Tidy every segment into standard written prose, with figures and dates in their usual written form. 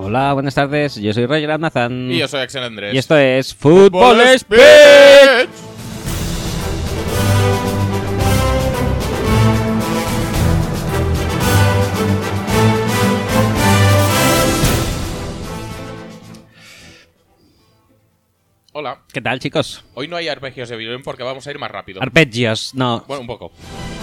Hola, buenas tardes. Yo soy Roger Almazán. Y yo soy Axel Andrés. Y esto es Fútbol Speech. Hola. ¿Qué tal, chicos? Hoy no hay arpegios de violín porque vamos a ir más rápido. Arpegios, no. Bueno, un poco.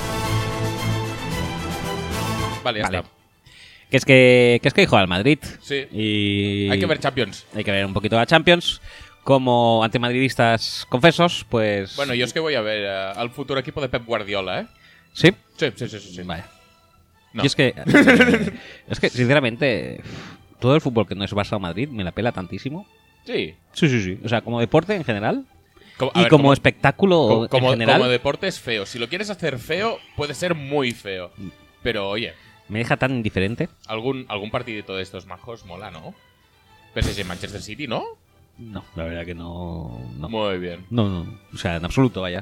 Vale, ya Vale. está. Que es que hoy juega al Madrid. Sí. Y Hay que ver Champions. hay que ver un poquito la Champions. Como antimadridistas confesos, pues... Bueno, yo es que voy a ver al futuro equipo de Pep Guardiola, ¿eh? ¿Sí? Sí. Vale. No. Y es que, sinceramente, todo el fútbol que no es Barça o Madrid me la pela tantísimo. Sí. Sí. O sea, como deporte en general A y ver, como espectáculo en general, como deporte es feo. Si lo quieres hacer feo, puede ser muy feo. Pero, oye, me deja tan indiferente. algún partidito de estos majos mola, ¿no? PSG Manchester City, ¿no? No, la verdad que no. Muy bien. No. O sea, en absoluto, vaya.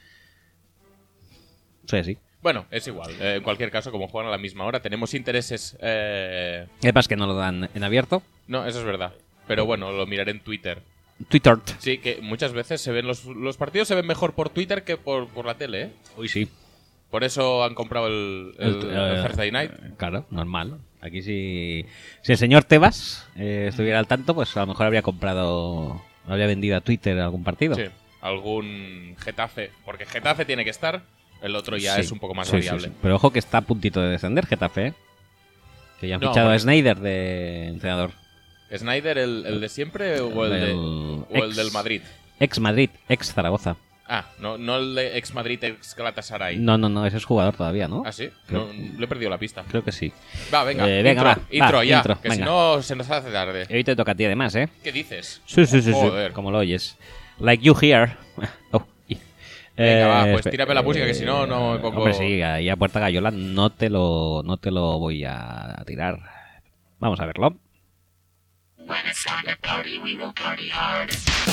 Soy así. Bueno, es igual. En cualquier caso, como juegan a la misma hora, tenemos intereses... Es que no lo dan en abierto. No, eso es verdad. Pero bueno, lo miraré en Twitter. Twitter. Sí, que muchas veces se ven los partidos se ven mejor por Twitter que por la tele, ¿eh? Uy, sí. Por eso han comprado el Thursday Night. Claro, normal. Aquí si el señor Tebas estuviera al tanto, pues a lo mejor habría vendido a Twitter algún partido. Sí, algún Getafe. Porque Getafe tiene que estar, el otro ya Sí. es un poco más Sí. variable. Pero ojo que está a puntito de descender Getafe, ¿eh? Que ya han No, fichado bueno. a Snyder de entrenador. ¿Snyder el de siempre o el del Madrid? Ex Madrid, ex Zaragoza. Ah, no el de ex Madrid, ex Galatasaray. No, ese es jugador todavía, ¿no? ¿Ah, sí? Creo- No, le he perdido la pista. Creo que sí. Va, venga, venga, intro va, ya, intro, que venga. si no se nos hace tarde. Y hoy te toca a ti además, ¿eh? ¿Qué dices? Sí. Joder. Como lo oyes. Like you hear. Oh, y- Venga, va, pues espe- tírame la música, que si no me pongo... Hombre, sí, ahí a Puerta Gallola no te lo voy a tirar. Vamos a verlo. When it's time to party, we will party hard.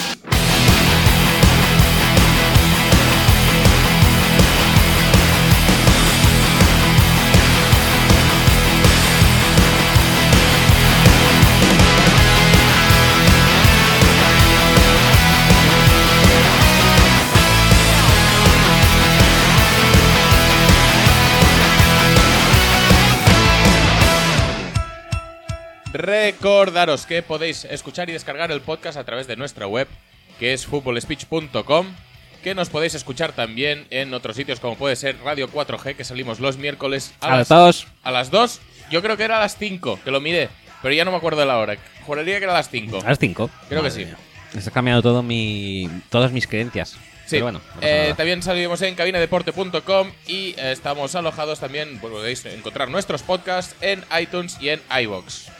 Recordaros que podéis escuchar y descargar el podcast a través de nuestra web, que es footballspeech.com, que nos podéis escuchar también en otros sitios como puede ser Radio 4G, que salimos los miércoles A las 2. a las 2. Yo creo que era a las 5, que lo miré, pero ya no me acuerdo de la hora. Juraría que era a las 5. A las 5. Creo que sí. Está cambiando todas mis creencias. Sí. Pero bueno, no pasa nada. También salimos en cabinedeporte.com y estamos alojados también, podéis encontrar nuestros podcasts en iTunes y en iVoox.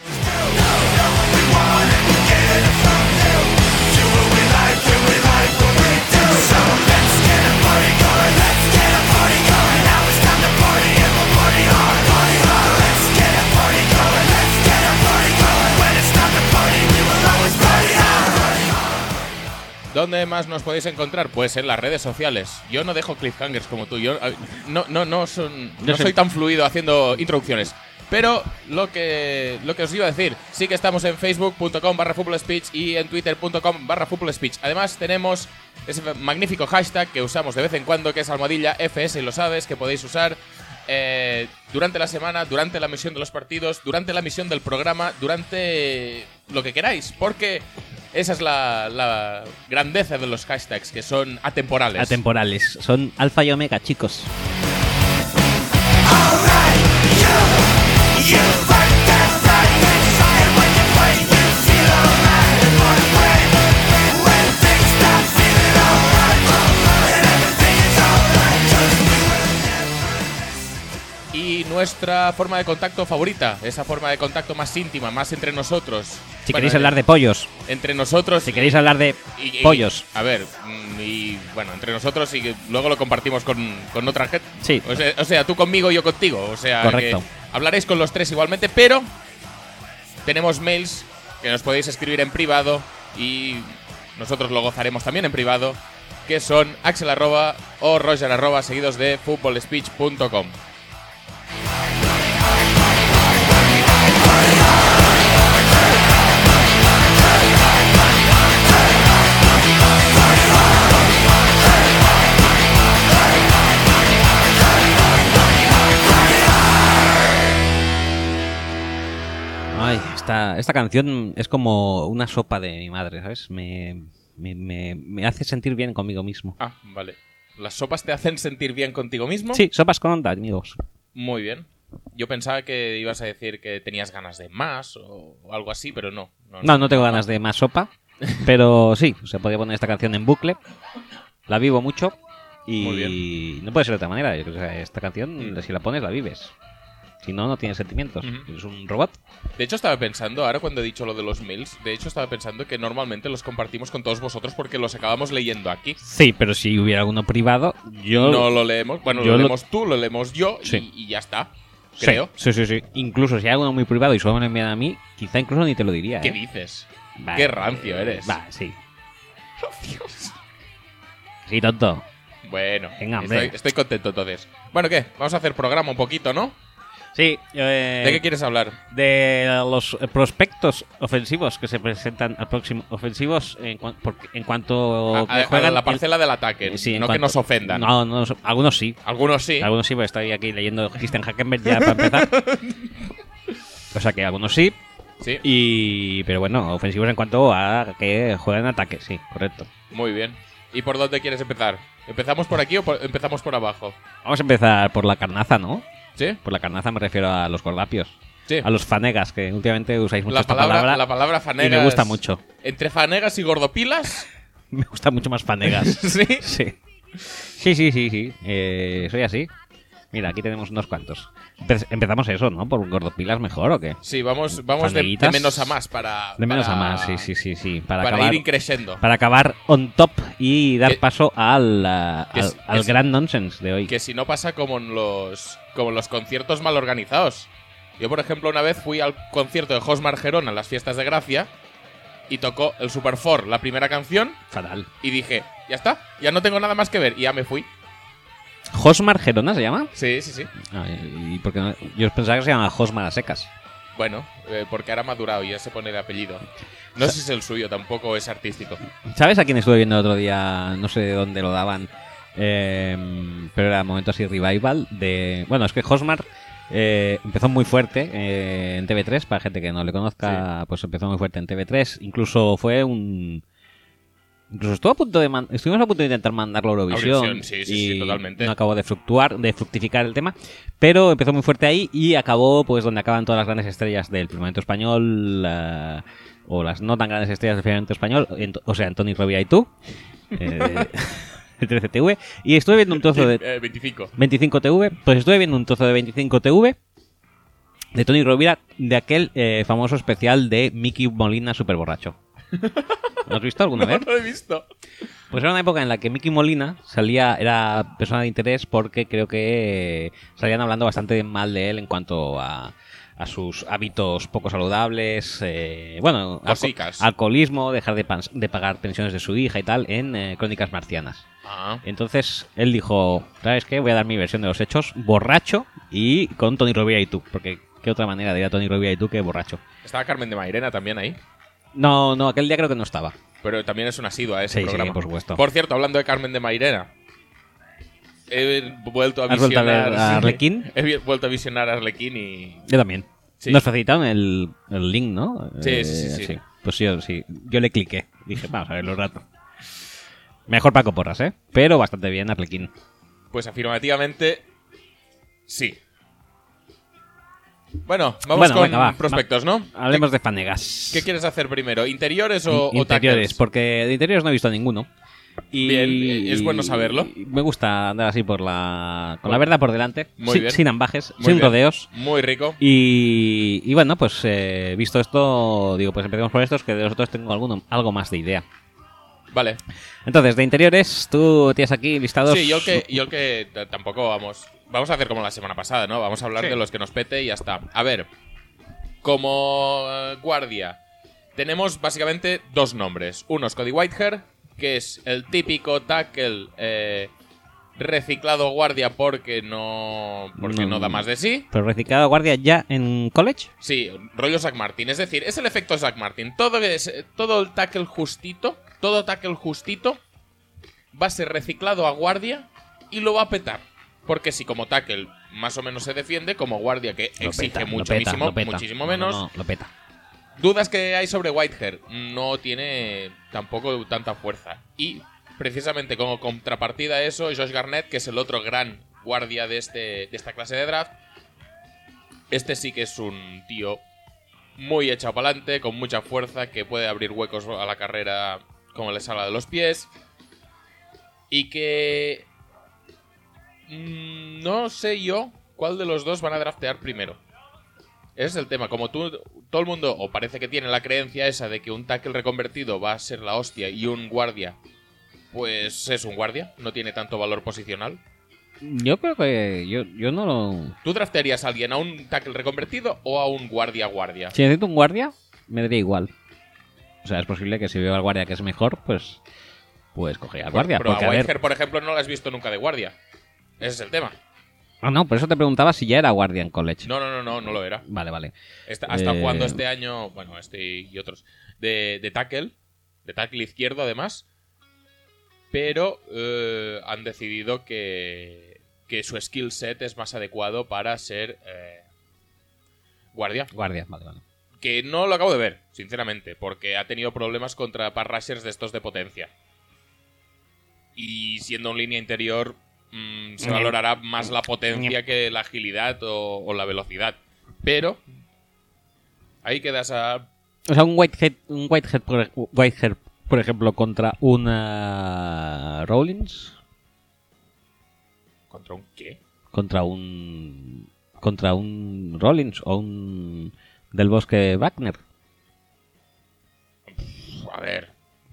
¿Dónde más nos podéis encontrar? Pues en las redes sociales. Yo no dejo cliffhangers como tú. Yo no soy tan fluido haciendo introducciones. Pero lo que os iba a decir, sí que estamos en facebook.com/footballspeech y en twitter.com/footballspeech. Además tenemos ese magnífico hashtag que usamos de vez en cuando, que es @FS, y lo sabes, que podéis usar durante la semana, durante la emisión de los partidos, durante la emisión del programa, durante lo que queráis, porque esa es la grandeza de los hashtags, que son atemporales. Atemporales. Son alfa y omega, chicos. Y nuestra forma de contacto favorita, esa forma de contacto más íntima, más entre nosotros. Si queréis hablar de pollos. Entre nosotros. Si queréis hablar de y- pollos. A ver, y bueno, entre nosotros y que luego lo compartimos con otra gente. Sí. O sea, tú conmigo, yo contigo. O sea, Correcto. que hablaréis con los tres igualmente, pero tenemos mails que nos podéis escribir en privado y nosotros lo gozaremos también en privado, que son axel@ o roger@ seguidos de footballspeech.com. Esta canción es como una sopa de mi madre, ¿sabes? Me hace sentir bien conmigo mismo. Ah, vale. ¿Las sopas te hacen sentir bien contigo mismo? Sí, sopas con onda, amigos. Muy bien. Yo pensaba que ibas a decir que tenías ganas de más o algo así, pero no. No tengo ganas de más sopa, pero sí, se podría poner esta canción en bucle. La vivo mucho Muy y no puede ser de otra manera. Yo creo que esta canción, si la pones, la vives. Si no, no tienes sentimientos. Ujú. Es un robot. De hecho, estaba pensando, ahora cuando he dicho lo de los mails, estaba pensando que normalmente los compartimos con todos vosotros porque los acabamos leyendo aquí. Sí, pero si hubiera alguno privado, yo... No lo leemos. Bueno, yo lo leemos tú, lo leemos yo Sí. y ya está. Sí, Creo. Sí. Incluso si hay alguno muy privado y solo me lo envían a mí, quizá incluso ni te lo diría. ¿Qué ¿eh? dices? Va, Qué rancio eres. Va, sí. Sí, tonto. Bueno, Venga, hombre. estoy contento entonces. Bueno, ¿qué? Vamos a hacer programa un poquito, ¿no? Sí. ¿De qué quieres hablar? De los prospectos ofensivos que se presentan al próximo. Ofensivos en cuanto que juegan la parcela del ataque, sí, en no que cuanto- nos ofendan. No, algunos sí. Algunos sí. Algunos sí, porque estoy aquí leyendo Christian Hackenberg ya para empezar. O sea que algunos sí. Sí, Pero bueno, ofensivos en cuanto a que juegan ataque, sí, correcto. muy bien. ¿Y por dónde quieres empezar? ¿Empezamos por aquí o empezamos por abajo? Vamos a empezar por la carnaza, ¿no? ¿Sí? Por la carnaza me refiero a los gordapios. Sí. A los fanegas, que últimamente usáis mucho La esta palabra palabra. fanegas. Y me gusta mucho. Entre fanegas y gordopilas. Me gusta mucho más fanegas. ¿Sí? Sí. Soy así. Mira, aquí tenemos unos cuantos. Empezamos eso, ¿no? ¿Por gordopilas mejor o qué? Sí, vamos de Faneguitas. menos a más para... De menos para- a más, sí. Para acabar, ir increciendo. para acabar on top y dar Que- paso al que es- gran nonsense de hoy. Que si no pasa como en los conciertos mal organizados. Yo, por ejemplo, una vez fui al concierto de Josmar Gerón a las fiestas de Gracia y tocó el Super 4, la primera canción, Fatal. y dije, ya está, ya no tengo nada más que ver, y ya me fui. ¿Josmar Gerona se llama? Sí. Ah, ¿y por qué no? Yo pensaba que se llama Josmar a secas. Bueno, porque ahora ha madurado y ya se pone de apellido. No sé si es el suyo, tampoco es artístico. ¿Sabes a quién estuve viendo el otro día? No sé de dónde lo daban. Pero era momento así revival de... Bueno, es que Josmar empezó muy fuerte en TV3. Para gente que no le conozca, pues empezó muy fuerte en TV3. Incluso fue un... Incluso estuvimos a punto de intentar mandarlo a Eurovisión. Eurovisión, sí, y totalmente. no acabó de fructificar el tema. Pero empezó muy fuerte ahí y acabó pues donde acaban todas las grandes estrellas del firmamento español, o las no tan grandes estrellas del firmamento español, o sea, Antoni Rovira y tú. El 13TV. Y estuve viendo un trozo de 25. 25TV. Pues estuve viendo un trozo de 25TV de Tony Rovira, de aquel famoso especial de Mickey Molina super borracho. ¿Lo has visto alguna vez? No lo he visto. Pues era una época en la que Mickey Molina era persona de interés porque creo que salían hablando bastante mal de él en cuanto a sus hábitos poco saludables, Cosicas. alcoholismo, dejar de pagar pensiones de su hija y tal en Crónicas Marcianas. Ah, Entonces él dijo, ¿sabes qué? Voy a dar mi versión de los hechos, borracho y con Tony Rovira y tú, porque qué otra manera de ir a Tony Rovira y tú que borracho. estaba Carmen de Mairena también ahí. No, aquel día creo que no estaba. Pero también es una asidua ese Sí, programa. por supuesto. Por cierto, hablando de Carmen de Mairena, he vuelto a ¿Has vuelto a visionar... ver a Arlequín? He vuelto a visionar a Arlequín y... Yo también. Sí. Nos facilitaron el link, ¿no? Sí. Pues yo le cliqué. Dije, vamos a verlo un rato. Mejor Paco Porras, ¿eh? Pero bastante bien Arlequín. Pues afirmativamente, sí. Bueno, vamos con venga, va. prospectos, ¿no? Hablemos de fanegas. ¿Qué quieres hacer primero? ¿Interiores o Interiores, tackles? porque de interiores no he visto ninguno. Y Bien, es bueno saberlo. y me gusta andar así con la verdad por delante, Muy bien. sin ambajes, Muy sin bien. rodeos. Muy rico. Y bueno, pues visto esto, digo, pues empecemos por estos, que de los otros tengo algo más de idea. Vale. Entonces, de interiores, tú tienes aquí listados... Sí, yo que tampoco vamos a hacer como la semana pasada, ¿no? Vamos a hablar de los que nos pete y ya está. A ver, como guardia, tenemos básicamente dos nombres. Uno es Cody Whitehair, que es el típico tackle reciclado guardia porque no da más de sí. Pero reciclado guardia ya en college. Sí, rollo Zach Martin. Es decir, es el efecto Zach Martin. Todo el tackle justito, todo tackle justito va a ser reciclado a guardia y lo va a petar. Porque si como tackle más o menos se defiende, como guardia que exige muchísimo Lo peta. menos, No, lo peta. Dudas que hay sobre Whitehair. No tiene tampoco tanta fuerza. Y precisamente como contrapartida a eso, Josh Garnett, que es el otro gran guardia de esta clase de draft. Este sí que es un tío muy echado para adelante, con mucha fuerza, que puede abrir huecos a la carrera como le salga de los pies. Y que... no sé yo cuál de los dos van a draftear primero. Ese es el tema. Como todo el mundo, o parece que tiene la creencia esa de que un tackle reconvertido va a ser la hostia y un guardia, pues es un guardia, no tiene tanto valor posicional. Yo creo que yo no lo... ¿Tú draftearías a alguien a un tackle reconvertido o a un guardia-guardia? Si necesito un guardia, me daría igual. O sea, es posible que si veo al guardia que es mejor, pues cogería al guardia. Pero porque, a a ver... Whitehair, por ejemplo, no lo has visto nunca de guardia. Ese es el tema. Ah, no, por eso te preguntaba si ya era guardia en college. No lo era. Vale. Hasta jugando este año, bueno, este y otros, de tackle izquierdo además, pero han decidido que su skill set es más adecuado para ser guardia. Guardia, vale. Que no lo acabo de ver, sinceramente, porque ha tenido problemas contra pass rushers de estos de potencia. Y siendo un línea interior... se valorará más la potencia que la agilidad o la velocidad. Pero ahí quedas a... O sea, un Whitehead, por ejemplo, contra una Rollins. ¿Contra un qué? Contra un Rollins o un del Bosque Wagner. A ver...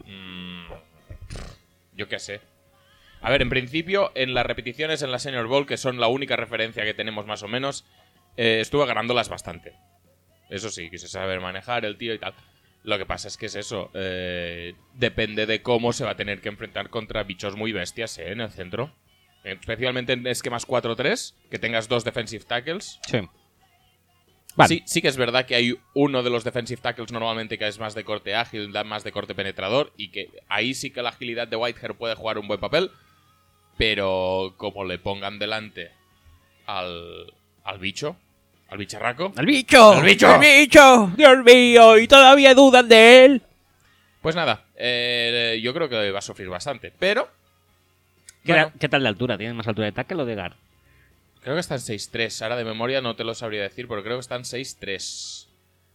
yo qué sé. A ver, en principio, en las repeticiones en la Senior Bowl, que son la única referencia que tenemos más o menos, estuve ganándolas bastante. Eso sí, quise saber manejar el tío y tal. Lo que pasa es que es eso. Depende de cómo se va a tener que enfrentar contra bichos muy bestias en el centro. Especialmente en esquemas 4-3, que tengas dos defensive tackles. Sí. Vale. Sí que es verdad que hay uno de los defensive tackles normalmente que es más de corte ágil, más de corte penetrador, y que ahí sí que la agilidad de Whitehair puede jugar un buen papel. Pero como le pongan delante al bicho, al bicharraco... ¡Al bicho! ¡Al bicho! ¡Al bicho! ¡Dios mío! ¿Y todavía dudan de él? Pues nada, yo creo que va a sufrir bastante. Pero... ¿Qué tal de altura? ¿Tiene más altura de tackle o de guard? Creo que están 6'3". Ahora de memoria no te lo sabría decir, pero creo que están 6'3".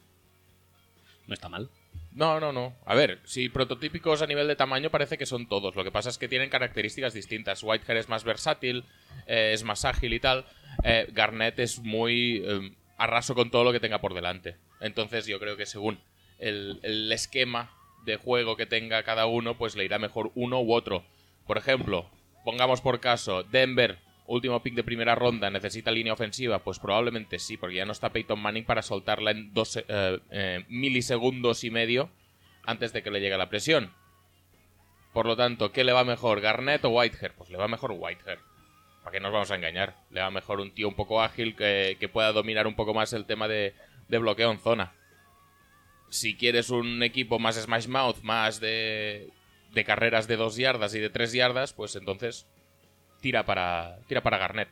No está mal. No. A ver, si prototípicos a nivel de tamaño parece que son todos. Lo que pasa es que tienen características distintas. Whitehair es más versátil, es más ágil y tal. Garnett es muy arraso con todo lo que tenga por delante. Entonces yo creo que según el esquema de juego que tenga cada uno, pues le irá mejor uno u otro. Por ejemplo, pongamos por caso, Denver, último pick de primera ronda, necesita línea ofensiva. Pues probablemente sí, porque ya no está Peyton Manning para soltarla en 2 milisegundos y medio antes de que le llegue la presión. Por lo tanto, ¿qué le va mejor, Garnett o Whitehair? Pues le va mejor Whitehair. ¿Para qué nos vamos a engañar? Le va mejor un tío un poco ágil que pueda dominar un poco más el tema de bloqueo en zona. Si quieres un equipo más smash mouth, más de carreras de 2 yardas y de 3 yardas, pues entonces tira para Garnett.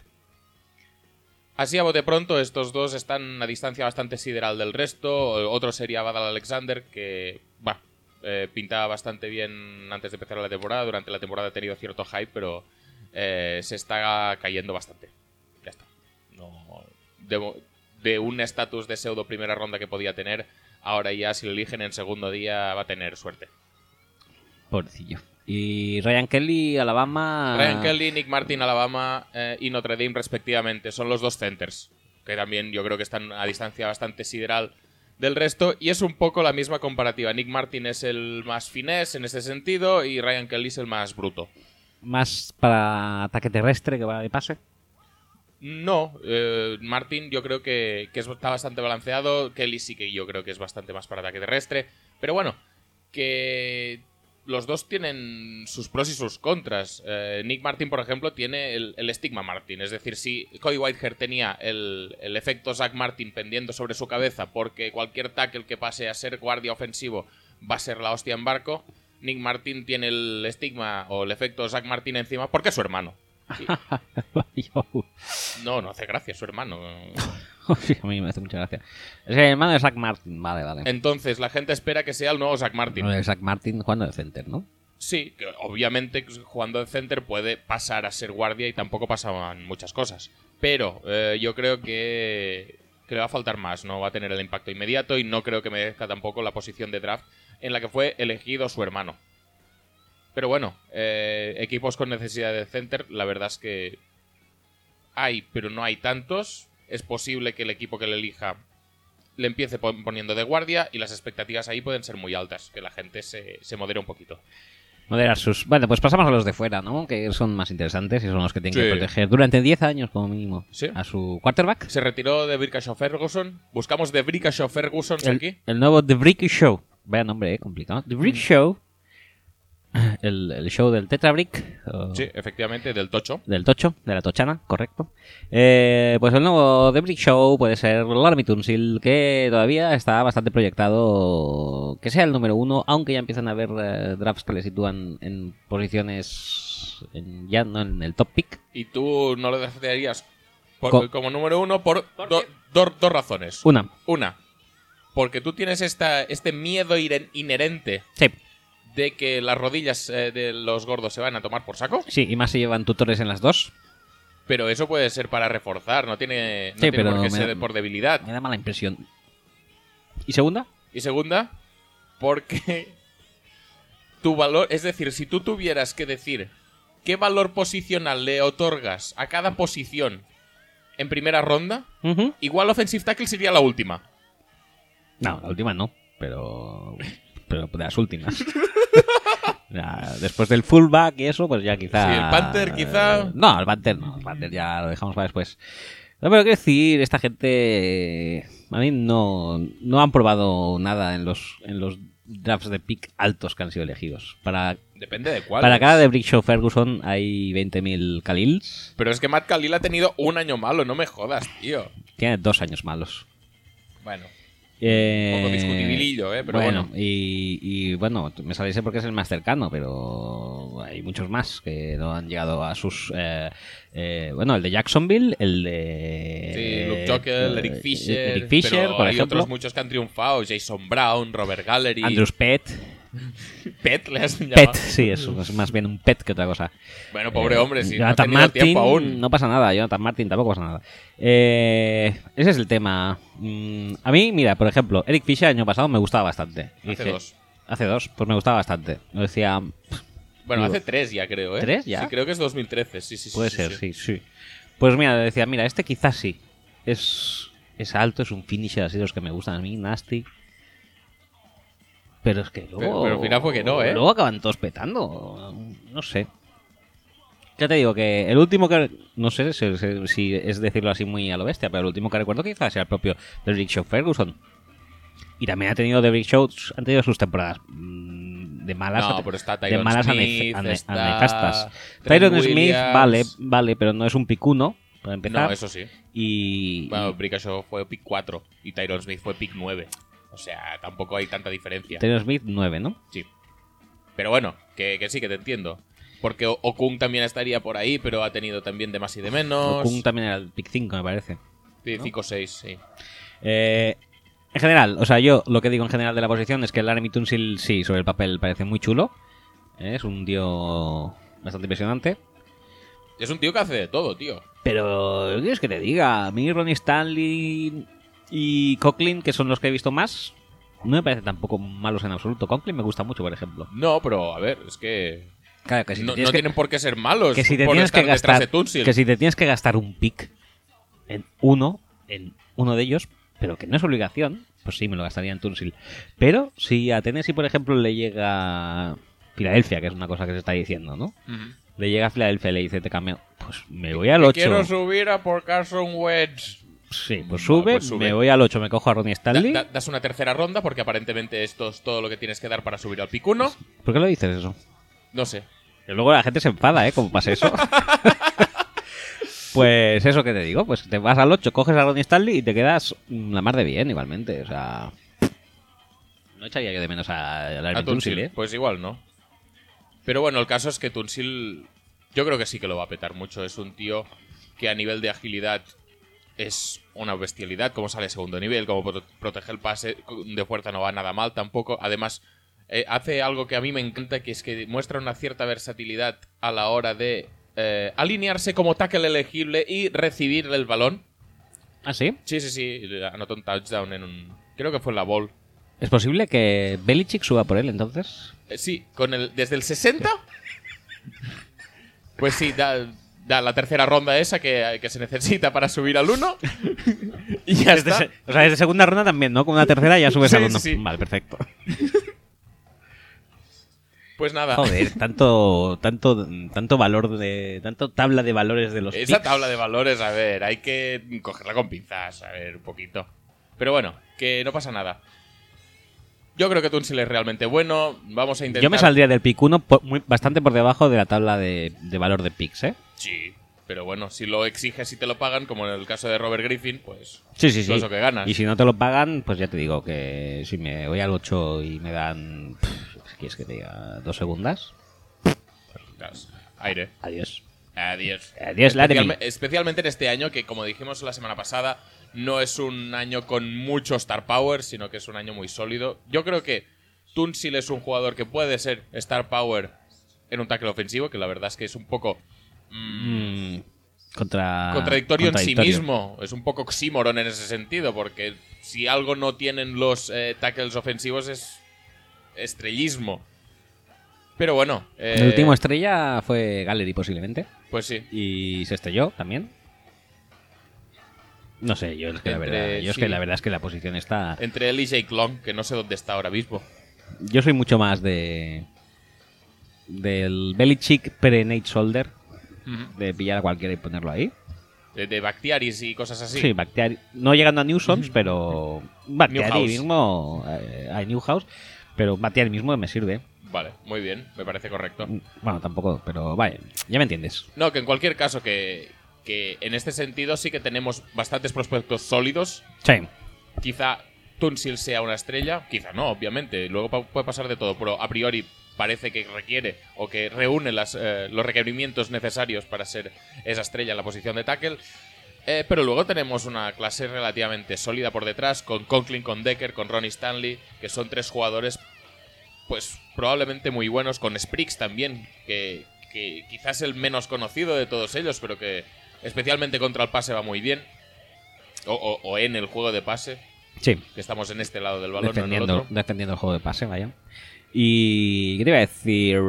Así a bote pronto, estos dos están a distancia bastante sideral del resto. Otro sería Badal Alexander, que pintaba bastante bien antes de empezar la temporada. Durante la temporada ha tenido cierto hype, pero se está cayendo bastante. Ya está. No, de un estatus de pseudo primera ronda que podía tener, ahora ya si lo eligen en segundo día va a tener suerte. Pobrecillo. Y Ryan Kelly, Alabama... Ryan Kelly, Nick Martin, Alabama y Notre Dame respectivamente. Son los dos centers, que también yo creo que están a distancia bastante sideral del resto. Y es un poco la misma comparativa. Nick Martin es el más finés en ese sentido y Ryan Kelly es el más bruto. ¿Más para ataque terrestre que va de pase? No, Martin yo creo que está bastante balanceado. Kelly sí que yo creo que es bastante más para ataque terrestre. Pero bueno, que los dos tienen sus pros y sus contras. Nick Martin, por ejemplo, tiene el estigma Martin. Es decir, si Cody Whitehair tenía el efecto Zach Martin pendiendo sobre su cabeza porque cualquier tackle que pase a ser guardia ofensivo va a ser la hostia en barco, Nick Martin tiene el estigma o el efecto Zach Martin encima porque es su hermano. No hace gracia, es su hermano. Sí, a mí me hace mucha gracia. Es el hermano de Zach Martin, vale. Entonces, la gente espera que sea el nuevo Zach Martin. No, de Zach Martin jugando de center, ¿no? Sí, que obviamente jugando de center puede pasar a ser guardia y tampoco pasaban muchas cosas. Pero yo creo que le va a faltar más, no va a tener el impacto inmediato y no creo que merezca tampoco la posición de draft en la que fue elegido su hermano. Pero bueno, equipos con necesidad de center, la verdad es que hay, pero no hay tantos. Es posible que el equipo que le elija le empiece poniendo de guardia y las expectativas ahí pueden ser muy altas, que la gente se modere un poquito. Moderar sus... Bueno, pues pasamos a los de fuera, ¿no? Que son más interesantes y son los que tienen Sí. que proteger durante 10 años como mínimo Sí. a su quarterback. Se retiró de Brickashaw Ferguson. Buscamos de Brickashaw Ferguson aquí. El nuevo The Brick Show. Vaya nombre, complicado. The Brick Show. El show del Tetra Brick. Sí, efectivamente, del tocho. Del tocho, de la tochana, correcto. Pues el nuevo The Brick Show puede ser Laremy Tunsil, que todavía está bastante proyectado que sea el número 1, aunque ya empiezan a haber drafts que le sitúan en posiciones ya no en el top pick. Y tú no lo defenderías como número 1 por dos razones. Una. Porque tú tienes este miedo inherente Sí, de que las rodillas de los gordos se van a tomar por saco. sí, y más si llevan tutores en las dos. Pero eso puede ser para reforzar, no tiene Sí, pero por qué me ser da- por debilidad. Me da mala impresión. ¿Y segunda? Y segunda, porque tu valor, es decir, si tú tuvieras que decir qué valor posicional le otorgas a cada posición en primera ronda, Ujú. igual offensive tackle sería la última. No, la última no, pero de las últimas. Ya, después del fullback y eso, pues ya quizá... Sí, el Panther quizá... No, el Panther ya lo dejamos para después. No, pero quiero decir, esta gente... A mí no han probado nada en los drafts de pick altos que han sido elegidos. Para Depende de cuál. cada de Brick Show Ferguson hay 20.000 Khalils. Pero es que Matt Khalil ha tenido un año malo, no me jodas, tío. Tiene 2 años malos. Bueno, un poco discutibilillo, pero bueno. Y bueno, me sale ese porque es el más cercano, pero hay muchos más que no han llegado a sus... bueno, el de Jacksonville, el de... Sí, Luke Jokel, Eric Fisher, pero por hay ejemplo. otros muchos que han triunfado. Jason Brown, Robert Gallery. Andrews Pett. Pet le has llamado. Pett, sí, eso es más bien un pet que otra cosa. Bueno, pobre hombre, si no ha Jonathan tenido Martin, tiempo aún. no pasa nada. Jonathan Martin tampoco pasa nada. Ese es el tema. A mí, mira, por ejemplo, Eric Fisher el año pasado me gustaba bastante. Hace dos, pues me gustaba bastante. Me decía... Bueno, digo, hace 3 ya creo, ¿eh? ¿3 ya? Sí, creo que es 2013, sí. Puede ser, sí. Pues mira, decía, mira, este quizás sí. Es alto, es un finisher así de los que me gustan a mí, nasty. Pero es que luego... Pero al final fue que no, ¿eh? Luego acaban todos petando. No sé. Ya te digo que el último que... No sé si es decirlo así muy a lo bestia, pero el último que recuerdo quizás sea el propio The Brick Show Ferguson. Y también ha tenido The Brick Shows, han tenido sus temporadas de malas, No, pero está de Tyron malas Smith, a está nefastas. Trent Tyron Smith, Williams. vale, pero no es un pick 1, para empezar. No, eso sí. Y... Bueno, Brickashaw fue pick 4 y Tyron Smith fue pick 9. O sea, tampoco hay tanta diferencia. Tyron Smith 9, ¿no? Sí. Pero bueno, que sí, que te entiendo. Porque Okung también estaría por ahí, pero ha tenido también de más y de menos. Okung también era el pick 5, me parece. Sí, 5-6, sí. En general, o sea, yo lo que digo en general de la posición es que el Laremy Tunsil, sí, sobre el papel parece muy chulo. Es un tío bastante impresionante. Es un tío que hace de todo, tío. Pero, ¿qué quieres que te diga? A mí Ronnie Stanley y Conklin, que son los que he visto más, no me parecen tampoco malos en absoluto. Conklin me gusta mucho, por ejemplo. No, pero a ver, es que... Claro, que si no te tienes que- tienen por qué ser malos que si te por tienes estar que detrás gastar de Tunsil. que si te tienes que gastar un pick en uno de ellos, pero que no es obligación, pues sí me lo gastaría en Tunsil. Pero si a Tennessee, por ejemplo, le llega Filadelfia, que es una cosa que se está diciendo, ¿no? Ujú. Le llega a Filadelfia y le dice te cambio, pues me voy al 8. Quiero subir a por Carson Wentz. Sí, pues No, sube, pues sube. me voy al 8, me cojo a Ronnie Stanley. Das una tercera ronda porque aparentemente esto es todo lo que tienes que dar para subir al pick 1. ¿Por qué lo dices eso? No sé. Que luego la gente se enfada, ¿eh? Como pasa eso. Pues eso que te digo, pues te vas al 8, coges a Ronnie Stanley y te quedas la mar de bien igualmente. O sea, no echaría yo de menos a Laremy A Tunsil, Tunsil, ¿eh? pues igual, ¿no? Pero bueno, el caso es que Tunsil yo creo que sí que lo va a petar mucho. Es un tío que a nivel de agilidad es una bestialidad, como sale segundo nivel, como protege el pase, de fuerza no va nada mal tampoco. Además, hace algo que a mí me encanta, que es que muestra una cierta versatilidad a la hora de alinearse como tackle elegible y recibir el balón. ¿Ah, sí? Sí, anotó un touchdown creo que fue en la Bowl. ¿Es posible que Belichick suba por él, entonces? Sí, desde el 60. Pues sí, da la tercera ronda esa que se necesita para subir al 1. Y ya está. O sea, desde segunda ronda también, ¿no? Con una tercera ya subes Sí, al 1. sí. Vale, perfecto. Pues nada. Joder, tanto valor tanto tabla de valores de los Esa picks. tabla de valores, a ver, hay que cogerla con pinzas, a ver, un poquito. Pero bueno, que no pasa nada. Yo creo que Tunsil es realmente bueno. Vamos a intentar... Yo me saldría del pick 1 bastante por debajo de la tabla de valor de picks, ¿eh? Sí, pero bueno, si lo exiges y te lo pagan, como en el caso de Robert Griffin, pues... Sí. todo eso que ganas. Y si no te lo pagan, pues ya te digo que si me voy al 8 y me dan... ¿Qué quieres que te diga? 2 segundas. Aire. Adiós. Adiós. Adiós, Laremy. Especialmente en este año, que como dijimos la semana pasada, no es un año con mucho star power, sino que es un año muy sólido. Yo creo que Tunsil es un jugador que puede ser star power en un tackle ofensivo, que la verdad es que es un poco contradictorio en sí mismo. Es un poco oxímoron en ese sentido, porque si algo no tienen los tackles ofensivos es estrellismo. Pero bueno. El último estrella fue Gallery, posiblemente. Pues sí. Y se estrelló también. No sé, yo es que, la verdad es que la posición está... Entre él y Jake Long, que no sé dónde está ahora mismo. Yo soy mucho más del Belichick pre-Nate Solder, de pillar a cualquiera y ponerlo ahí. De Bakhtiaris y cosas así. Sí, Bakhtiari. No llegando a Newsoms, pero Bakhtiari mismo a Newhouse, pero Bakhtiari mismo me sirve. Vale, muy bien, me parece correcto. Bueno, tampoco, pero vale, ya me entiendes. No, que en cualquier caso, que en este sentido sí que tenemos bastantes prospectos sólidos. Sí. Quizá Tunsil sea una estrella, quizá no, obviamente. Luego puede pasar de todo, pero a priori parece que requiere o que reúne los requerimientos necesarios para ser esa estrella en la posición de tackle. Pero luego tenemos una clase relativamente sólida por detrás, con Conklin, con Decker, con Ronnie Stanley, que son 3 jugadores pues probablemente muy buenos, con Spriggs también, que quizás es el menos conocido de todos ellos, pero que especialmente contra el pase va muy bien, o en el juego de pase. Sí. Que estamos en este lado del balón, no en el otro. Defendiendo el juego de pase, vaya. Y... ¿qué te iba a decir?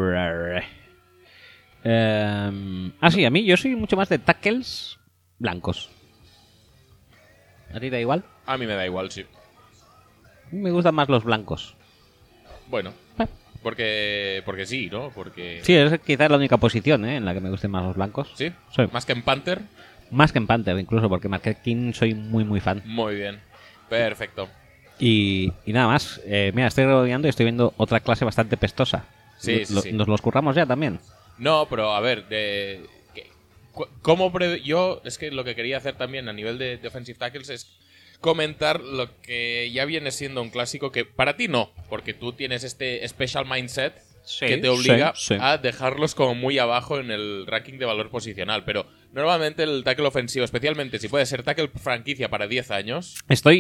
Sí, a mí yo soy mucho más de tackles blancos. ¿A ti te da igual? A mí me da igual, sí. Me gustan más los blancos. Bueno, porque sí, ¿no? Porque... Sí, es quizás la única posición en la que me gusten más los blancos. ¿Sí? Sí. ¿Más que en Panther? Más que en Panther, incluso, porque Marquette King soy muy, muy fan. Muy bien. Perfecto. Y nada más. Mira, estoy rodeando y estoy viendo otra clase bastante pestosa. Sí. ¿Nos los curramos ya también? No, pero a ver, yo es que lo que quería hacer también a nivel de offensive tackles es comentar lo que ya viene siendo un clásico, que para ti no, porque tú tienes este special mindset que te obliga a dejarlos como muy abajo en el ranking de valor posicional, pero normalmente el tackle ofensivo, especialmente si puede ser tackle franquicia para 10 años...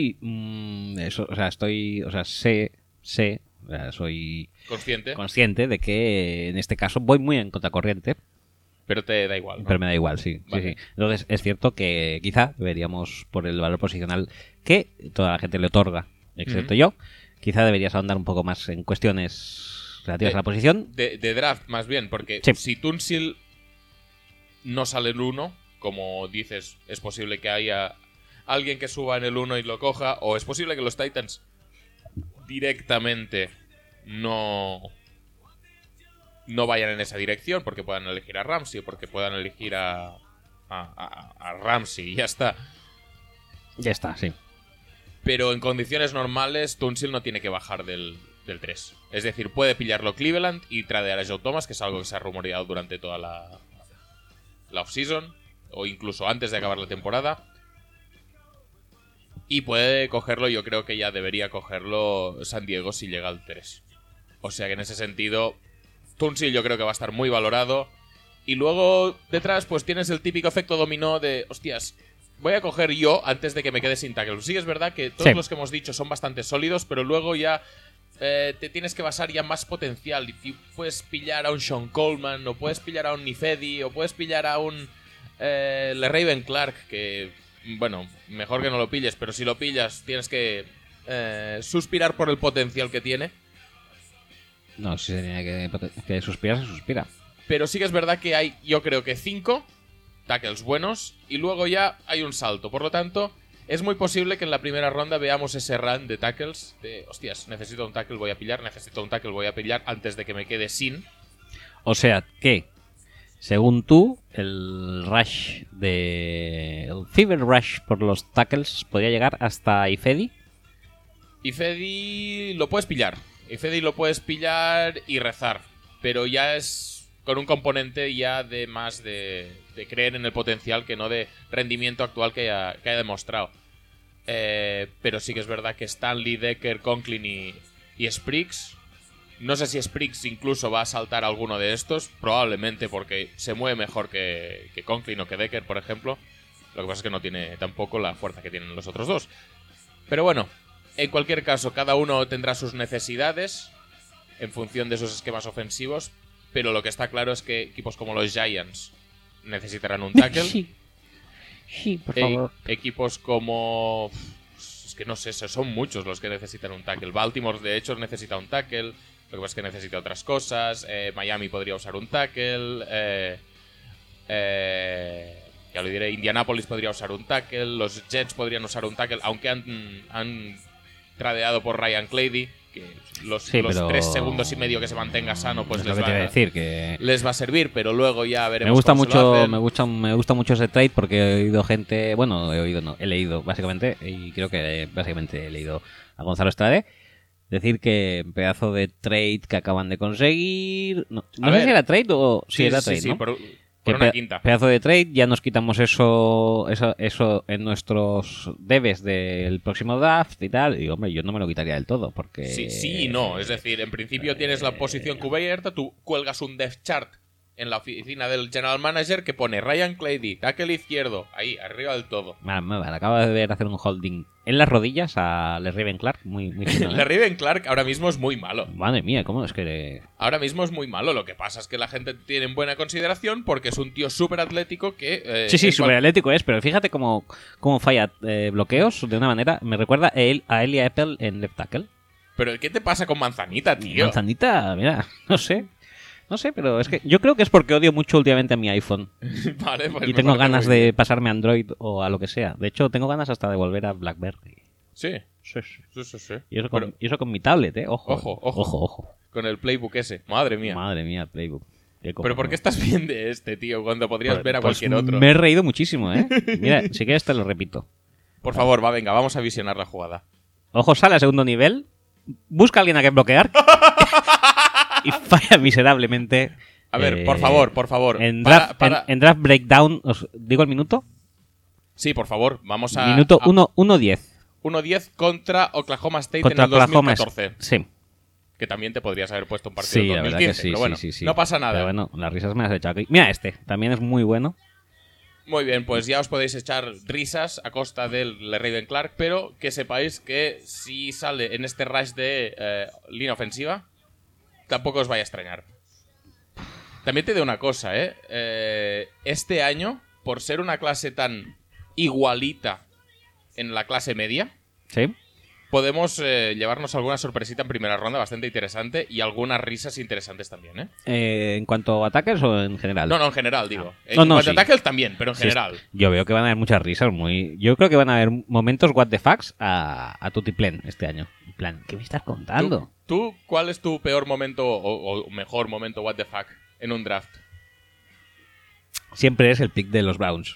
soy consciente de que en este caso voy muy en contracorriente. Pero te da igual, ¿no? Pero me da igual, sí, Vale. sí. Entonces es cierto que quizá deberíamos, por el valor posicional que toda la gente le otorga, excepto yo, quizá deberías ahondar un poco más en cuestiones relativas a la posición. De draft, más bien, porque Sí. si Tunsil no sale el 1, como dices, es posible que haya alguien que suba en el 1 y lo coja, o es posible que los Titans directamente no vayan en esa dirección, porque puedan elegir a Ramsey o porque puedan elegir a Ramsey y ya está. Ya está, sí. Pero en condiciones normales, Tunsil no tiene que bajar del 3. Es decir, puede pillarlo Cleveland y tradear a Joe Thomas, que es algo que se ha rumoreado durante toda la offseason, o incluso antes de acabar la temporada. Y puede cogerlo, yo creo que ya debería cogerlo San Diego si llega al 3. O sea que en ese sentido, Tunsil yo creo que va a estar muy valorado. Y luego detrás pues tienes el típico efecto dominó de, hostias, voy a coger yo antes de que me quede sin tackle. Sí, es verdad que todos Sí. los que hemos dicho son bastante sólidos, pero luego ya te tienes que basar ya más potencial. Y puedes pillar a un Sean Coleman, o puedes pillar a un Nifedi, o puedes pillar a un LeRaven Clark, que, bueno, mejor que no lo pilles, pero si lo pillas tienes que suspirar por el potencial que tiene. No, si se tiene que suspirar, se suspira. Pero sí que es verdad que hay, yo creo que 5 tackles buenos y luego ya hay un salto. Por lo tanto, es muy posible que en la primera ronda veamos ese run de tackles. De, hostias, necesito un tackle, voy a pillar. Necesito un tackle, voy a pillar antes de que me quede sin. O sea que, según tú, el rush el fever rush por los tackles podría llegar hasta Ifedi. Y Fedi lo puedes pillar. Y Fedi lo puedes pillar y rezar. Pero ya es con un componente ya de más de creer en el potencial que no de rendimiento actual que haya demostrado. Pero sí que es verdad que Stanley, Decker, Conklin y Spriggs. No sé si Spriggs incluso va a saltar alguno de estos. Probablemente porque se mueve mejor que Conklin o que Decker, por ejemplo. Lo que pasa es que no tiene tampoco la fuerza que tienen los otros dos. Pero bueno, en cualquier caso, cada uno tendrá sus necesidades en función de sus esquemas ofensivos. Pero lo que está claro es que equipos como los Giants necesitarán un tackle. Sí, por favor. Equipos como... Es que no sé, son muchos los que necesitan un tackle. Baltimore, de hecho, necesita un tackle. Lo que pasa es que necesita otras cosas. Miami podría usar un tackle. Ya lo diré. Indianapolis podría usar un tackle. Los Jets podrían usar un tackle. Aunque han tradeado por Ryan Clady. Que los 3 segundos y medio que se mantenga sano, pues es lo que te iba a decir, que les va a servir. Pero luego ya veremos. me gusta cómo se lo mucho, hacen. me gusta mucho ese trade porque he oído gente, bueno, he leído básicamente, y creo que básicamente he leído a Gonzalo Estrade decir que pedazo de trade que acaban de conseguir. No sé ver. si era trade o si Sí, era sí, trade, sí, ¿no? por Que una quinta. pedazo de trade, ya nos quitamos eso en nuestros debes del próximo draft y tal. Y hombre, yo no me lo quitaría del todo porque Sí y no. Es decir, en principio tienes la posición cubierta, tú cuelgas un depth chart en la oficina del general manager que pone Ryan Clady, tackle izquierdo, ahí, arriba del todo. Acaba de ver hacer un holding en las rodillas a LeRaven Clark, muy fino, ¿eh? LeRaven Clark ahora mismo es muy malo. Madre mía, ¿cómo es que...? Ahora mismo es muy malo. Lo que pasa es que la gente tiene en buena consideración porque es un tío súper atlético que... Sí, súper atlético es, pero fíjate cómo falla bloqueos de una manera. Me recuerda a Eli Apple en left tackle. Pero ¿qué te pasa con Manzanita, tío? Manzanita, mira, no sé, pero es que yo creo que es porque odio mucho últimamente a mi iPhone. Vale, pues Y me tengo parece ganas muy de bien. pasarme a Android o a lo que sea. De hecho, tengo ganas hasta de volver a BlackBerry. Sí, Sí. sí. Y eso, Pero- y eso con mi tablet, ¿eh? Ojo. Ojo. Con el playbook ese. Madre mía. Madre mía, Playbook. Pero ¿por qué estás bien de este, tío, cuando podrías ver a Pues cualquier otro? me he reído muchísimo, ¿eh? Mira, si quieres te lo repito. Por favor, venga, vamos a visionar la jugada. Ojo, sale a segundo nivel, busca a alguien a quien bloquear y falla miserablemente. A ver, por favor. En Para- draft, en draft breakdown, ¿os digo el minuto? Sí, por favor, vamos a... Minuto a 1-10. 1-10 contra Oklahoma State Contra en el Oklahoma. 2014. Sí, Que también te podrías haber puesto un partido sí, en la 2015. verdad que sí. Pero bueno, sí. no pasa nada. Pero bueno, las risas me las he echado aquí. Mira este, también es muy bueno. Muy bien, pues ya os podéis echar risas a costa del LeRaven Clark, pero que sepáis que si sale en este rush de línea ofensiva, tampoco os vaya a extrañar. También te digo una cosa, este año, por ser una clase tan igualita en la clase media, Sí. podemos llevarnos alguna sorpresita en primera ronda bastante interesante y algunas risas interesantes también, ¿En cuanto a ataques o en general? No, en general, digo. En No, cuanto sí. a tackles también, pero en Sí, general. yo veo que van a haber muchas risas. Yo creo que van a haber momentos what the fucks a Tutiplén este año. En plan, ¿qué me estás contando? ¿Tú cuál es tu peor momento o mejor momento, what the fuck, en un draft? Siempre es el pick de los Browns.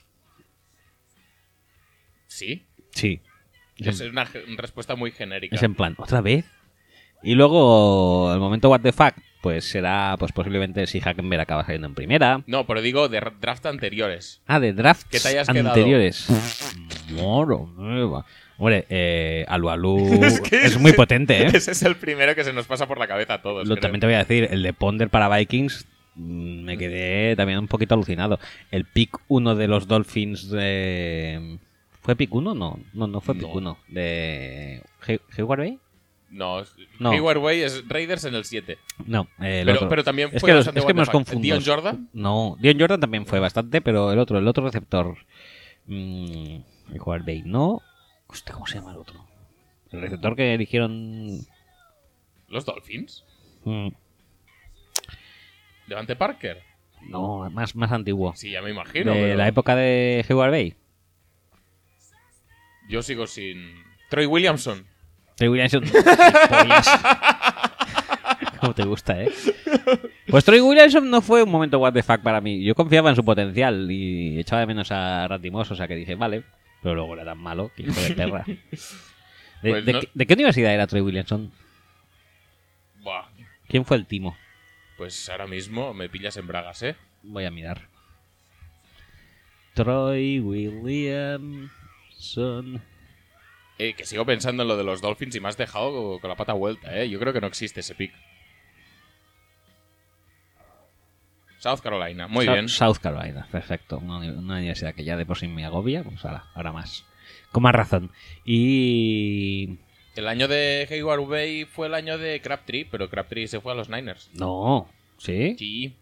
Sí. Sí. Es una respuesta muy genérica. Es en plan, ¿otra vez? Y luego, el momento what the fuck, pues será pues posiblemente si Hackenberg acaba saliendo en primera. No, pero digo de draft anteriores. Ah, de drafts Que te hayas quedado. anteriores. Moro nueva. Hombre, Alu Es que es muy potente, ¿eh? Ese es el primero que se nos pasa por la cabeza a todos. creo. También te voy a decir, el de Ponder para Vikings, me quedé también un poquito alucinado. El pick 1 de los Dolphins ¿Fue Pick 1? No fue Pick No. 1. ¿De Hayward Bay? No, No. Hayward Way es Raiders en el 7. No, el otro. Pero también Es fue que, bastante es que me what los the fuck. confundo. Dion Jordan. No, Dion Jordan también fue bastante, pero el otro receptor. Hayward Bay, no. Hostia, ¿cómo se llama el otro? El receptor que eligieron. Los Dolphins. mm, Devante Parker. No, más antiguo. Sí, ya me imagino. De pero la época de Hayward Bay. Yo sigo sin. Troy Williamson. Troy Williamson. Pollas. Cómo te gusta, ¿eh? Pues Troy Williamson no fue un momento what the fuck para mí. Yo confiaba en su potencial y echaba de menos a Randy Moss, o sea que dije, vale. Pero luego era tan malo que hijo de perra. Pues no- ¿De qué universidad era Troy Williamson? Buah. ¿Quién fue el timo? Pues ahora mismo me pillas en bragas, ¿eh? Voy a mirar. Troy Williamson. Que sigo pensando en lo de los Dolphins y me has dejado con la pata vuelta, ¿eh? Yo creo que no existe ese pick. South Carolina, muy bien. South Carolina, perfecto. Una universidad que ya de por sí me agobia, pues ahora más. Con más razón. Y. El año de Hayward Bay fue el año de Crabtree, pero Crabtree se fue a los Niners. No, ¿sí? Sí.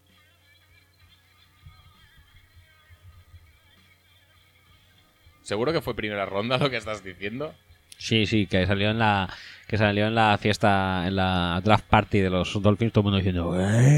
¿Seguro que fue primera ronda lo que estás diciendo? Sí, que salió en la fiesta, en la draft party de los Dolphins, todo el mundo diciendo.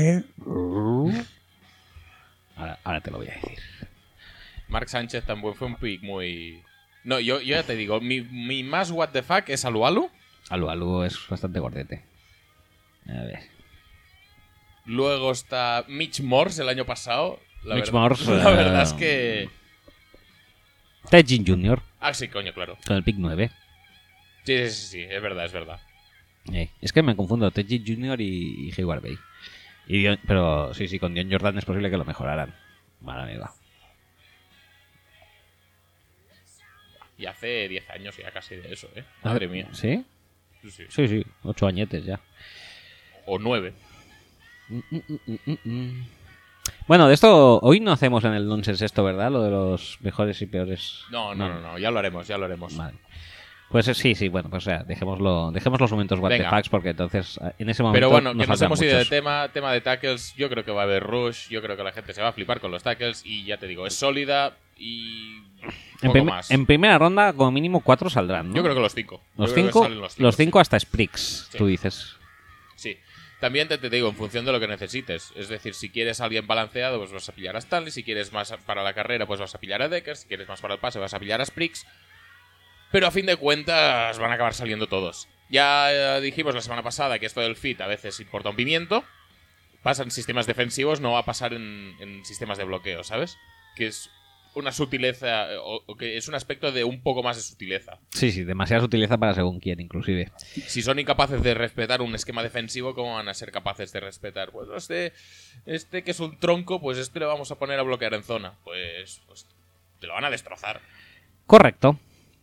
Ahora te lo voy a decir. Mark Sánchez también fue un pick muy... No, yo ya te digo, mi más what the fuck es Alualu. Alu es bastante gordete. A ver. Luego está Mitch Morse el año pasado. Mitch Morse, La verdad es que... Ted Ginn Jr. Ah, sí, coño, claro. con el pick 9. Sí, es verdad, es verdad. Es que me confundo, Ted Ginn Jr. y Hayward Bay. Pero sí, con Dion Jordan es posible que lo mejoraran. Madre mía. Y hace 10 años ya casi de eso, ¿eh? Madre mía. ¿Sí? Sí. Sí, 8 añetes ya. O 9. Bueno, de esto hoy no hacemos en el nonsense esto, ¿verdad? Lo de los mejores y peores. No, ya lo haremos. Vale. Pues sí, bueno, pues o sea, dejemos los momentos what the Venga. fucks porque entonces en ese momento Pero bueno, que nos faltan hemos ido de muchos. tema de tackles. Yo creo que va a haber rush. Yo creo que la gente se va a flipar con los tackles. Y ya te digo, es sólida y poco más. En primera ronda, como mínimo 4 saldrán, ¿no? Yo creo que los 5. Los 5 hasta Spriggs, Sí. tú dices. Sí. También te digo, en función de lo que necesites. Es decir, si quieres a alguien balanceado, pues vas a pillar a Stanley. Si quieres más para la carrera, pues vas a pillar a Decker. Si quieres más para el pase, vas a pillar a Spriggs. Pero a fin de cuentas van a acabar saliendo todos. Ya dijimos la semana pasada que esto del fit a veces importa un pimiento. Pasa en sistemas defensivos, no va a pasar en sistemas de bloqueo, ¿sabes? Que es una sutileza, o que es un aspecto de un poco más de sutileza. Sí, demasiada sutileza para según quién, inclusive. Si son incapaces de respetar un esquema defensivo, ¿cómo van a ser capaces de respetar? Pues este que es un tronco, pues este lo vamos a poner a bloquear en zona. Pues te lo van a destrozar. Correcto.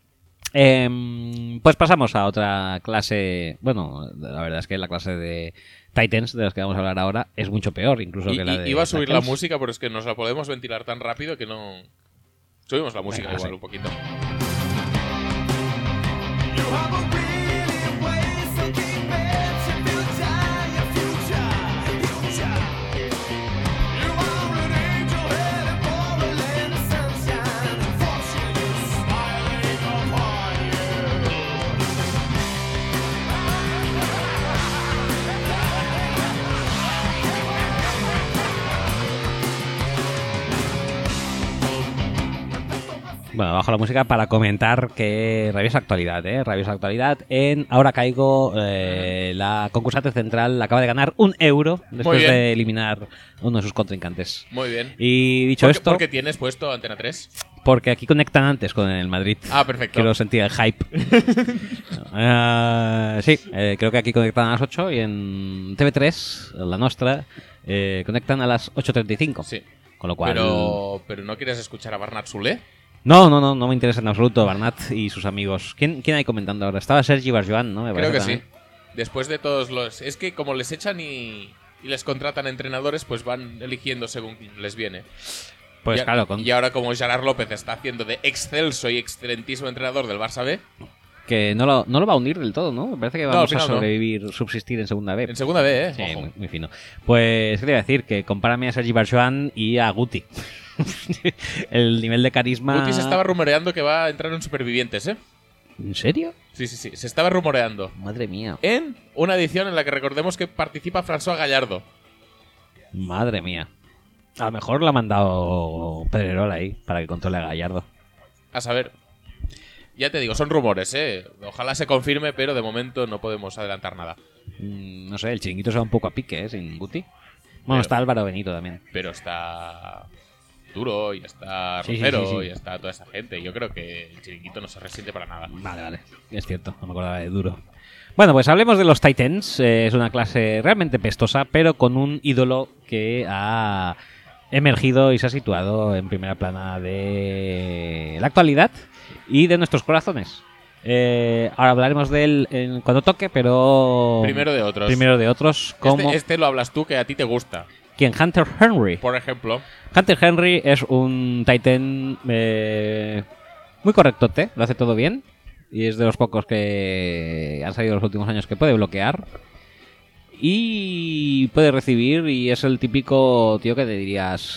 Pues pasamos a otra clase. Bueno, la verdad es que la clase de Titans, de las que vamos a hablar ahora, es mucho peor, incluso que la de. Iba a subir la Tackles. música, pero es que nos la podemos ventilar tan rápido que no... Subimos la música Venga, igual sí. un poquito. Bueno, bajo la música para comentar que rabiosa actualidad, rabiosa actualidad. Ahora caigo, la concursante central acaba de ganar €1 después bien. de eliminar a uno de sus contrincantes. Muy bien. Y dicho ¿Por qué- esto, ¿Por qué tienes puesto Antena 3? porque aquí conectan antes con el Madrid. Ah, perfecto. Quiero sentir el hype. Sí, creo que aquí conectan a las 8 y en TV3, la nuestra, conectan a las 8:35. Sí. Con lo cual... Pero ¿no quieres escuchar a Barnat Soler? No me interesa en absoluto Barnat y sus amigos. ¿Quién hay comentando ahora? Estaba Sergi Barjoan, ¿no? Me Creo parece que sí. también. Después de todos los... Es que como les echan y les contratan entrenadores, pues van eligiendo según les viene. Pues y, claro, y ahora como Gerard López está haciendo de excelso y excelentísimo entrenador del Barça B, que no lo va a unir del todo, ¿no? Me parece que al vamos final a sobrevivir, subsistir en segunda B. en segunda B, Sí, ojo. muy fino. Pues, ¿qué te iba a decir? Que compárame a Sergi Barjuan y a Guti. El nivel de carisma... Guti se estaba rumoreando que va a entrar en Supervivientes, ¿eh? ¿En serio? Sí, se estaba rumoreando. Madre mía. En una edición en la que recordemos que participa François Gallardo. Madre mía. A lo mejor lo ha mandado Pedrerol ahí para que controle a Gallardo. A saber. Ya te digo, son rumores, ¿eh? Ojalá se confirme, pero de momento no podemos adelantar nada. No sé, el chiringuito se va un poco a pique, ¿eh? Sin Guti. Bueno, Pero- está Álvaro Benito también. Pero está Duro y está Sí, Rocero sí. y está toda esa gente. Yo creo que el chiringuito no se resiente para nada. Vale. Es cierto, no me acordaba de Duro. Bueno, pues hablemos de los Titans. Es una clase realmente pestosa, pero con un ídolo que ha emergido y se ha situado en primera plana de la actualidad y de nuestros corazones. Ahora hablaremos de él cuando toque, pero... Primero de otros. Primero de otros, como... Este lo hablas tú, que a ti te gusta. ¿Quién? Hunter Henry. Por ejemplo. Hunter Henry es un Titan muy correctote, lo hace todo bien. Y es de los pocos que han salido en los últimos años que puede bloquear. Y puede recibir, y es el típico tío que te dirías...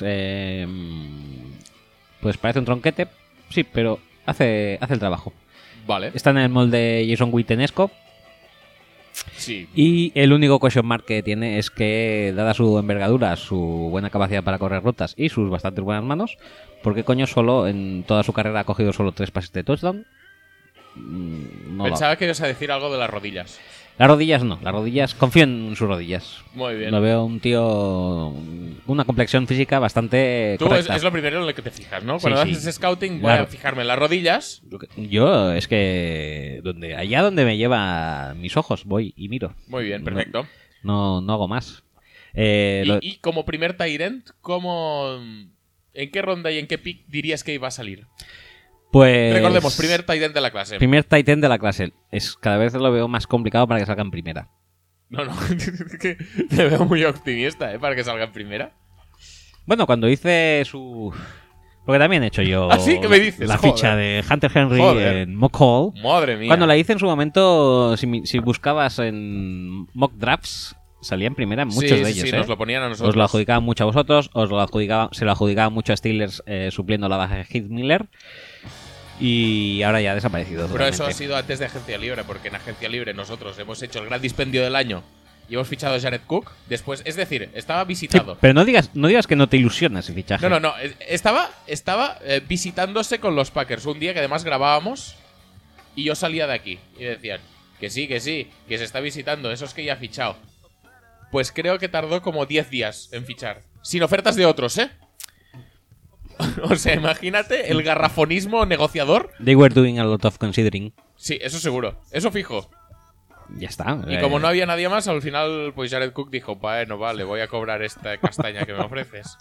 pues parece un tronquete, sí, pero hace el trabajo. Vale. Está en el molde Jason Wittenesco. Sí. Y el único question mark que tiene es que, dada su envergadura, su buena capacidad para correr rutas y sus bastante buenas manos, ¿por qué coño solo en toda su carrera ha cogido solo 3 pases de touchdown? No Pensaba que ibas a decir algo de las rodillas. Las rodillas no, las rodillas, confío en sus rodillas. Muy bien. Lo veo un tío, una complexión física bastante Tú correcta. es lo primero en lo que te fijas, ¿no? Cuando Sí, haces scouting, voy Claro. a fijarme en las rodillas. Yo es que allá donde me lleva mis ojos voy y miro. Muy bien, perfecto. No hago más. Y como primer Tyrant, ¿en qué ronda y en qué pick dirías que iba a salir? Pues Recordemos, primer Tyrant de la clase. primer Titan de la clase. Cada vez lo veo más complicado para que salga en primera. No, que te veo muy optimista, ¿eh? Para que salga en primera. Bueno, cuando hice su... Porque también he hecho yo ¿Ah, sí? ¿Qué me dices? la Joder. ficha de Hunter Henry Joder. en Mock Hall. Madre mía. Cuando la hice en su momento, si buscabas en Mock Drafts, salía en primera en muchos de ellos. Sí, ¿eh? nos lo ponían a nosotros. Os lo adjudicaban mucho a vosotros, se lo adjudicaban mucho a Steelers supliendo la baja de Heath Miller. Y ahora ya ha desaparecido. Pero eso ha totalmente. sido antes de Agencia Libre, porque en Agencia Libre nosotros hemos hecho el gran dispendio del año y hemos fichado a Jared Cook. Después, es decir, estaba Sí, visitado. pero no digas que no te ilusionas el fichaje. No. Estaba visitándose con los Packers un día que además grabábamos y yo salía de aquí y decían que sí, que se está visitando, eso es que ya ha fichado. Pues creo que tardó como 10 días en fichar. Sin ofertas de otros, ¿eh? O sea, imagínate el garrafonismo negociador. They were doing a lot of considering. Sí, eso seguro. Eso fijo. Ya está. Y como no había nadie más, al final, pues Jared Cook dijo, bueno, vale, voy a cobrar esta castaña que me ofreces.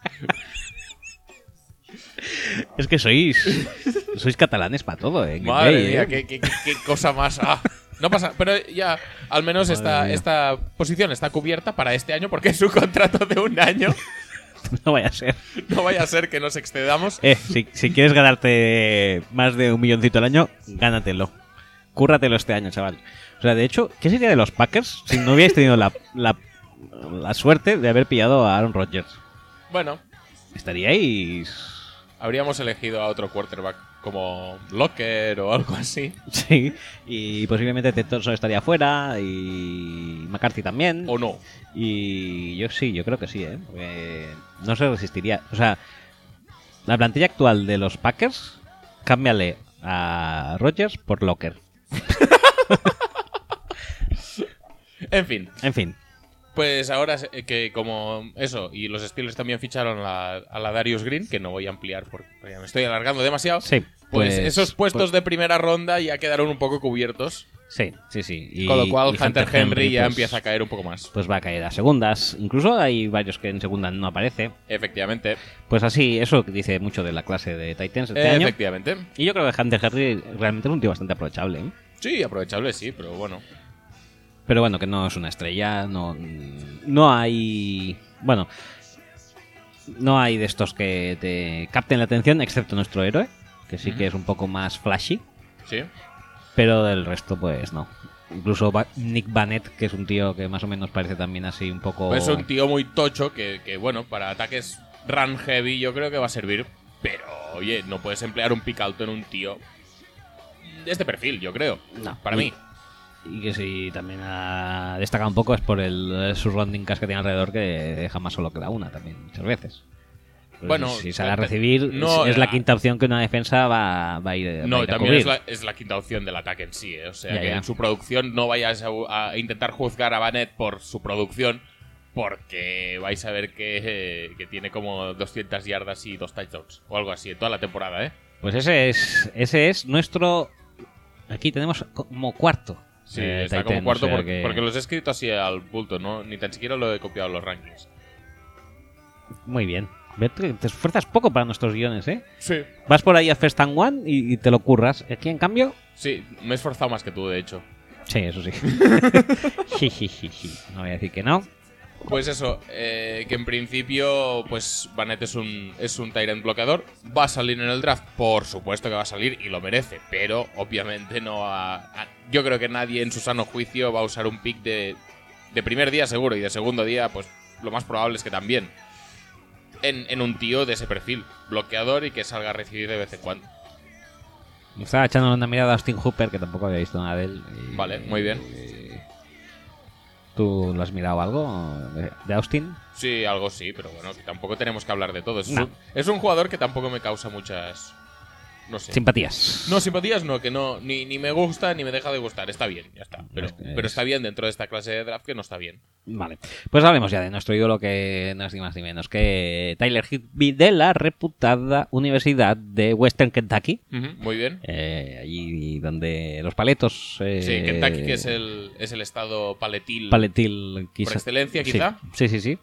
Es que sois catalanes para todo, ¿eh? Madre Green Bay, mía, ¿eh? qué cosa más. Ah, no pasa, pero ya al menos esta posición está cubierta para este año porque es un contrato de un año. No vaya a ser. No vaya a ser que nos excedamos. Si quieres ganarte más de $1 milloncito al año, gánatelo. Cúrratelo este año, chaval. O sea, de hecho, ¿qué sería de los Packers si no hubierais tenido la suerte de haber pillado a Aaron Rodgers? Bueno, Estaríais... habríamos elegido a otro quarterback como Locker o algo así. Sí, y posiblemente Ted Thompson estaría fuera y McCarthy también. O no. Y yo creo que sí, ¿eh? Porque no se resistiría. O sea, la plantilla actual de los Packers, cámbiale a Rodgers por Locker. En fin. En fin. Pues ahora que como eso, y los Steelers también ficharon a la Darius Green, que no voy a ampliar porque ya me estoy alargando demasiado. Sí. Pues esos puestos de primera ronda ya quedaron un poco cubiertos. Sí. Y, Con lo cual y Hunter Henry ya pues, empieza a caer un poco más. Pues va a caer a segundas. Incluso hay varios que en segunda no aparece. Efectivamente. Pues así, eso dice mucho de la clase de Titans este año. Efectivamente. Y yo creo que Hunter Henry realmente es un tío bastante aprovechable, ¿eh? Sí, aprovechable, sí, pero bueno. Pero bueno, que no es una estrella, no hay... Bueno, No hay de estos que te capten la atención, excepto nuestro héroe, que sí que es un poco más flashy. Sí. Pero del resto, pues no. Incluso Nick Bannett, que es un tío que más o menos parece también así un poco... Pues es un tío muy tocho que, bueno, para ataques run heavy yo creo que va a servir. Pero, oye, no puedes emplear un pick alto en un tío de este perfil, yo creo. No. Para mí. Y que si también ha destacado un poco es por sus rounding cast que tiene alrededor, que deja más solo que la una también, muchas veces. Pero Bueno, si sale a recibir, no, es la quinta opción que una defensa va a ir No, va a y ir a también cubrir. es la quinta opción del ataque en sí, ¿eh? O sea, Ya, que ya. en su producción no vayas a intentar juzgar a Bannett por su producción, porque vais a ver que tiene como 200 yardas y 2 touchdowns, o algo así, en toda la temporada, ¿eh? Pues ese es nuestro... Aquí tenemos como cuarto. Sí, está como Titan, cuarto o sea porque, que- porque los he escrito así al bulto, ¿no? Ni tan siquiera lo he copiado en los rankings. Muy bien. Te esfuerzas poco para nuestros guiones, ¿eh? Sí. Vas por ahí a First and One y te lo curras. Aquí, en cambio... Sí, me he esforzado más que tú, de hecho. Sí, eso sí. Jijijiji. No voy a decir que no. Pues eso, que en principio, pues Bannett es un Tyrant bloqueador. Va a salir en el draft, por supuesto que va a salir y lo merece, pero obviamente no yo creo que nadie en su sano juicio va a usar un pick de primer día seguro y de segundo día, pues lo más probable es que también. En un tío de ese perfil, bloqueador y que salga a recibir de vez en cuando. Me estaba echando una mirada a Austin Hooper, que tampoco había visto nada de él. Vale, muy bien. ¿Tú lo has mirado algo de Austin? Sí, algo sí, pero bueno, que tampoco tenemos que hablar de todo. No. Es un jugador que tampoco me causa muchas... No sé. Simpatías. No, simpatías no, que no, ni me gusta ni me deja de gustar. Está bien, ya está. Pero está bien dentro de esta clase de draft que no está bien. Vale. Pues hablemos ya de nuestro ídolo, que no es ni más ni menos que Tyler Higbee, de la reputada Universidad de Western Kentucky. Muy bien. Allí donde los paletos... Sí, Kentucky, que es el estado paletil Paletil, quizá. por excelencia, Sí. quizá. Sí.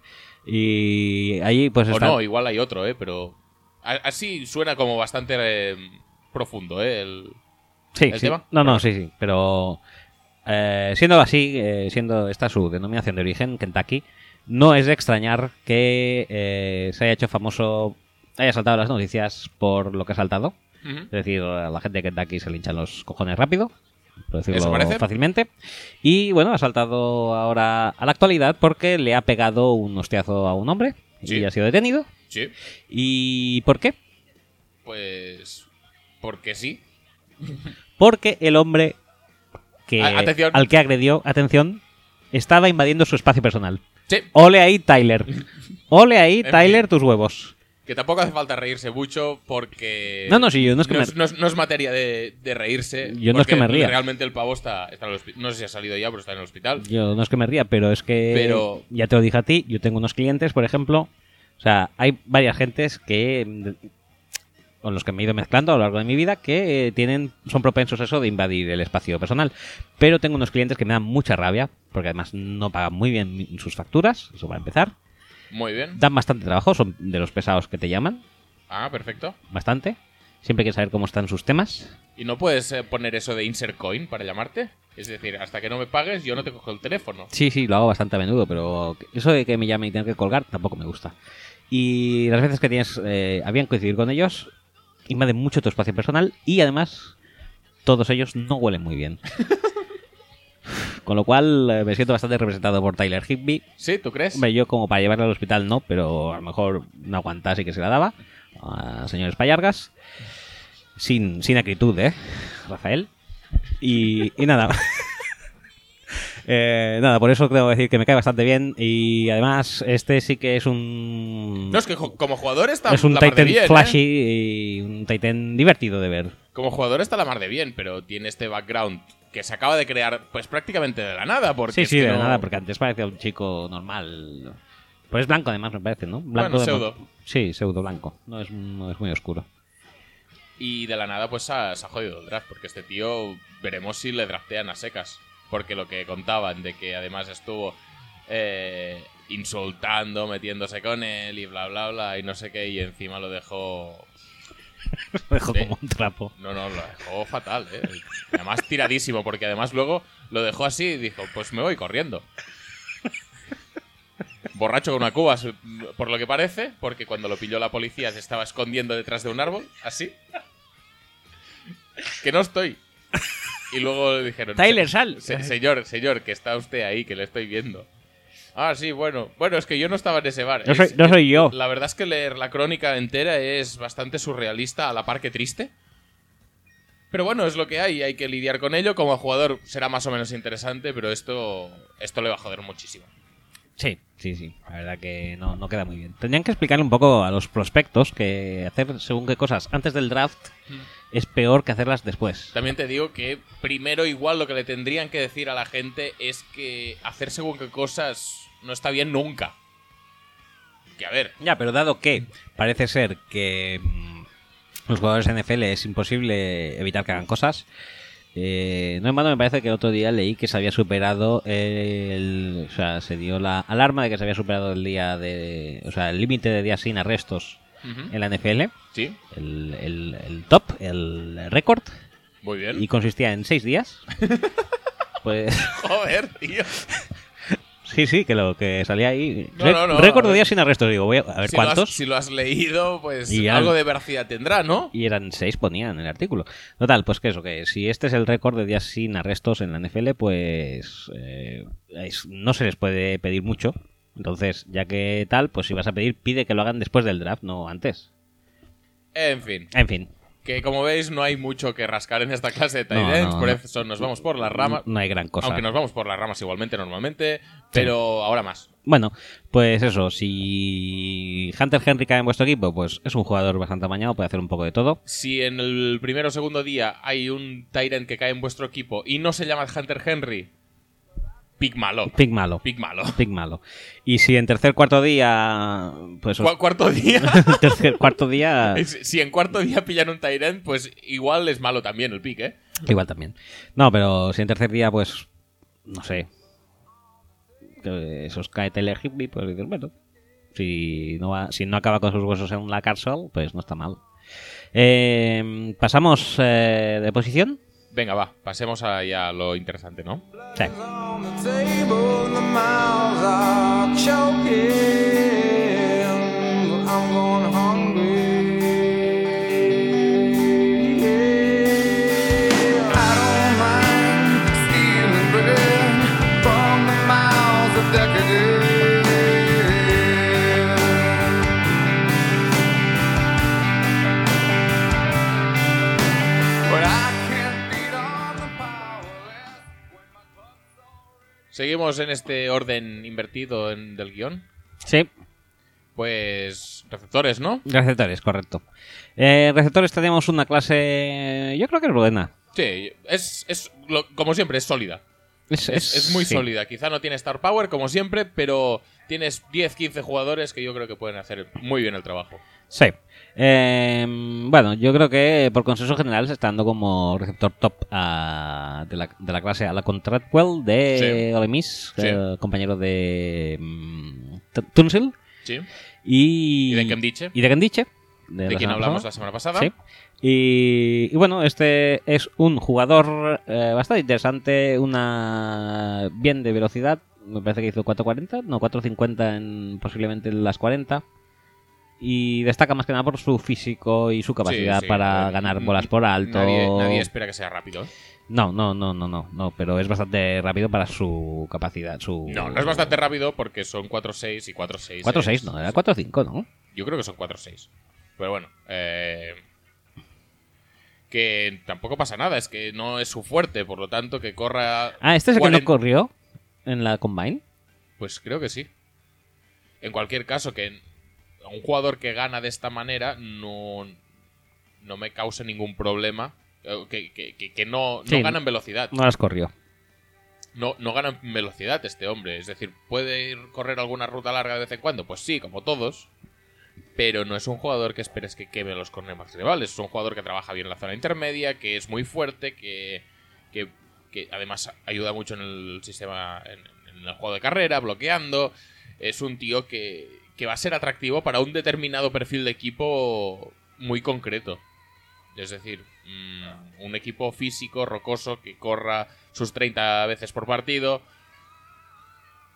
Y allí pues O está... no, igual hay otro, pero... Así suena como bastante profundo, el Sí. tema. No, sí. Pero siendo así, siendo esta su denominación de origen, Kentucky, no es de extrañar que se haya hecho famoso, haya saltado las noticias por lo que ha saltado. Ujú. Es decir, a la gente de Kentucky se le hinchan los cojones rápido, por ¿Eso decirlo parece? fácilmente. Y bueno, ha saltado ahora a la actualidad porque le ha pegado un hostiazo a un hombre Sí. y ha sido detenido. Sí, ¿Y por qué? pues... Porque sí. Porque el hombre Atención. al que agredió, atención, estaba invadiendo su espacio personal. Sí. Ole ahí, Tyler. Ole ahí, En Tyler, fin. tus huevos. Que tampoco hace falta reírse mucho porque... No, sí, yo no es que no es materia de reírse. Yo no es que porque me ría. Realmente el pavo está en el hospital. No sé si ha salido ya, pero está en el hospital. Yo no es que me ría, pero es que Pero- ya te lo dije a ti, yo tengo unos clientes, por ejemplo, o sea, hay varias gentes con los que me he ido mezclando a lo largo de mi vida que son propensos a eso de invadir el espacio personal. Pero tengo unos clientes que me dan mucha rabia, porque además no pagan muy bien sus facturas, eso va a empezar. Muy bien. Dan bastante trabajo, son de los pesados que te llaman, Ah, perfecto. bastante. Siempre quieres saber cómo están sus temas. ¿Y no puedes poner eso de insert coin para llamarte? Es decir, hasta que no me pagues yo no te cojo el teléfono. Sí, lo hago bastante a menudo, pero eso de que me llame y tener que colgar tampoco me gusta. Y las veces que tienes habían coincidir con ellos, invaden mucho tu espacio personal y además todos ellos no huelen muy bien. Con lo cual me siento bastante representado por Tyler Higbee. ¿Sí? ¿Tú crees? Hombre, yo como para llevarla al hospital no, pero a lo mejor no aguantase que se la daba a señores Payargas. Sin acritud, Rafael? Y nada. Nada, por eso tengo que decir que me cae bastante bien. Y además, este sí que es un... No, es que como jugador está es un la mar de Titan bien, flashy ¿eh? y un Titan divertido de ver. Como jugador está la mar de bien, pero tiene este background que se acaba de crear pues prácticamente de la nada. Porque Sí, es sí, que de no- nada, porque antes parecía un chico normal. Pues es blanco además, me parece, ¿no? Bueno, Blanco de- pseudo. Sí, pseudo blanco. No es muy oscuro. Y de la nada pues se ha jodido el draft, porque este tío veremos si le draftean a secas. Porque lo que contaban de que además estuvo insultando, metiéndose con él y bla bla bla y no sé qué, y encima lo dejó... Lo dejo Sí. como un trapo. No, lo dejó fatal, ¿eh? Además tiradísimo, porque además luego lo dejó así y dijo, pues me voy corriendo. Borracho con una cuba, por lo que parece, porque cuando lo pilló la policía se estaba escondiendo detrás de un árbol, así. Que no estoy. Y luego le dijeron... Tyler, sal. Señor, que está usted ahí, que le estoy viendo. Ah, sí, bueno. Bueno, es que yo no estaba en ese bar. No soy yo. La verdad es que leer la crónica entera es bastante surrealista, a la par que triste. Pero bueno, es lo que hay que lidiar con ello. Como jugador será más o menos interesante, pero esto le va a joder muchísimo. Sí. La verdad que no queda muy bien. Tendrían que explicarle un poco a los prospectos que hacer según qué cosas antes del draft es peor que hacerlas después. También te digo que primero igual lo que le tendrían que decir a la gente es que hacer según qué cosas no está bien nunca. Que a ver... Ya, pero dado que parece ser que los jugadores NFL es imposible evitar que hagan cosas... no en vano me parece que el otro día leí que se había superado o sea, se dio la alarma de que se había superado el límite de días sin arrestos en la NFL. Sí. El top, el récord. Muy bien. Y consistía en 6 días. Pues... Joder, tío. Sí, que lo que salía ahí... No, récord de días sin arrestos, digo. Voy a ver si cuántos. Si lo has leído, pues Y algo de veracidad tendrá, ¿no? Y eran 6, ponían en el artículo. Total, pues que si este es el récord de días sin arrestos en la NFL, pues no se les puede pedir mucho. Entonces, ya que tal, pues si vas a pedir, pide que lo hagan después del draft, no antes. En fin. Que como veis no hay mucho que rascar en esta clase de tight ends, por eso nos vamos por las ramas. No hay gran cosa. Aunque nos vamos por las ramas igualmente, normalmente, pero ahora más. Bueno, pues eso, si Hunter Henry cae en vuestro equipo, pues es un jugador bastante amañado, puede hacer un poco de todo. Si en el primero o segundo día hay un tight end que cae en vuestro equipo y no se llama Hunter Henry, pick malo. Y si en tercer cuarto día... pues ¿Cuarto día? cuarto día... Si en cuarto día pillan un tight end, pues igual es malo también el pick, ¿eh? Igual también. No, pero si en tercer día, pues... no sé... que se os cae Taylor Higby, pues dices, bueno... Si no acaba con sus huesos en la cárcel, pues no está mal. ¿Pasamos de posición? Venga, va, pasemos allá a lo interesante, ¿no? Sí. Seguimos en este orden invertido del guión. Sí. Pues receptores, ¿no? Receptores, correcto. Receptores tenemos una clase... yo creo que es buena. Sí, como siempre, es sólida. Es muy sólida. Quizá no tiene star power, como siempre, pero tienes 10-15 jugadores que yo creo que pueden hacer muy bien el trabajo. Sí. Bueno, yo creo que por consenso general se está dando como receptor top de la clase a la Contractwell de Ole Miss, compañero de Tunsil. Sí. Y de Kendiche. De quien hablamos la semana pasada. Sí. Y bueno, este es un jugador bastante interesante, bien de velocidad. Me parece que hizo 4.40, no 4.50 posiblemente en las 40. Y destaca más que nada por su físico y su capacidad para ganar bolas por alto. Nadie espera que sea rápido. No, pero es bastante rápido para su capacidad. No es bastante rápido porque son 4.6 y 4.6. 4.6, no, era 4.5, ¿no? Yo creo que son 4.6. Pero bueno, que tampoco pasa nada, es que no es su fuerte, por lo tanto que corra... Ah, ¿este es el que no corrió en la Combine? Pues creo que sí. En cualquier caso, que un jugador que gana de esta manera no me cause ningún problema. Que no gana en velocidad. No las corrió. No gana en velocidad este hombre. Es decir, ¿puede correr alguna ruta larga de vez en cuando? Pues sí, como todos. Pero no es un jugador que esperes que queme a los cornerbacks rivales. Es un jugador que trabaja bien en la zona intermedia, que es muy fuerte, que además ayuda mucho en el sistema, en el juego de carrera, bloqueando. Es un tío que va a ser atractivo para un determinado perfil de equipo muy concreto. Es decir, un equipo físico, rocoso, que corra sus 30 veces por partido.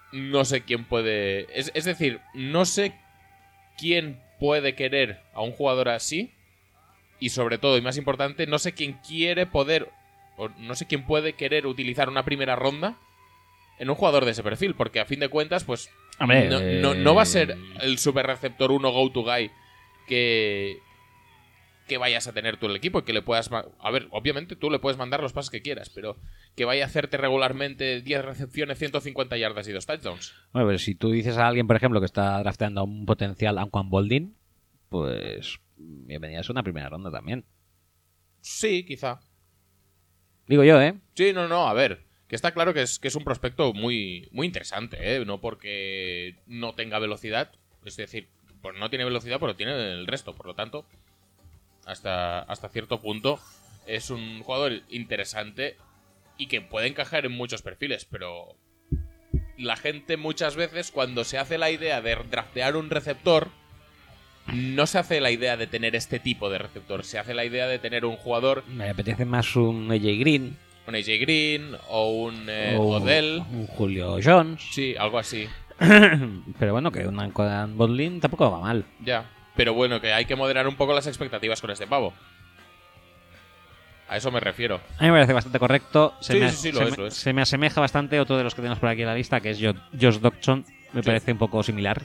no sé quién puede... Es decir, no sé quién puede querer a un jugador así. Y sobre todo, y más importante, no sé quién quiere poder... O no sé quién puede querer utilizar una primera ronda en un jugador de ese perfil. Porque a fin de cuentas, pues... Hombre, no va a ser el super receptor 1 go-to guy que vayas a tener tú en el equipo y que le puedas... A ver, obviamente tú le puedes mandar los pases que quieras, pero que vaya a hacerte regularmente 10 recepciones, 150 yardas y 2 touchdowns. Bueno, pero si tú dices a alguien, por ejemplo, que está drafteando a un potencial Anquan Boldin, pues bienvenida es una primera ronda también. Sí, quizá. Digo yo, ¿eh? Sí, no, a ver. Que está claro que es un prospecto muy, muy interesante, ¿eh? No porque no tenga velocidad. Es decir, pues no tiene velocidad, pero tiene el resto. Por lo tanto, hasta cierto punto es un jugador interesante y que puede encajar en muchos perfiles, pero la gente muchas veces cuando se hace la idea de draftear un receptor no se hace la idea de tener este tipo de receptor, se hace la idea de tener un jugador, Me apetece más un AJ Green. un AJ Green o un Odell, un Julio Jones. sí, algo así. Pero bueno, que un Anquan Boldin tampoco va mal. Ya, pero bueno, que hay que moderar un poco las expectativas con este pavo. A eso me refiero. A mí me parece bastante correcto. Sí, lo es. Se me asemeja bastante a otro de los que tenemos por aquí en la lista, que es Josh Doctson. Me parece un poco similar.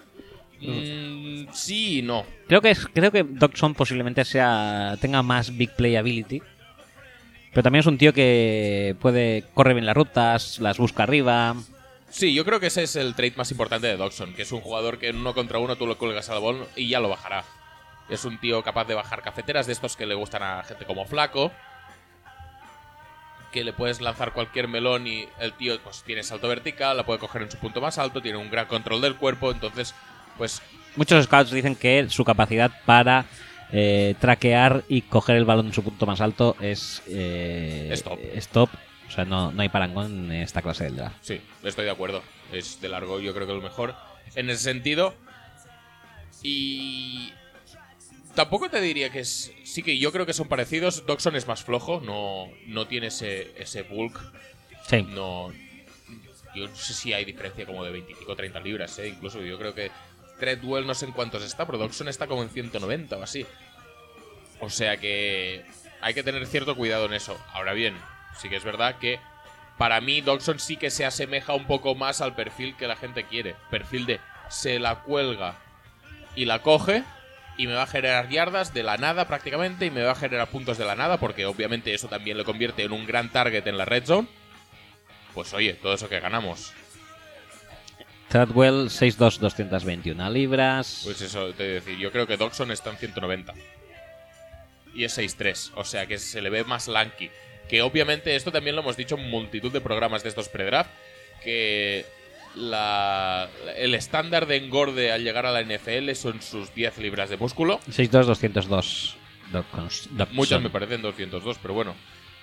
Sí y no. Creo que Doctson posiblemente tenga más big playability. Pero también es un tío que corre bien las rutas, las busca arriba. Sí, yo creo que ese es el trait más importante de Dodson, que es un jugador que en 1 contra 1 tú lo cuelgas al balón y ya lo bajará. Es un tío capaz de bajar cafeteras, de estos que le gustan a gente como Flaco, que le puedes lanzar cualquier melón y el tío pues tiene salto vertical, la puede coger en su punto más alto, tiene un gran control del cuerpo, entonces pues... Muchos scouts dicen que su capacidad para traquear y coger el balón en su punto más alto es top. O sea, no hay parangón en esta clase del draft. Sí, estoy de acuerdo. Es de largo, yo creo que lo mejor en ese sentido. Y tampoco te diría que es... Sí que yo creo que son parecidos. Dodson es más flojo, no tiene ese bulk. Sí. No, yo no sé si hay diferencia como de 25 o 30 libras, incluso yo creo que Treadwell no sé en cuántos está, pero Dodson está como en 190 o así. O sea que hay que tener cierto cuidado en eso. Ahora bien, sí que es verdad que para mí Dodson sí que se asemeja un poco más al perfil que la gente quiere. Perfil de se la cuelga y la coge y me va a generar yardas de la nada prácticamente y me va a generar puntos de la nada, porque obviamente eso también le convierte en un gran target en la red zone. Pues oye, todo eso que ganamos. Treadwell, 6'2", 221 libras. Pues eso, te decir, yo creo que Dodson está en 190. Y es 6'3", o sea que se le ve más lanky. Que obviamente esto también lo hemos dicho en multitud de programas de estos pre-draft, que el estándar de engorde al llegar a la NFL son sus 10 libras de músculo. 6'2", 202. Dodson. Muchas me parecen 202, pero bueno.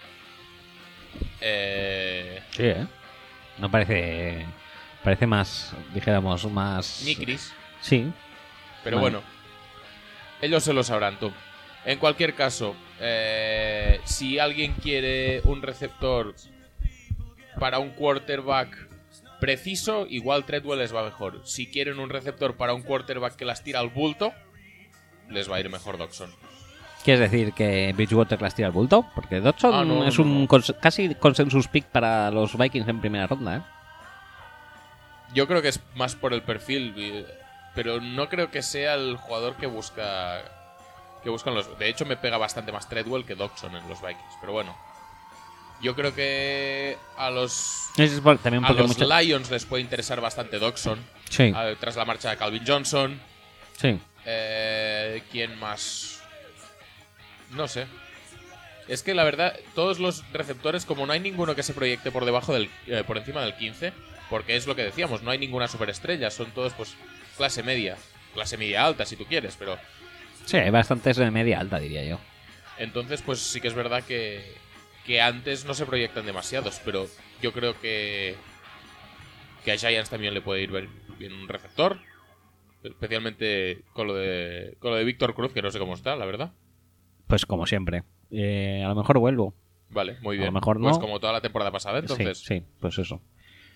Sí, no parece... Parece más, dijéramos, más... Nicris. Sí. Pero vale. bueno, ellos se lo sabrán, tú. En cualquier caso, si alguien quiere un receptor para un quarterback preciso, igual Treadwell les va mejor. Si quieren un receptor para un quarterback que las tira al bulto, les va a ir mejor Dodson. ¿Quieres decir que Bridgewater las tira al bulto? Porque Dodson es un casi consensus pick para los Vikings en primera ronda, ¿eh? Yo creo que es más por el perfil, pero no creo que sea el jugador que buscan los... De hecho, me pega bastante más Treadwell que Dodson en los Vikings, pero bueno. Yo creo que a los Lions les puede interesar bastante Dodson. Sí. Tras la marcha de Calvin Johnson. Sí. ¿Quién más? No sé. Es que la verdad, todos los receptores, como no hay ninguno que se proyecte por debajo por encima del 15, porque es lo que decíamos, no hay ninguna superestrella, son todos pues clase media alta si tú quieres, pero... Sí, hay bastantes de media alta, diría yo. Entonces, pues sí que es verdad que antes no se proyectan demasiados, pero yo creo que a Giants también le puede ir bien un receptor, especialmente con lo de Víctor Cruz, que no sé cómo está, la verdad. Pues como siempre. A lo mejor vuelvo. Vale, muy bien. A lo mejor no. Pues como toda la temporada pasada, entonces. Sí, pues eso.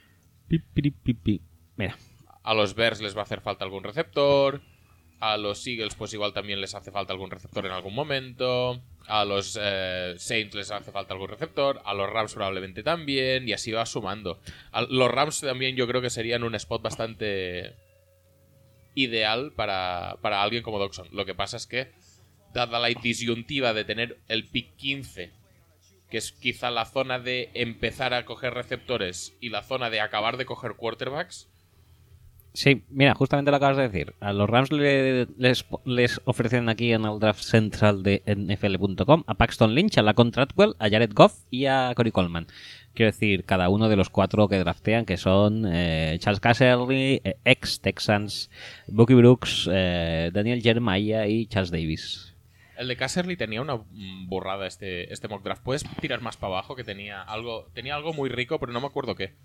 Mira. A los Bears les va a hacer falta algún receptor. A los Eagles pues igual también les hace falta algún receptor en algún momento. A los Saints les hace falta algún receptor. A los Rams probablemente también. Y así va sumando. Los Rams también yo creo que serían un spot bastante ideal para alguien como Dodson. Lo que pasa es que, dada la disyuntiva de tener el pick 15, que es quizá la zona de empezar a coger receptores y la zona de acabar de coger quarterbacks. Sí, mira, justamente lo acabas de decir. A los Rams les ofrecen aquí en el draft central de NFL.com a Paxton Lynch, a Laquan Treadwell, a Jared Goff y a Corey Coleman. Quiero decir, cada uno de los 4 que draftean, que son Charles Casserly, ex-Texans, Bucky Brooks, Daniel Jeremiah y Charles Davis. El de Casserly tenía una borrada este mock draft. ¿Puedes tirar más para abajo? Que tenía algo muy rico, pero no me acuerdo qué.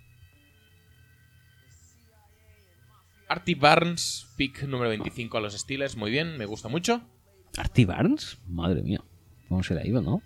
Artie Barnes, pick número 25 a los Steelers. Muy bien, me gusta mucho. ¿Artie Barnes? Madre mía. ¿Cómo se le ha ido, no?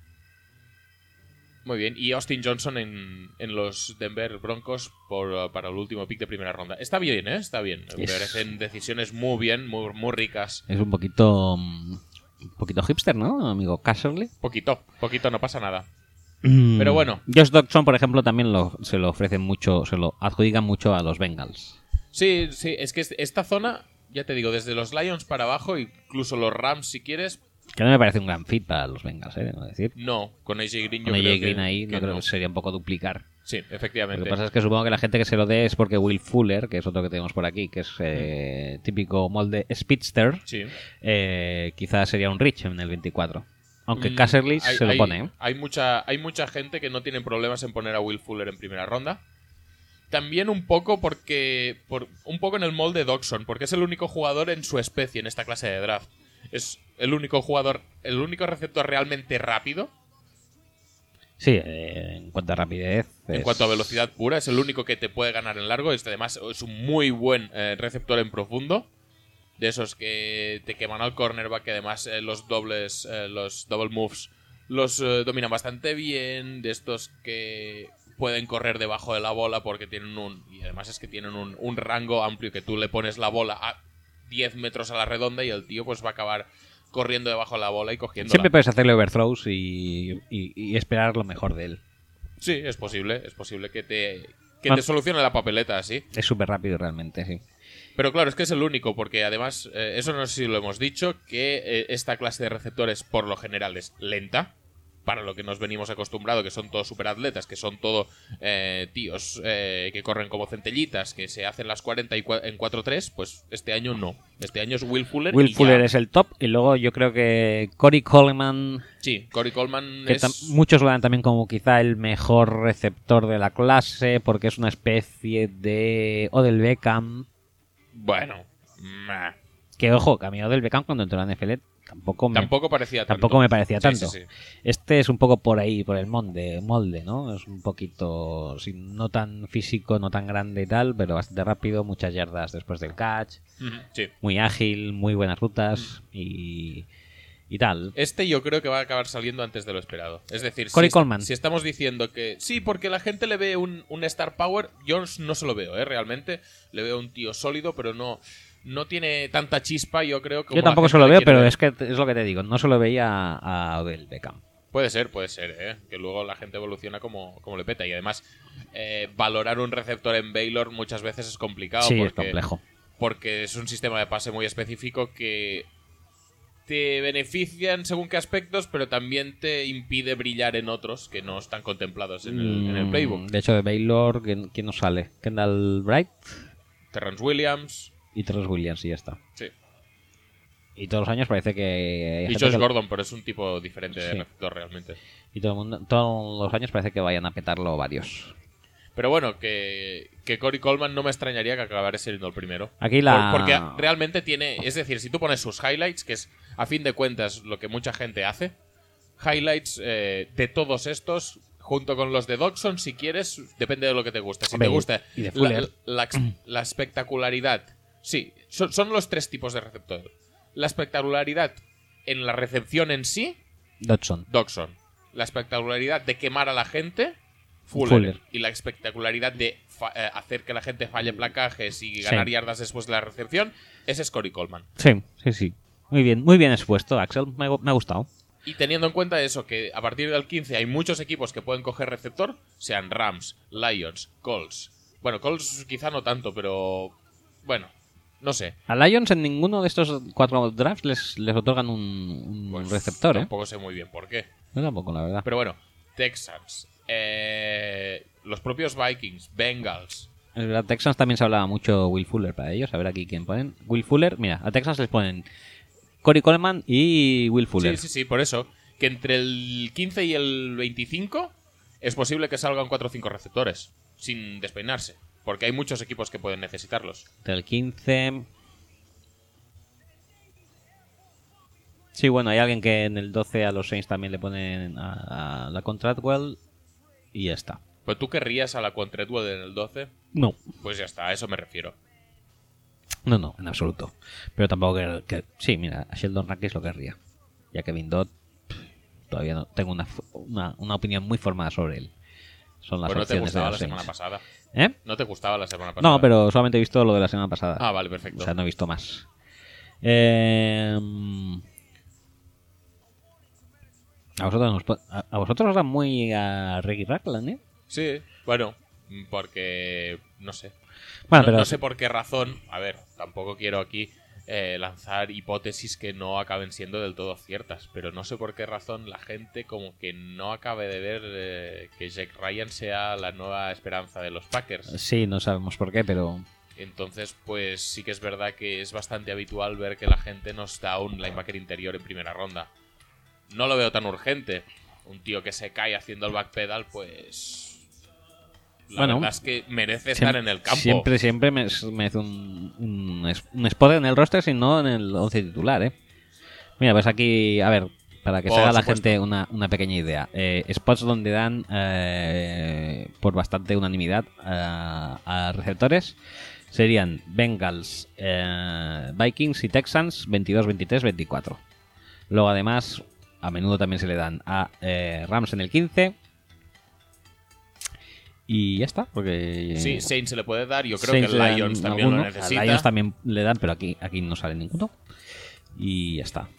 Muy bien. Y Austin Johnson en los Denver Broncos para el último pick de primera ronda. Está bien, ¿eh? Está bien. Me parecen decisiones muy bien, muy ricas. Es un poquito hipster, ¿no, amigo Casserly? Poquito, no pasa nada. Pero bueno. Josh Doctson, por ejemplo, también se lo ofrecen mucho, se lo adjudican mucho a los Bengals. Sí, es que esta zona, ya te digo, desde los Lions para abajo, incluso los Rams si quieres. Que no me parece un gran fit para los Bengals, ¿no? Decir. No, con AJ Green yo creo que ahí no creo que sería un poco duplicar. Sí, efectivamente. Lo que pasa es que supongo que la gente que se lo dé es porque Will Fuller, que es otro que tenemos por aquí, que es típico molde Speedster, sí. Quizás sería un reach en el 24. Aunque Casserly se lo pone. ¿eh? Hay mucha gente que no tiene problemas en poner a Will Fuller en primera ronda. También un poco en el molde Dodson, porque es el único jugador en su especie en esta clase de draft. Es el único receptor realmente rápido. Sí, en cuanto a rapidez. En cuanto a velocidad pura, es el único que te puede ganar en largo. Además, es un muy buen receptor en profundo. De esos que te queman al cornerback, que además los double moves los dominan bastante bien. De estos que pueden correr debajo de la bola porque tienen y además es que tienen un rango amplio, que tú le pones la bola a 10 metros a la redonda y el tío pues va a acabar corriendo debajo de la bola y cogiéndola. Siempre puedes hacerle overthrows y esperar lo mejor de él. Sí, es posible que te solucione la papeleta así. Es súper rápido realmente, sí. Pero claro, es que es el único, porque además, eso no sé si lo hemos dicho, que esta clase de receptores por lo general es lenta, para lo que nos venimos acostumbrados, que son todos superatletas, que son todos tíos que corren como centellitas, que se hacen las 40 en 4-3, pues este año no. Este año es Will Fuller. Will Fuller es el top, y luego yo creo que Corey Coleman... Sí, Corey Coleman que muchos lo dan también como quizá el mejor receptor de la clase, porque es una especie de Odell Beckham. Bueno, que ojo, que a mí Odell Beckham cuando entró a la NFL tampoco me parecía tanto. Sí. Este es un poco por ahí, por el molde, ¿no? Es un poquito, no tan físico, no tan grande y tal, pero bastante rápido, muchas yardas después del catch, sí. Muy ágil, muy buenas rutas y tal. Este yo creo que va a acabar saliendo antes de lo esperado. Es decir, Coleman. Si estamos diciendo que sí, porque la gente le ve un star power, yo no se lo veo, realmente. Le veo un tío sólido, pero no tiene tanta chispa, yo creo. Como yo tampoco se lo veo, pero es que es lo que te digo, no se lo veía a Odell Beckham. Puede ser, que luego la gente evoluciona como le peta. Y además, valorar un receptor en Baylor muchas veces es complicado. Sí, es complejo. Porque es un sistema de pase muy específico que te benefician según qué aspectos, pero también te impide brillar en otros que no están contemplados en el playbook. De hecho, de Baylor, ¿quién nos sale? Kendall Bright, Terrence Williams y ya está. Sí. Y todos los años parece que... Y Josh Gordon, pero es un tipo diferente de receptor realmente. Y todos los años parece que vayan a petarlo varios. Pero bueno, que Corey Coleman no me extrañaría que acabara siendo el primero. Aquí porque realmente tiene... Es decir, si tú pones sus highlights, que es a fin de cuentas lo que mucha gente hace, highlights de todos estos, junto con los de Dodson, si quieres, depende de lo que te guste. Si te gusta la espectacularidad... Sí, son los 3 tipos de receptor. La espectacularidad en la recepción en sí, Dodson. La espectacularidad de quemar a la gente, Fuller. Y la espectacularidad de hacer que la gente falle placajes y ganar yardas después de la recepción, ese es Corey Coleman. Sí. Muy bien expuesto, Axel. Me ha gustado. Y teniendo en cuenta eso, que a partir del 15 hay muchos equipos que pueden coger receptor, sean Rams, Lions, Colts. Bueno, Colts quizá no tanto, pero bueno, no sé. A Lions en ninguno de estos 4 drafts les otorgan un Pues receptor, tampoco sé muy bien por qué. No tampoco, la verdad. Pero bueno, Texans, los propios Vikings, Bengals. Es verdad, Texans también se hablaba mucho Will Fuller para ellos. A ver aquí quién ponen. Will Fuller, mira, a Texans les ponen Corey Coleman y Will Fuller. Sí, por eso. Que entre el 15 y el 25 es posible que salgan 4 o 5 receptores, sin despeinarse. Porque hay muchos equipos que pueden necesitarlos. Del 15... Sí, bueno, hay alguien que en el 12 a los Saints también le ponen a la Contractwell y ya está. ¿Pues tú querrías a la Quantretwell en el 12? No. Pues ya está, a eso me refiero. No, en absoluto. Pero tampoco sí, mira, a Sheldon Rankins lo querría. Y a Kevin Dodd todavía no tengo una opinión muy formada sobre él. Son las Pues no te opciones de gustaba los la semana Saints. pasada. ¿Eh? ¿No te gustaba la semana pasada? No, pero solamente he visto lo de la semana pasada. Ah, vale, perfecto. O sea, no he visto más. ¿A vosotros os dan muy a Reggie Ragland, eh? Sí, bueno, porque no sé. Bueno, no, pero no sé por qué razón. A ver, tampoco quiero aquí lanzar hipótesis que no acaben siendo del todo ciertas, pero no sé por qué razón la gente como que no acabe de ver que Jack Ryan sea la nueva esperanza de los Packers. Sí, no sabemos por qué, pero... Entonces, pues sí que es verdad que es bastante habitual ver que la gente nos da un linebacker interior en primera ronda. No lo veo tan urgente. Un tío que se cae haciendo el backpedal, pues... La verdad es que merece estar en el campo. Siempre merece un spot en el roster, si no en el 11 titular, ¿eh? Mira, pues aquí, a ver, para que se haga la gente una pequeña idea. Spots donde dan por bastante unanimidad a receptores serían Bengals, Vikings y Texans 22, 23, 24. Luego además, a menudo también se le dan a Rams en el 15. Y ya está, porque... Sí, Saints se le puede dar. Yo creo Saints que el Lions también lo necesita. A Lions también le dan, pero aquí no sale ninguno. Y ya está.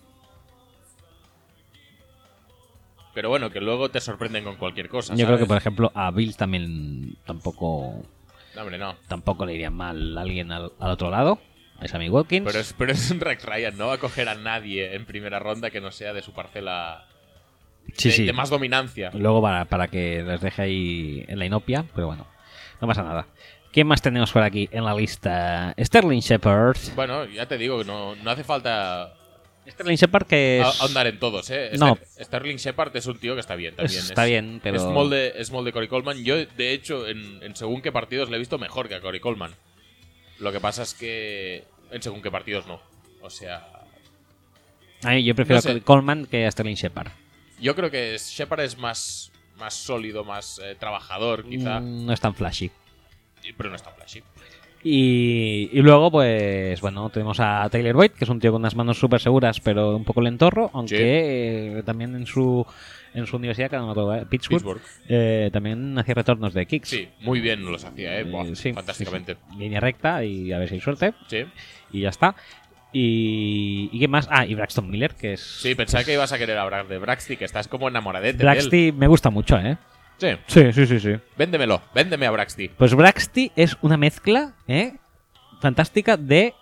Pero bueno, que luego te sorprenden con cualquier cosa. Yo creo que, por ejemplo, a Bills también tampoco... No, hombre, no. Tampoco le iría mal a alguien al otro lado. A Sammy Watkins. Pero es un Rex Ryan. No va a coger a nadie en primera ronda que no sea de su parcela... De más dominancia. Luego para que les deje ahí en la inopia, pero bueno, no pasa nada. ¿Quién más tenemos por aquí en la lista? Sterling Shepard. Bueno, ya te digo, no hace falta Sterling Shepard que es... ahondar en todos, ¿eh? No. Sterling Shepard es un tío que está bien también. Está bien, pero... Es molde Corey Coleman. Yo, de hecho, en según qué partidos le he visto mejor que a Corey Coleman. Lo que pasa es que en según qué partidos no. O sea... Yo prefiero a Corey Coleman que a Sterling Shepard. Yo creo que Shepard es más sólido, más trabajador, quizá. No es tan flashy. Pero no es tan flashy. Y luego, pues, bueno, tenemos a Tyler Boyd, que es un tío con unas manos súper seguras, pero un poco lentorro, aunque también en su universidad, que no me acuerdo, Pittsburgh. También hacía retornos de kicks. Sí, muy bien los hacía, Buah, sí, fantásticamente. Sí. Línea recta y a ver si hay suerte. Sí. Y ya está. ¿Y qué más? Y Braxton Miller, que es... Sí, pensaba que ibas a querer hablar de Braxty, que estás como enamoradete Braxty de él. me gusta mucho, ¿eh? Sí. Sí. Véndeme a Braxty. Pues Braxty es una mezcla, fantástica de...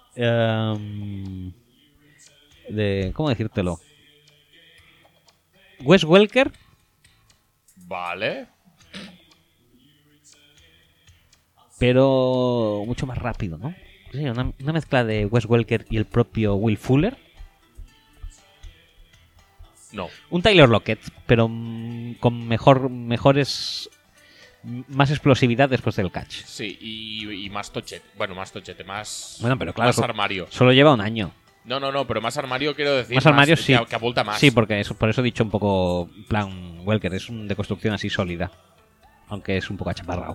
¿cómo decírtelo? Wes Welker. Vale. Pero mucho más rápido, ¿no? Sí, una mezcla de Wes Welker y el propio Will Fuller. No. Un Tyler Lockett, pero con mejores... Más explosividad después del catch. Sí, y más tochete. Bueno, más pero claro, más armario. Solo lleva un año. No, pero más armario quiero decir. Más armario, sí. Que apunta más. Sí, porque por eso he dicho un poco plan Welker. Es un de construcción así sólida. Aunque es un poco achaparrado.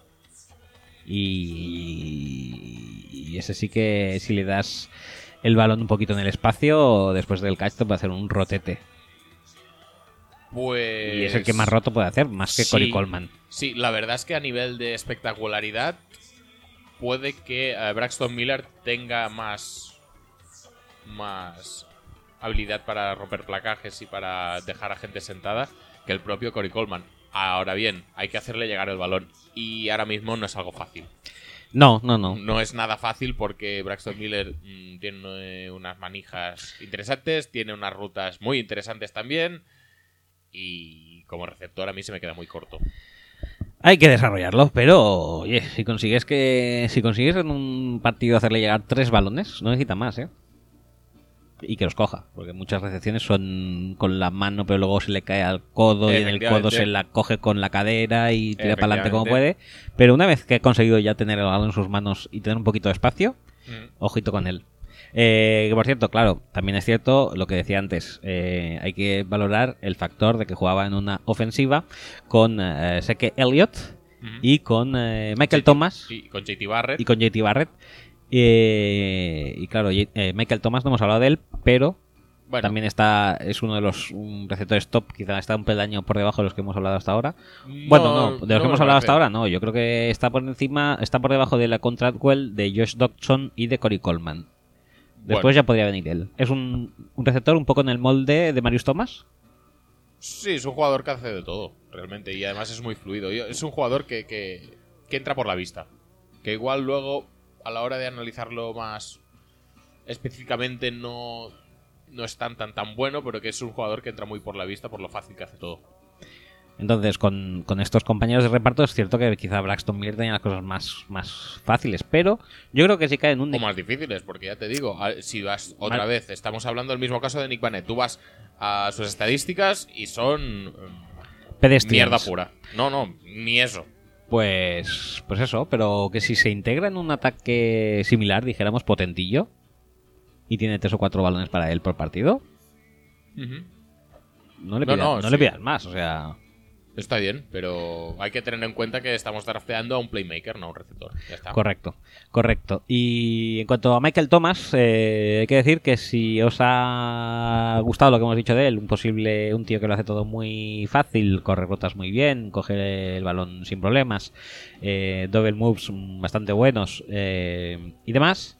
Y ese sí que si le das el balón un poquito en el espacio, después del catch te puede hacer un rotete. Pues... Y es el que más roto puede hacer, más que Sí. Corey Coleman. Sí, la verdad es que a nivel de espectacularidad puede que Braxton Miller tenga más habilidad para romper placajes y para dejar a gente sentada que el propio Corey Coleman. Ahora bien, hay que hacerle llegar el balón y ahora mismo no es algo fácil. No. No es nada fácil porque Braxton Miller tiene unas manijas interesantes, tiene unas rutas muy interesantes también y como receptor a mí se me queda muy corto. Hay que desarrollarlo, pero oye, si consigues en un partido hacerle llegar 3 balones, no necesita más, ¿eh? Y que los coja, porque muchas recepciones son con la mano, pero luego se le cae al codo y en el codo se la coge con la cadera y tira para adelante como puede. Pero una vez que ha conseguido ya tener el balón en sus manos y tener un poquito de espacio, ojito con él. Que por cierto, claro, también es cierto lo que decía antes, hay que valorar el factor de que jugaba en una ofensiva con Zeke Elliott y con Michael Thomas y con JT Barrett. y con JT Barrett. Y claro, Michael Thomas no hemos hablado de él, pero Bueno, también es uno de los receptores top, quizá está un peldaño por debajo de los que hemos hablado hasta ahora. Bueno, no, de los que hemos hablado hasta ahora no, yo creo que está por debajo de la Contractwell, de Josh Doctson y de Corey Coleman. Después Bueno. ya podría venir él. Es un receptor un poco en el molde de Marius Thomas. Sí, es un jugador que hace de todo, realmente, y además es muy fluido. Es un jugador que entra por la vista, que igual luego, a la hora de analizarlo más específicamente, no es tan bueno, pero que es un jugador que entra muy por la vista por lo fácil que hace todo. Entonces, con estos compañeros de reparto es cierto que quizá Braxton Miller tenía las cosas más fáciles, pero yo creo que sí cae en un... O más difíciles, porque ya te digo, si vas otra vez, estamos hablando del mismo caso de Nick Vanette, tú vas a sus estadísticas y son pedestrians. mierda pura. No, ni eso. Pues eso, pero que si se integra en un ataque similar, dijéramos potentillo, y tiene 3 o 4 balones para él por partido, no le sí. pidas más, o sea... Está bien, pero hay que tener en cuenta que estamos drafteando a un playmaker, no a un receptor. Ya está. Correcto. Y en cuanto a Michael Thomas, hay que decir que si os ha gustado lo que hemos dicho de él, un tío que lo hace todo muy fácil, corre rutas muy bien, coge el balón sin problemas, double moves bastante buenos y demás,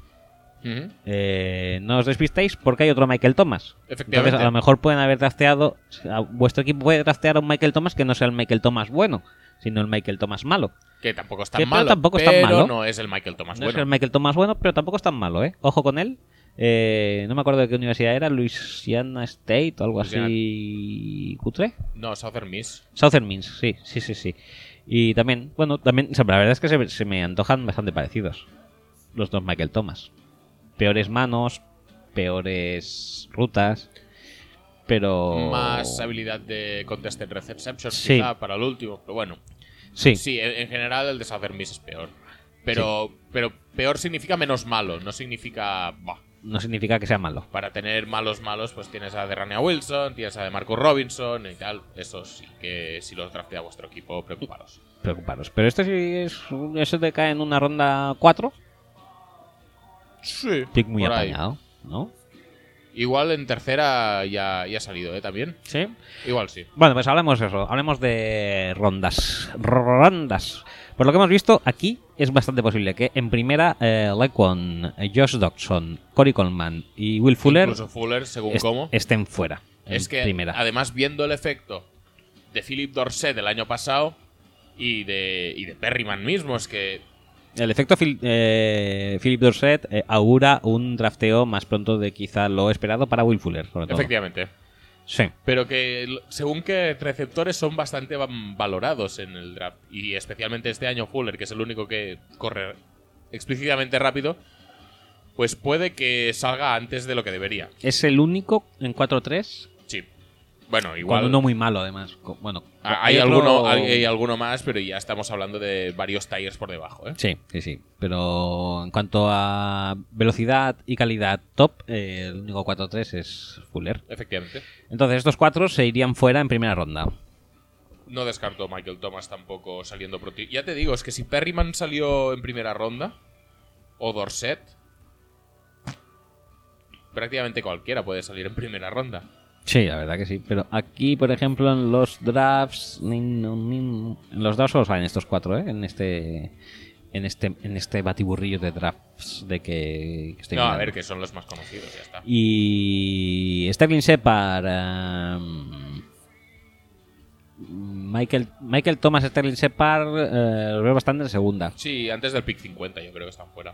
no os despistéis porque hay otro Michael Thomas. Efectivamente. Entonces a lo mejor pueden haber drafteado, vuestro equipo puede draftear a un Michael Thomas que no sea el Michael Thomas bueno, sino el Michael Thomas malo. Que tampoco es Que tan malo, tampoco es tan malo. no es el Michael Thomas No es bueno. el Michael Thomas bueno, pero tampoco es tan malo, ¿eh? Ojo con él. No me acuerdo de qué universidad era, Louisiana State o algo así cutre. No, Southern Miss. Southern Miss, sí. Y también, o sea, la verdad es que se me antojan bastante parecidos los dos Michael Thomas. Peores manos, peores rutas, pero... Más habilidad de contested reception, Sí. quizá, para el último. Pero bueno, Sí, sí, en general el de Southern Miss es peor. Pero peor significa menos malo, no significa... Bah. no significa que sea malo. Para tener malos, pues tienes a Derrania Wilson, tienes a DeMarcus Robinson y tal. Eso sí que si los draftea vuestro equipo, preocuparos. Pero este sí eso te cae en una ronda 4. Sí. Pick muy por ahí. apañado, ¿no? Igual en tercera ya ha salido, también. Sí. Igual sí. Bueno, pues hablemos de rondas. Por lo que hemos visto, aquí es bastante posible que en primera Lequan, Josh Doctson, Corey Coleman y Will Fuller, Incluso Fuller, según cómo. estén fuera. Es que, primera. además, viendo el efecto de Philip Dorsett del año pasado y de Perryman mismo, es que... El efecto Philip Dorsett augura un drafteo más pronto de quizá lo esperado para Will Fuller, sobre todo. Efectivamente. Sí. Pero que según que receptores son bastante valorados en el draft. Y especialmente este año Fuller, que es el único que corre explícitamente rápido, pues puede que salga antes de lo que debería. Es el único en 4-3. Sí. Bueno, igual... Con uno muy malo, además. Bueno, hay otro- alguno más, pero ya estamos hablando de varios tires por debajo, ¿eh? Sí. Pero en cuanto a velocidad y calidad top, el único 4-3 es Fuller. Efectivamente. Entonces estos 4 se irían fuera en primera ronda. No descarto Michael Thomas tampoco saliendo por ti. Ya te digo, es que si Perryman salió en primera ronda, o Dorsett, prácticamente cualquiera puede salir en primera ronda. Sí, la verdad que sí. Pero aquí, por ejemplo, en los drafts. En los drafts solo salen estos 4, ¿eh? En este batiburrillo de drafts de que estoy No, a mirando. ver, que son los más conocidos, ya está. Y Sterling Shepard, Michael Thomas, Sterling Shepard, lo veo bastante en segunda. Sí, antes del pick 50 yo creo que están fuera.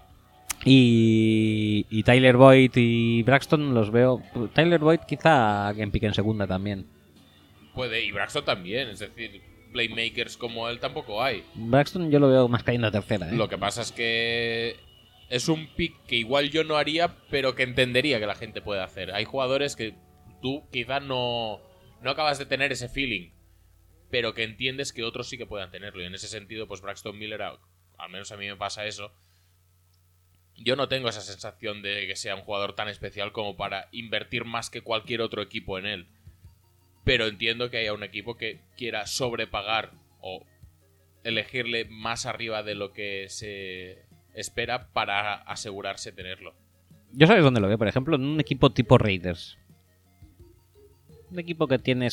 Y Tyler Boyd y Braxton los veo. Tyler Boyd quizá en pique en segunda también. Puede, y Braxton también, es decir, playmakers como él tampoco hay. Braxton yo lo veo más cayendo a tercera, ¿eh? Lo que pasa es que es un pick que igual yo no haría, pero que entendería que la gente puede hacer. Hay jugadores que tú quizás no acabas de tener ese feeling, pero que entiendes que otros sí que puedan tenerlo. Y en ese sentido, pues Braxton Miller, al menos a mí me pasa eso. Yo no tengo esa sensación de que sea un jugador tan especial como para invertir más que cualquier otro equipo en él. Pero entiendo que haya un equipo que quiera sobrepagar o elegirle más arriba de lo que se espera para asegurarse tenerlo. Yo sabes dónde lo veo, por ejemplo, en un equipo tipo Raiders. Un equipo que tienes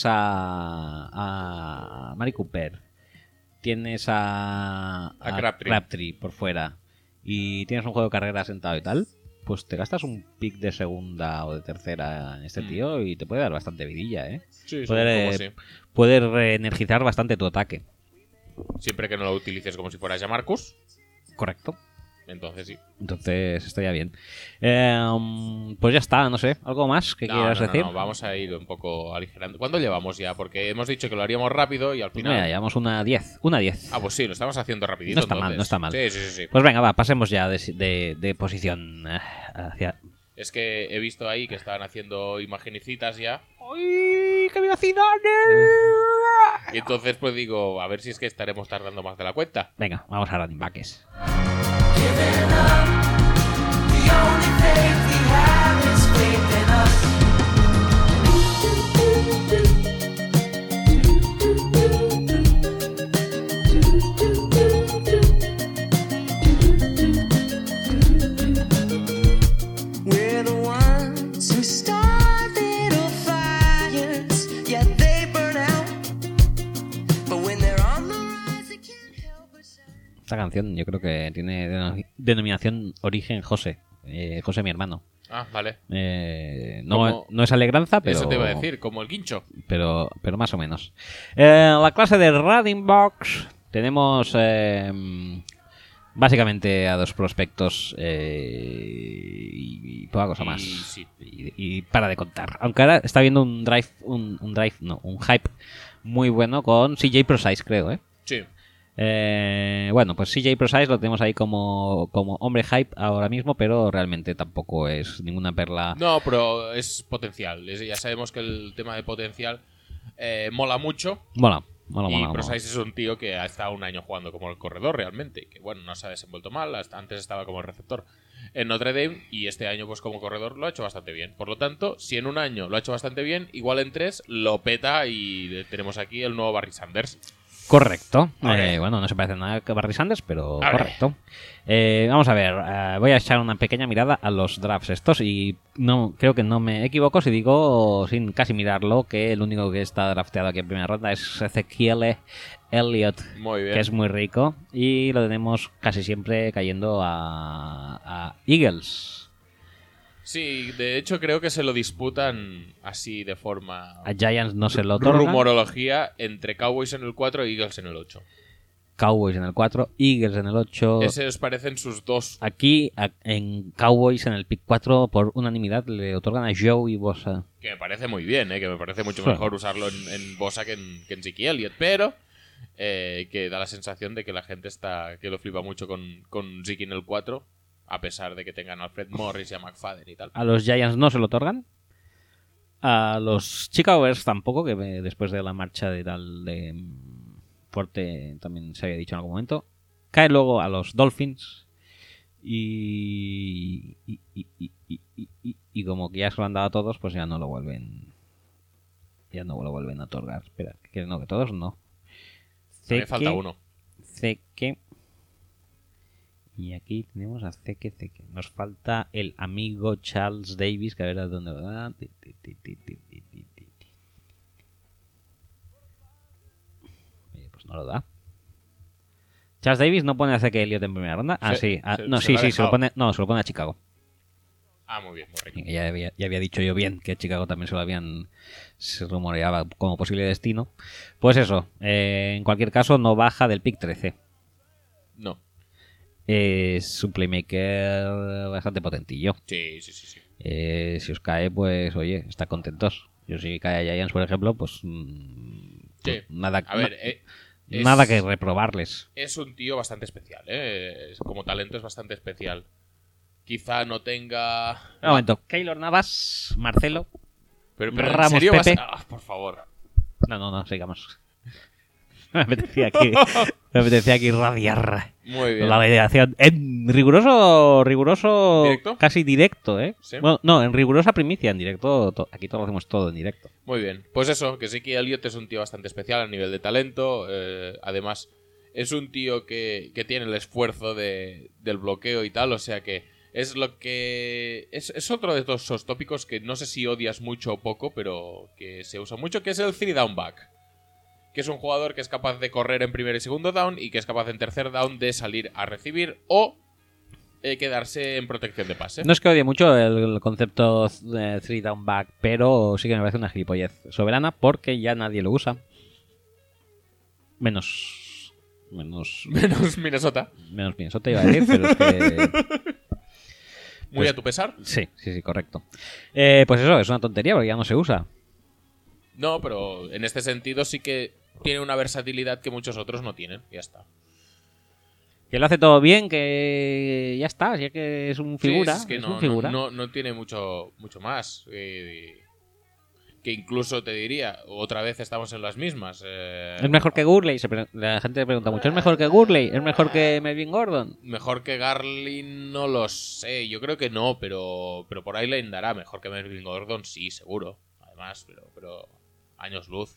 a Mari Cooper, tienes a Crabtree por fuera y tienes un juego de carrera sentado y tal, pues te gastas un pick de segunda o de tercera en este tío y te puede dar bastante vidilla, ¿eh? Sí, Puede reenergizar bastante tu ataque. Siempre que no lo utilices como si fuera Jamarcus. Correcto. Entonces sí. Entonces estaría bien. Pues ya está, no sé. ¿Algo más que quieras decir? No, vamos a ir un poco aligerando. ¿Cuándo llevamos ya? Porque hemos dicho que lo haríamos rápido y al final... Mira, llevamos una 10. Una 10. Ah, pues sí, lo estamos haciendo rapidito. No está entonces. mal, no está mal. Sí. Pues venga, va, pasemos ya de posición hacia... Es que he visto ahí que estaban haciendo imagenicitas ya. ¡Ay, qué velocidad! Y entonces pues digo, a ver si es que estaremos tardando más de la cuenta. Venga, vamos a running backs. Esta canción yo creo que tiene denominación origen José. José, mi hermano. Ah, vale. No es alegranza, pero... Eso te iba a decir, como el guincho. Pero más o menos. La clase de Running Box tenemos básicamente a 2 prospectos y poca cosa más. Sí. Y para de contar. Aunque ahora está viendo un hype muy bueno con CJ Procise, creo, ¿eh? Sí. Bueno, pues CJ Procise lo tenemos ahí como hombre hype ahora mismo, pero realmente tampoco es ninguna perla. No, pero es potencial. Ya sabemos que el tema de potencial mola mucho. Mola. Y Procise es un tío que ha estado un año jugando como el corredor realmente. Que bueno, no se ha desenvuelto mal. Antes estaba como el receptor en Notre Dame y este año pues como corredor lo ha hecho bastante bien. Por lo tanto, si en un año lo ha hecho bastante bien, igual en 3 lo peta y tenemos aquí el nuevo Barry Sanders. Correcto. Bueno, no se parece nada a Barry Sanders, pero correcto. Vamos a ver. Voy a echar una pequeña mirada a los drafts estos y no creo que no me equivoco si digo, sin casi mirarlo, que el único que está drafteado aquí en primera ronda es Ezequiel Elliott, Muy bien. que es muy rico y lo tenemos casi siempre cayendo a Eagles. Sí, de hecho creo que se lo disputan así de forma... A Giants no se lo otorga. Rumorología entre Cowboys en el 4 y Eagles en el 8. Cowboys en el 4, Eagles en el 8. Ese os parecen sus dos. Aquí en Cowboys en el pick 4 por unanimidad le otorgan a Joey Bosa. Que me parece muy bien, que me parece mucho mejor usarlo en Bosa que en Zeke Elliott. Pero que da la sensación de que la gente que lo flipa mucho con Zeke en el 4. A pesar de que tengan a Alfred Morris y a McFadden y tal. A los Giants no se lo otorgan. A los Chicago Bears tampoco, que después de la marcha de tal de Forte también se había dicho en algún momento. Cae luego a los Dolphins. Y como que ya se lo han dado a todos, pues ya no lo vuelven. Ya no lo vuelven a otorgar. Espera, que no, que todos no. Me falta uno. Zeke. Y aquí tenemos a Zeke. Nos falta el amigo Charles Davis, que a ver a dónde va. No lo da. Charles Davis no pone a Zeke Elliott en primera ronda. Ah, sí. No, se lo ha se lo dejado. pone. No, se lo pone a Chicago. Ah, muy bien, muy rico. Ya había dicho yo bien que Chicago también se rumoreaba como posible destino. Pues eso, en cualquier caso no baja del pick 13. No. Es un playmaker bastante potentillo. Sí. Si os cae, pues oye, está contentos. Yo si cae a Giants, por ejemplo, pues, pues Sí. nada, A ver, nada que reprobarles. Es un tío bastante especial, ¿eh? Como talento es bastante especial. Quizá no tenga... Un momento, Keylor Navas, Marcelo. Pero Ramos, ¿en serio Pepe. por favor. No, sigamos. Me apetecía aquí radiar Muy bien. la radiación. En riguroso, ¿Directo? casi directo, ¿eh? Sí. Bueno, no, en rigurosa primicia, en directo. Aquí todos lo hacemos todo en directo. Muy bien. Pues eso, que Zeke Elliott es un tío bastante especial a nivel de talento. Además, es un tío que tiene el esfuerzo del bloqueo y tal. O sea que es lo que... Es otro de todos esos tópicos que no sé si odias mucho o poco, pero que se usa mucho, que es el 3-down back. Que es un jugador que es capaz de correr en primer y segundo down y que es capaz en tercer down de salir a recibir o quedarse en protección de pase. No es que odie mucho el concepto de 3 down back, pero sí que me parece una gilipollez soberana porque ya nadie lo usa. Menos Menos Minnesota. Minnesota iba a decir, pero es que... Muy Pues- a tu pesar. Sí, correcto. Pues eso, es una tontería porque ya no se usa. No, pero en este sentido sí que tiene una versatilidad que muchos otros no tienen. Ya está. Que lo hace todo bien, que ya está, ya que es un figura. Sí, es que un figura. no tiene mucho más. Que incluso te diría, otra vez estamos en las mismas. Es mejor que Gurley. La gente pregunta mucho, ¿es mejor que Gurley? ¿Es mejor que Melvin Gordon? Mejor que Garlin no lo sé. Yo creo que no, pero por ahí le dará. Mejor que Melvin Gordon, sí, seguro. Además, pero años luz.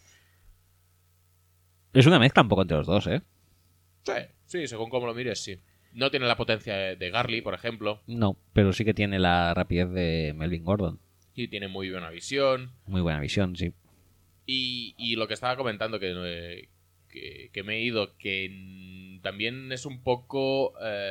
Es una mezcla un poco entre los dos, ¿eh? Sí, según como lo mires, sí. No tiene la potencia de Garly, por ejemplo. No, pero sí que tiene la rapidez de Melvin Gordon. Y tiene muy buena visión. Muy buena visión, sí. Y lo que estaba comentando que me he ido, que también es un poco,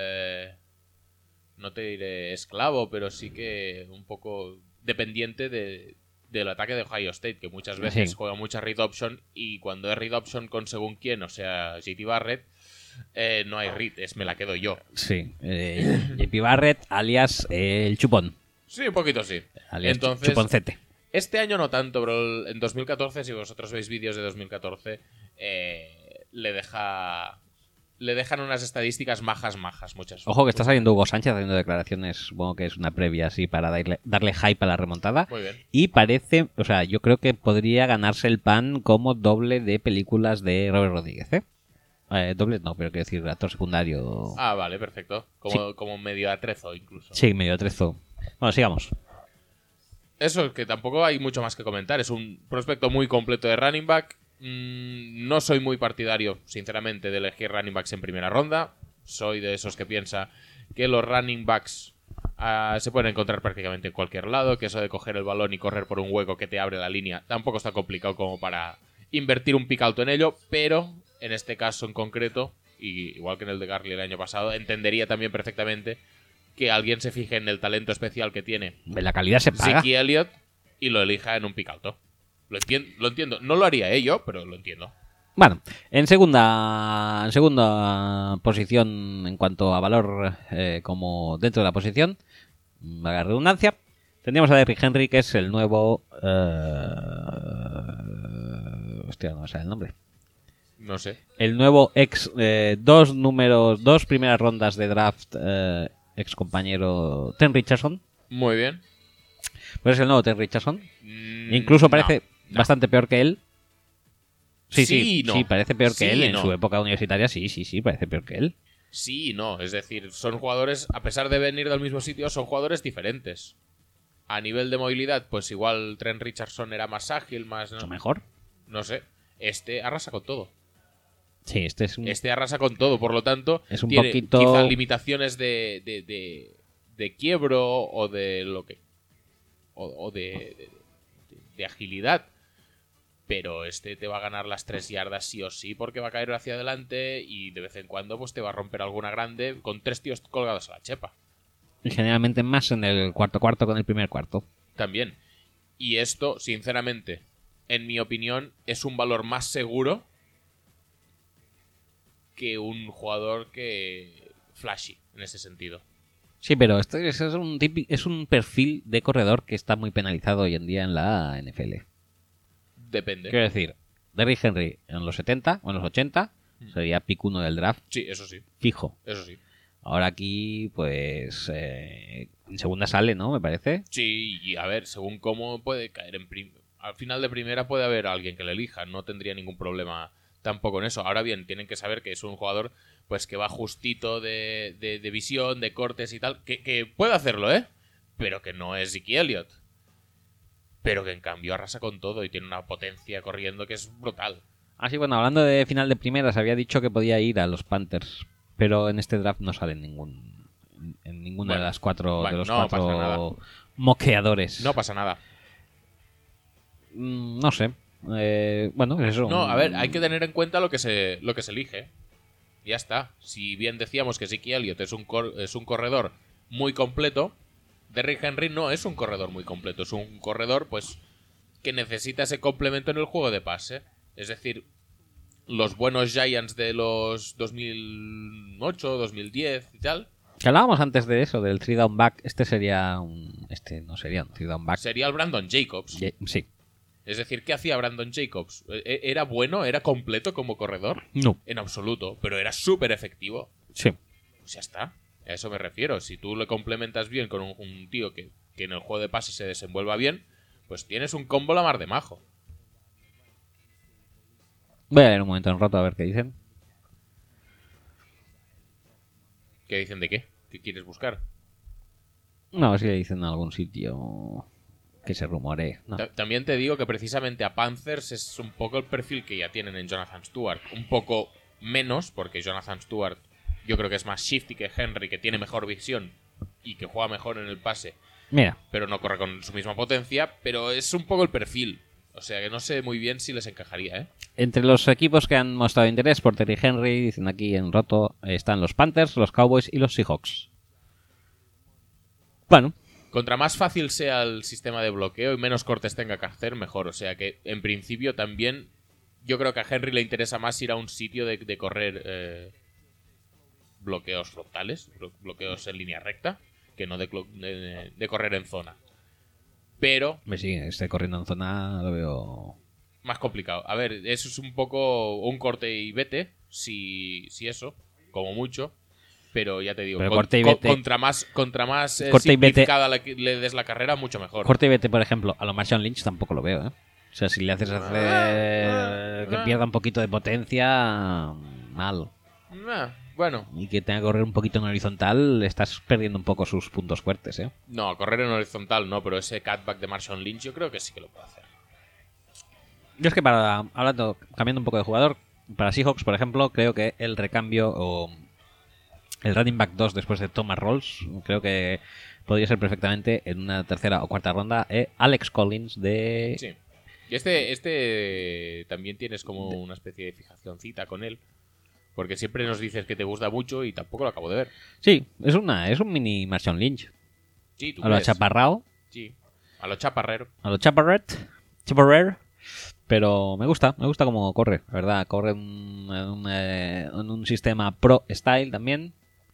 no te diré esclavo, pero sí que un poco dependiente del ataque de Ohio State, que muchas veces Sí. juega mucha read option y cuando es read option con según quién, o sea, JT Barrett, no hay read, me la quedo yo. Sí. JP Barrett, alias el chupón. Sí, un poquito sí. Alias Entonces, chuponcete. este año no tanto, pero en 2014, si vosotros veis vídeos de 2014, le dejan unas estadísticas majas muchas. Ojo que está saliendo Hugo Sánchez haciendo declaraciones, supongo que es una previa así para darle hype a la remontada. Muy bien. Y parece, o sea, yo creo que podría ganarse el pan como doble de películas de Robert Rodríguez, ¿eh? Doble no, pero quiero decir actor secundario. Ah, vale, perfecto. Como medio atrezo incluso. Sí, medio atrezo. Bueno, sigamos. Eso, que tampoco hay mucho más que comentar. Es un prospecto muy completo de running back. No soy muy partidario, sinceramente, de elegir running backs en primera ronda. Soy de esos que piensa que los running backs se pueden encontrar prácticamente en cualquier lado, que eso de coger el balón y correr por un hueco que te abre la línea tampoco está complicado como para invertir un pick alto en ello, pero en este caso en concreto, y igual que en el de Garley el año pasado, entendería también perfectamente que alguien se fije en el talento especial que tiene La calidad se paga. Zeke Elliott y lo elija en un pick alto. Lo entiendo. No lo haría yo, pero lo entiendo. Bueno, en segunda posición en cuanto a valor como dentro de la posición, la redundancia, tendríamos a Derrick Henry, que es el nuevo... hostia, no me sale el nombre. No sé. El nuevo dos primeras rondas de draft ex compañero Ten Richardson. Muy bien. Pues es el nuevo Ten Richardson. Incluso parece no. bastante peor que él. Sí, Sí, no. parece peor que Sí, él. En no. su época universitaria, sí, parece peor que él. Sí y no. Es decir, son jugadores, a pesar de venir del mismo sitio, son jugadores diferentes. A nivel de movilidad, pues igual Trent Richardson era más ágil, más... Mucho mejor. No sé. Este arrasa con todo. Sí, este es un... Este arrasa con todo, por lo tanto, Es un tiene poquito- quizá limitaciones de quiebro o de lo que... o de agilidad. pero este te va a ganar las 3 yardas sí o sí porque va a caer hacia adelante y de vez en cuando pues te va a romper alguna grande con 3 tíos colgados a la chepa. Y generalmente más en el cuarto con el primer cuarto. También. Y esto, sinceramente, en mi opinión, es un valor más seguro que un jugador que flashy, en ese sentido. Sí, pero este es un perfil de corredor que está muy penalizado hoy en día en la NFL. Depende. Quiero decir, Derrick Henry en los 70 o en los 80 sería pick 1 del draft. Sí, eso sí. Fijo. Eso sí. Ahora aquí, pues, en segunda sale, ¿no? Me parece. Sí, y a ver, según cómo puede caer al final de primera puede haber alguien que le elija. No tendría ningún problema tampoco en eso. Ahora bien, tienen que saber que es un jugador pues que va justito de visión, de cortes y tal. Que puede hacerlo, ¿eh? Pero que no es Zeke Elliott. Pero que en cambio arrasa con todo y tiene una potencia corriendo que es brutal. Ah, sí, bueno, hablando de final de primera, se había dicho que podía ir a los Panthers, pero en este draft no sale en ninguna de las cuatro de los no pasa nada. cuatro moqueadores. No pasa nada. No sé. Bueno, eso. No, a ver, hay que tener en cuenta lo que se elige. Ya está. Si bien decíamos que Zeke Elliott es un corredor muy completo, Derrick Henry no es un corredor muy completo. Es un corredor, pues, que necesita ese complemento en el juego de pase. Es decir, los buenos Giants de los 2008, 2010 y tal. Que hablábamos antes de eso, del 3-down back. Este no sería un 3-down back. Sería el Brandon Jacobs. Sí. Es decir, ¿qué hacía Brandon Jacobs? ¿Era bueno? ¿Era completo como corredor? No. En absoluto, pero era súper efectivo. Sí. Pues ya está. A eso me refiero. Si tú le complementas bien con un tío que en el juego de pase se desenvuelva bien, pues tienes un combo la mar de majo. Voy a leer un momento en roto a ver qué dicen. ¿Qué dicen de qué? ¿Qué quieres buscar? No, si le dicen en algún sitio que se rumore. No. También te digo que precisamente a Panthers es un poco el perfil que ya tienen en Jonathan Stewart. Un poco menos, porque Jonathan Stewart yo creo que es más shifty que Henry, que tiene mejor visión y que juega mejor en el pase. Mira. Pero no corre con su misma potencia, pero es un poco el perfil. O sea que no sé muy bien si les encajaría, ¿eh? Entre los equipos que han mostrado interés por Terry Henry, dicen aquí en roto, están los Panthers, los Cowboys y los Seahawks. Bueno. Contra más fácil sea el sistema de bloqueo y menos cortes tenga que hacer, mejor. O sea que, en principio, también yo creo que a Henry le interesa más ir a un sitio de correr bloqueos frontales, bloqueos en línea recta, que no de correr en zona. Pero... Sí, corriendo en zona lo veo... más complicado. A ver, eso es un poco un corte y vete, si eso, como mucho. Pero ya te digo, contra más simplificada le des la carrera, mucho mejor. Corte y vete, por ejemplo, a lo Marshawn Lynch tampoco lo veo, ¿eh? O sea, si le haces hacer que pierda un poquito de potencia, mal. Bueno. Y que tenga que correr un poquito en horizontal, estás perdiendo un poco sus puntos fuertes, ¿eh? No, correr en horizontal no, pero ese cutback de Marshawn Lynch yo creo que sí que lo puede hacer. Yo es que cambiando un poco de jugador, para Seahawks, por ejemplo, creo que el recambio o el running back 2 después de Thomas Rawls, creo que podría ser perfectamente en una tercera o cuarta ronda Alex Collins de... Sí. Y este también tienes como una especie de fijacióncita con él. Porque siempre nos dices que te gusta mucho y tampoco lo acabo de ver. Sí, es un mini Marshawn Lynch. Sí, ¿tú a lo chaparrao. Sí, a lo chaparrero. A lo chaparrer. Pero me gusta cómo corre, la verdad. Corre en un sistema pro style también.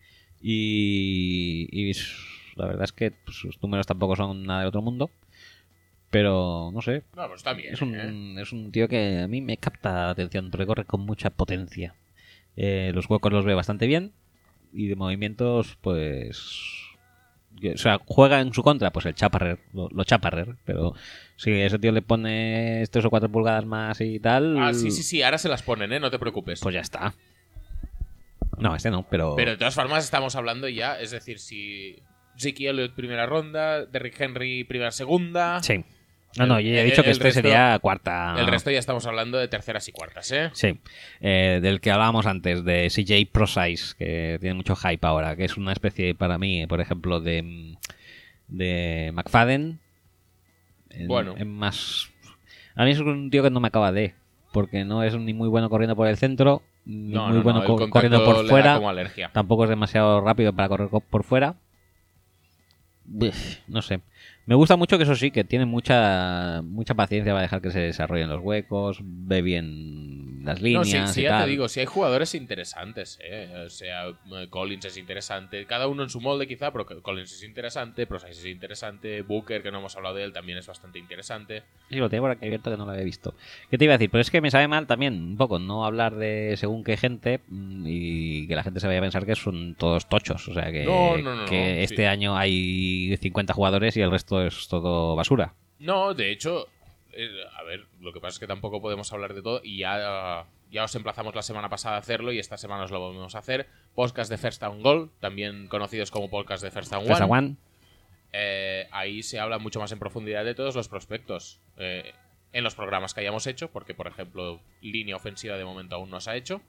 Y la verdad es que sus números tampoco son nada del otro mundo. Pero no sé. No, pues está bien. Es un tío que a mí me capta la atención porque corre con mucha potencia. Los huecos los ve bastante bien. Y de movimientos, pues... O sea, juega en su contra, pues el chaparrer, lo chaparrer. Pero si ese tío le pone 3 o 4 pulgadas más y tal... Ah, sí, ahora se las ponen, no te preocupes. Pues ya está. No, este no, pero... Pero de todas formas estamos hablando ya, es decir, si Zeke Elliott primera ronda, Derrick Henry primera segunda... Sí. No, yo he dicho que sería cuarta. El resto ya estamos hablando de terceras y cuartas, ¿eh? Sí. Del que hablábamos antes, de CJ Prosise, que tiene mucho hype ahora, que es una especie, para mí, por ejemplo, de McFadden. Bueno. En más A mí es un tío que no me acaba de, porque no es ni muy bueno corriendo por el centro, ni muy bueno el contacto corriendo por le fuera. da como alergia. Tampoco es demasiado rápido para correr por fuera. No sé. Me gusta mucho que eso sí, que tiene mucha paciencia para dejar que se desarrollen los huecos, ve bien las líneas. No, sí, y ya tal. te digo, sí hay jugadores interesantes, O sea, Collins es interesante, cada uno en su molde quizá, pero Collins es interesante, Prosise es interesante, Booker, que no hemos hablado de él, también es bastante interesante. Sí, lo tengo por aquí abierto que no lo había visto. ¿Qué te iba a decir? Pero es que me sabe mal también un poco no hablar de según qué gente y que la gente se vaya a pensar que son todos tochos. O sea, que, que este año hay 50 jugadores y el resto es todo basura. No, de hecho, a ver, lo que pasa es que tampoco podemos hablar de todo y ya os emplazamos la semana pasada a hacerlo y esta semana os lo volvemos a hacer. Podcast de First Down Goal, también conocidos como podcast de First Down One. Ahí se habla mucho más en profundidad de todos los prospectos en los programas que hayamos hecho, porque por ejemplo línea ofensiva de momento aún no se ha hecho,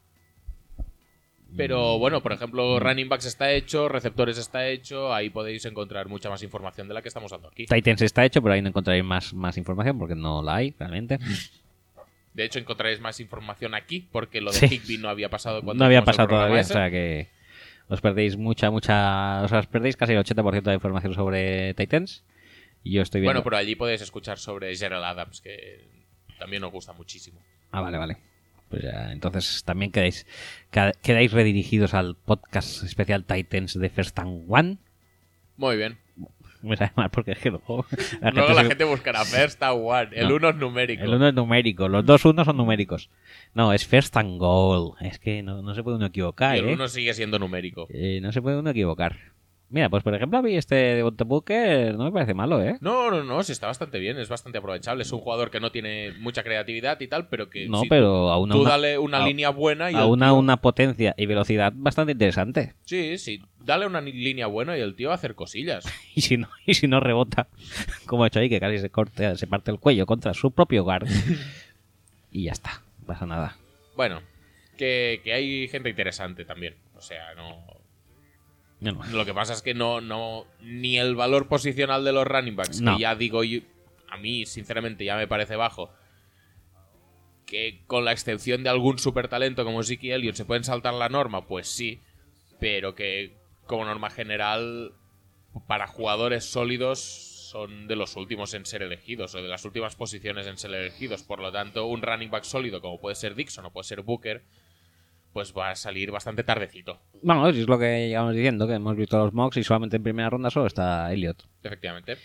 pero bueno, por ejemplo running backs está hecho, receptores está hecho, ahí podéis encontrar mucha más información de la que estamos dando aquí. Titans está hecho, pero ahí no encontraréis más información porque no la hay realmente. De hecho encontraréis más información aquí porque lo de Higby no había pasado cuando no había pasado todavía, ese. O sea que os perdéis os perdéis casi el 80% de información sobre Titans. Y yo estoy viendo... Bueno, pero allí podéis escuchar sobre Gerald Adams, que también nos gusta muchísimo. Ah, vale. Pues ya, entonces también quedáis redirigidos al podcast especial Titans de First and One. Muy bien. Me sabe mal porque es que luego la gente buscará First and One. El 1 es numérico. El 1 es numérico. Los 2 1 son numéricos. No, es First and Goal. Es que no se puede uno equivocar. Y el 1 sigue siendo numérico. No se puede uno equivocar. Mira, pues por ejemplo a mí este de Devonta Booker no me parece malo, ¿eh? No, sí está bastante bien, es bastante aprovechable. Es un jugador que no tiene mucha creatividad y tal, pero que pero aún tú dale una línea buena y una potencia y velocidad bastante interesante. Sí, dale una línea buena y el tío va a hacer cosillas. y si no rebota, como ha hecho ahí, que casi se parte el cuello contra su propio guard. Y ya está, no pasa nada. Bueno, que hay gente interesante también. O sea, no. Lo que pasa es que no ni el valor posicional de los running backs, que ya digo yo, a mí sinceramente ya me parece bajo, que con la excepción de algún super talento como Zeke Elliott se pueden saltar la norma, pues sí, pero que como norma general para jugadores sólidos son de los últimos en ser elegidos o de las últimas posiciones en ser elegidos. Por lo tanto, un running back sólido como puede ser Dixon o puede ser Booker, pues va a salir bastante tardecito. Bueno, es lo que llevamos diciendo, que hemos visto los mocks y solamente en primera ronda solo está Elliott. Efectivamente.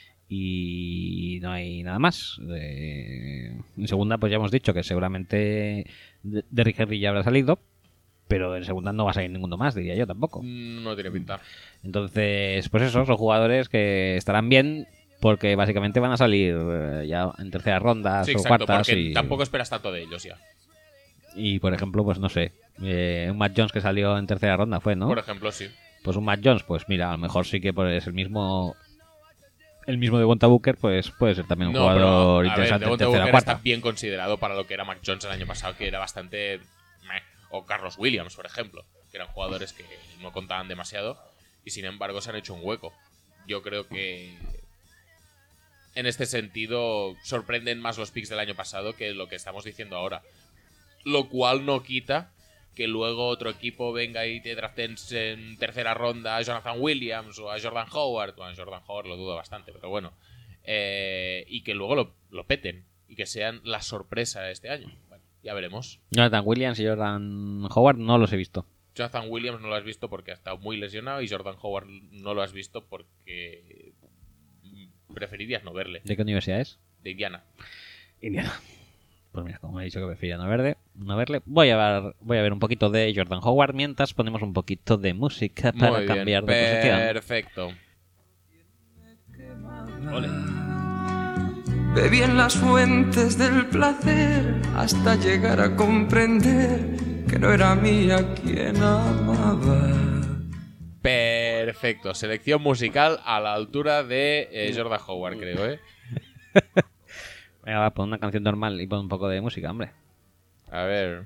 Y no hay nada más. En segunda, pues ya hemos dicho que seguramente Derrick Henry ya habrá salido, pero en segunda no va a salir ninguno más, diría yo tampoco. No tiene pinta. Entonces, pues eso, son jugadores que estarán bien porque básicamente van a salir ya en terceras rondas o cuartas. Porque tampoco esperas tanto de ellos ya. Y por ejemplo, pues no sé, un Matt Jones que salió en tercera ronda fue, ¿no? Por ejemplo, sí. Pues un Matt Jones, pues mira, a lo mejor sí que es el mismo Devonta Booker, pues puede ser también un jugador interesante en tercera Booker cuarta. Está bien considerado para lo que era Mac Jones el año pasado, que era bastante o Carlos Williams, por ejemplo, que eran jugadores que no contaban demasiado y sin embargo se han hecho un hueco. Yo creo que en este sentido sorprenden más los picks del año pasado que lo que estamos diciendo ahora. Lo cual no quita que luego otro equipo venga y te draften en tercera ronda a Jonathan Williams o a Jordan Howard. Bueno, a Jordan Howard lo dudo bastante, pero bueno. Y que luego lo peten y que sean la sorpresa este año. Bueno, ya veremos. Jonathan Williams y Jordan Howard no los he visto. Jonathan Williams no lo has visto porque ha estado muy lesionado y Jordan Howard no lo has visto porque preferirías no verle. ¿De qué universidad es? De Indiana. Indiana. Pues mira, como he dicho que prefería no verle, voy a ver un poquito de Jordan Howard mientras ponemos un poquito de música para muy bien, cambiar de posición. Perfecto. Ole. Bebí en las fuentes del placer hasta llegar a comprender que no era mía quien amaba. Perfecto, selección musical a la altura de Jordan Howard, creo, ¿eh? Venga, va, pon una canción normal y pon un poco de música, hombre. A ver.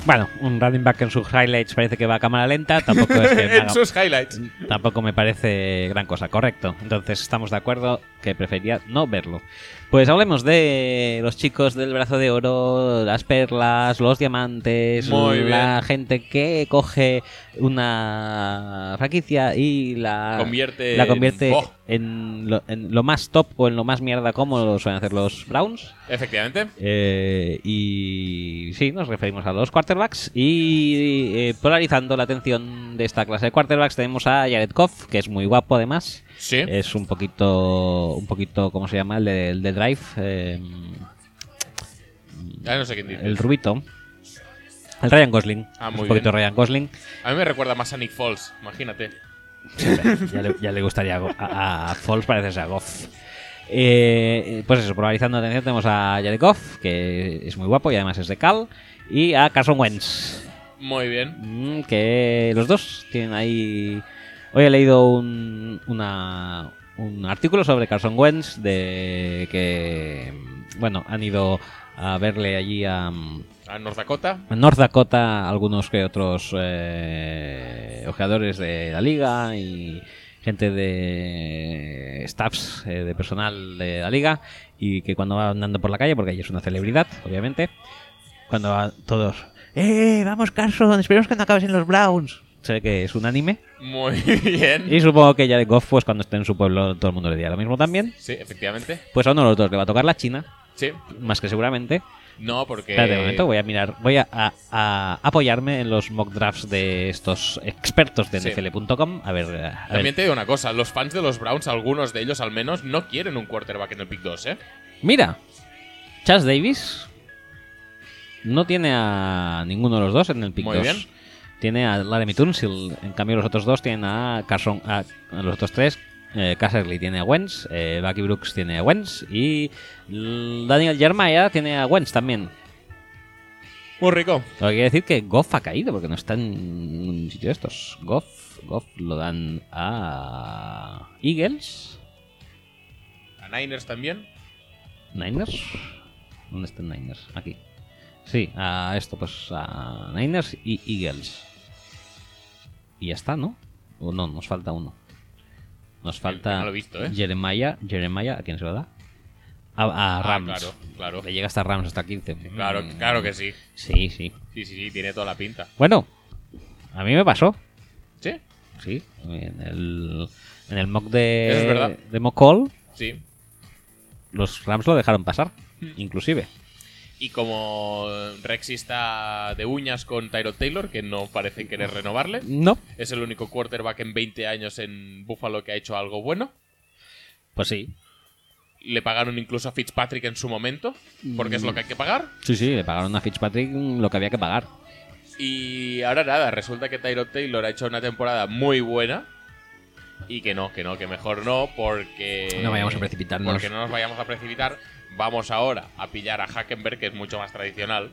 Bueno, un running back en sus highlights parece que va a cámara lenta. Tampoco es que En sus highlights. tampoco me parece gran cosa, correcto. Entonces estamos de acuerdo que preferiría no verlo. Pues hablemos de los chicos del brazo de oro, las perlas, los diamantes, Muy la bien. gente que coge una franquicia y la Convierte en lo más top o en lo más mierda, como lo suelen hacer los Browns. Efectivamente. Y sí, nos referimos a los quarterbacks. Y polarizando la atención de esta clase de quarterbacks tenemos a Jared Goff, que es muy guapo además. Sí. Es un poquito, ¿cómo se llama? El de Drive. No sé quién dice. El rubito. El Ryan Gosling. Ah, muy un poquito bien. Ryan Gosling. A mí me recuerda más a Nick Foles, imagínate. Ya le gustaría a Foles parecerse a Goff. Pues eso, polarizando la atención tenemos a Jared Goff, que es muy guapo y además es de Cal, y a Carson Wentz, Muy bien. que los dos tienen ahí... Hoy he leído un artículo sobre Carson Wentz de que, bueno, han ido a verle allí a A North Dakota. North Dakota algunos que otros ojeadores de la liga y gente de staffs, de personal de la liga, y que cuando va andando por la calle, porque ella es una celebridad, obviamente, cuando va todos, vamos Carson, esperemos que no acabes en los Browns. Se ve que es un anime. Muy bien. Y supongo que Jared Goff, pues cuando esté en su pueblo, todo el mundo le dirá lo mismo también. Sí, efectivamente. Pues a uno de los dos le va a tocar la China, Sí. más que seguramente. No, porque... Espérate un momento, voy a apoyarme en los mock drafts de estos expertos de Sí. NFL.com. A ver. También te digo una cosa, los fans de los Browns, algunos de ellos al menos, no quieren un quarterback en el pick 2, ¿eh? Mira, Chas Davis no tiene a ninguno de los dos en el pick Muy 2. bien. Tiene a Laramie Tunsil. En cambio, los otros dos tienen a Carson. A los otros tres. Casserly tiene a Wentz. Bucky Brooks tiene a Wentz. Y Daniel Jeremiah tiene a Wentz también. Muy rico. Lo que quiere decir que Goff ha caído porque no está en un sitio de estos. Goff lo dan a Eagles. A Niners también. Niners. ¿Dónde están Niners? Aquí. Sí, a esto, pues a Niners y Eagles. Y ya está, ¿no? O no, nos falta uno. Nos falta no lo he visto, ¿eh? Jeremiah, ¿a quién se lo da? A Rams. Claro. Le llega hasta Rams, hasta 15. Claro que sí. Sí. Sí, tiene toda la pinta. Bueno, a mí me pasó. ¿Sí? Sí, en el mock de, Eso es verdad. de mock call, Sí. los Rams lo dejaron pasar, inclusive. Y como Rexy está de uñas con Tyrod Taylor, que no parece querer renovarle, No, es el único quarterback en 20 años en Buffalo que ha hecho algo bueno. pues sí. Le pagaron incluso a Fitzpatrick en su momento, porque es lo que hay que pagar. Sí, le pagaron a Fitzpatrick lo que había que pagar. Y ahora nada, resulta que Tyrod Taylor ha hecho una temporada muy buena. Y que mejor no, porque... No vayamos a precipitarnos. Porque no nos vayamos a precipitar. Vamos ahora a pillar a Hackenberg, que es mucho más tradicional.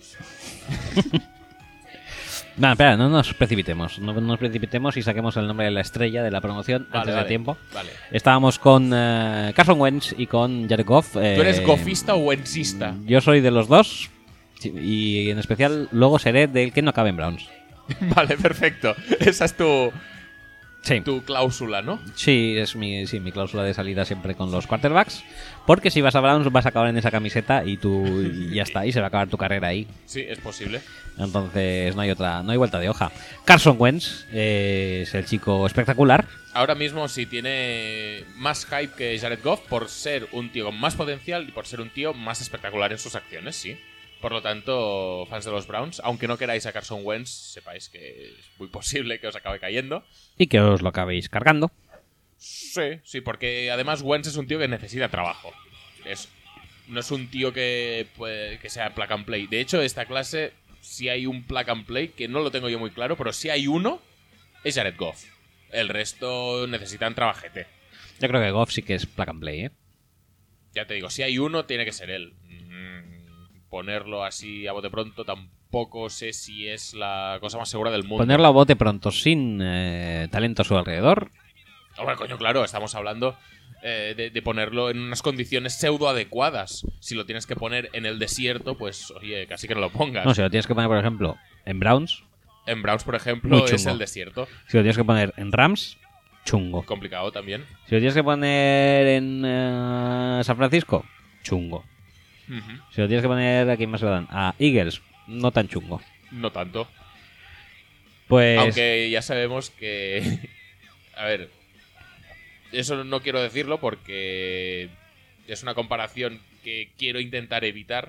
No, espera, no nos precipitemos. No nos precipitemos y saquemos el nombre de la estrella de la promoción antes de tiempo. Vale. Estábamos con Carson Wentz y con Jared Goff. ¿Tú eres goffista o wentzista? Yo soy de los dos. Y en especial luego seré del que no acabe en Browns. Vale, perfecto. Esa es tu Sí. cláusula, ¿no? Sí, es mi cláusula de salida siempre con los quarterbacks. Porque si vas a Browns vas a acabar en esa camiseta y ya está, y se va a acabar tu carrera ahí. Sí, es posible. Entonces no hay vuelta de hoja. Carson Wentz es el chico espectacular. Ahora mismo sí tiene más hype que Jared Goff por ser un tío con más potencial y por ser un tío más espectacular en sus acciones, sí. Por lo tanto, fans de los Browns, aunque no queráis a Carson Wentz, sepáis que es muy posible que os acabe cayendo. Y que os lo acabéis cargando. Sí, porque además Wentz es un tío que necesita trabajo. No es un tío que sea plug and play. De hecho, esta clase, si hay un plug and play, que no lo tengo yo muy claro, pero si hay uno, es Jared Goff. El resto necesitan trabajete. Yo creo que Goff sí que es plug and play, ¿eh? Ya te digo, si hay uno, tiene que ser él. Ponerlo así a bote pronto tampoco sé si es la cosa más segura del mundo. Ponerlo a bote pronto sin talento a su alrededor. Hombre, coño, claro, estamos hablando de ponerlo en unas condiciones pseudo adecuadas. Si lo tienes que poner en el desierto, pues oye, casi que no lo pongas. No, si lo tienes que poner, por ejemplo, en Browns. En Browns, por Muy ejemplo, es chungo. el desierto. Si lo tienes que poner en Rams, chungo. Complicado también. Si lo tienes que poner en San Francisco, chungo. Ujú. Si lo tienes que poner, ¿a quién más se lo dan? A Eagles, no tan chungo. No tanto. Pues... Aunque ya sabemos que... A ver, eso no quiero decirlo porque es una comparación que quiero intentar evitar.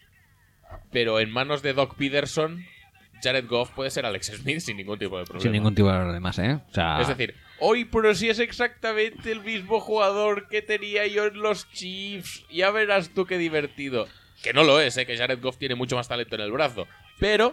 Pero en manos de Doc Peterson, Jared Goff puede ser Alex Smith sin ningún tipo de problema. sin ningún tipo de problemas, ¿eh? O sea, Es decir, hoy, pero si es exactamente el mismo jugador que tenía yo en los Chiefs. Ya verás tú qué divertido. Que no lo es, que Jared Goff tiene mucho más talento en el brazo. Pero...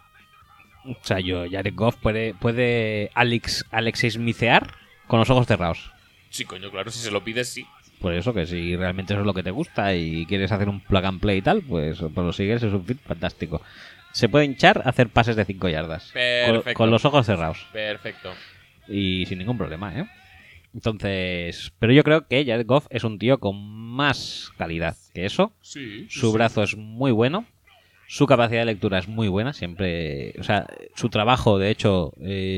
Jared Goff puede Alex Smithear con los ojos cerrados. Sí, coño, claro, si se lo pides, sí. Por eso, que si realmente eso es lo que te gusta y quieres hacer un plug and play y tal, pues lo sigues, es un fit fantástico. Se puede hinchar a hacer pases de 5 yardas. Perfecto. Con los ojos cerrados. Perfecto. Y sin ningún problema, ¿eh? Entonces... Pero yo creo que Jared Goff es un tío con más calidad que eso. Sí. Su brazo es muy bueno. Su capacidad de lectura es muy buena. Siempre... O sea, su trabajo, de hecho,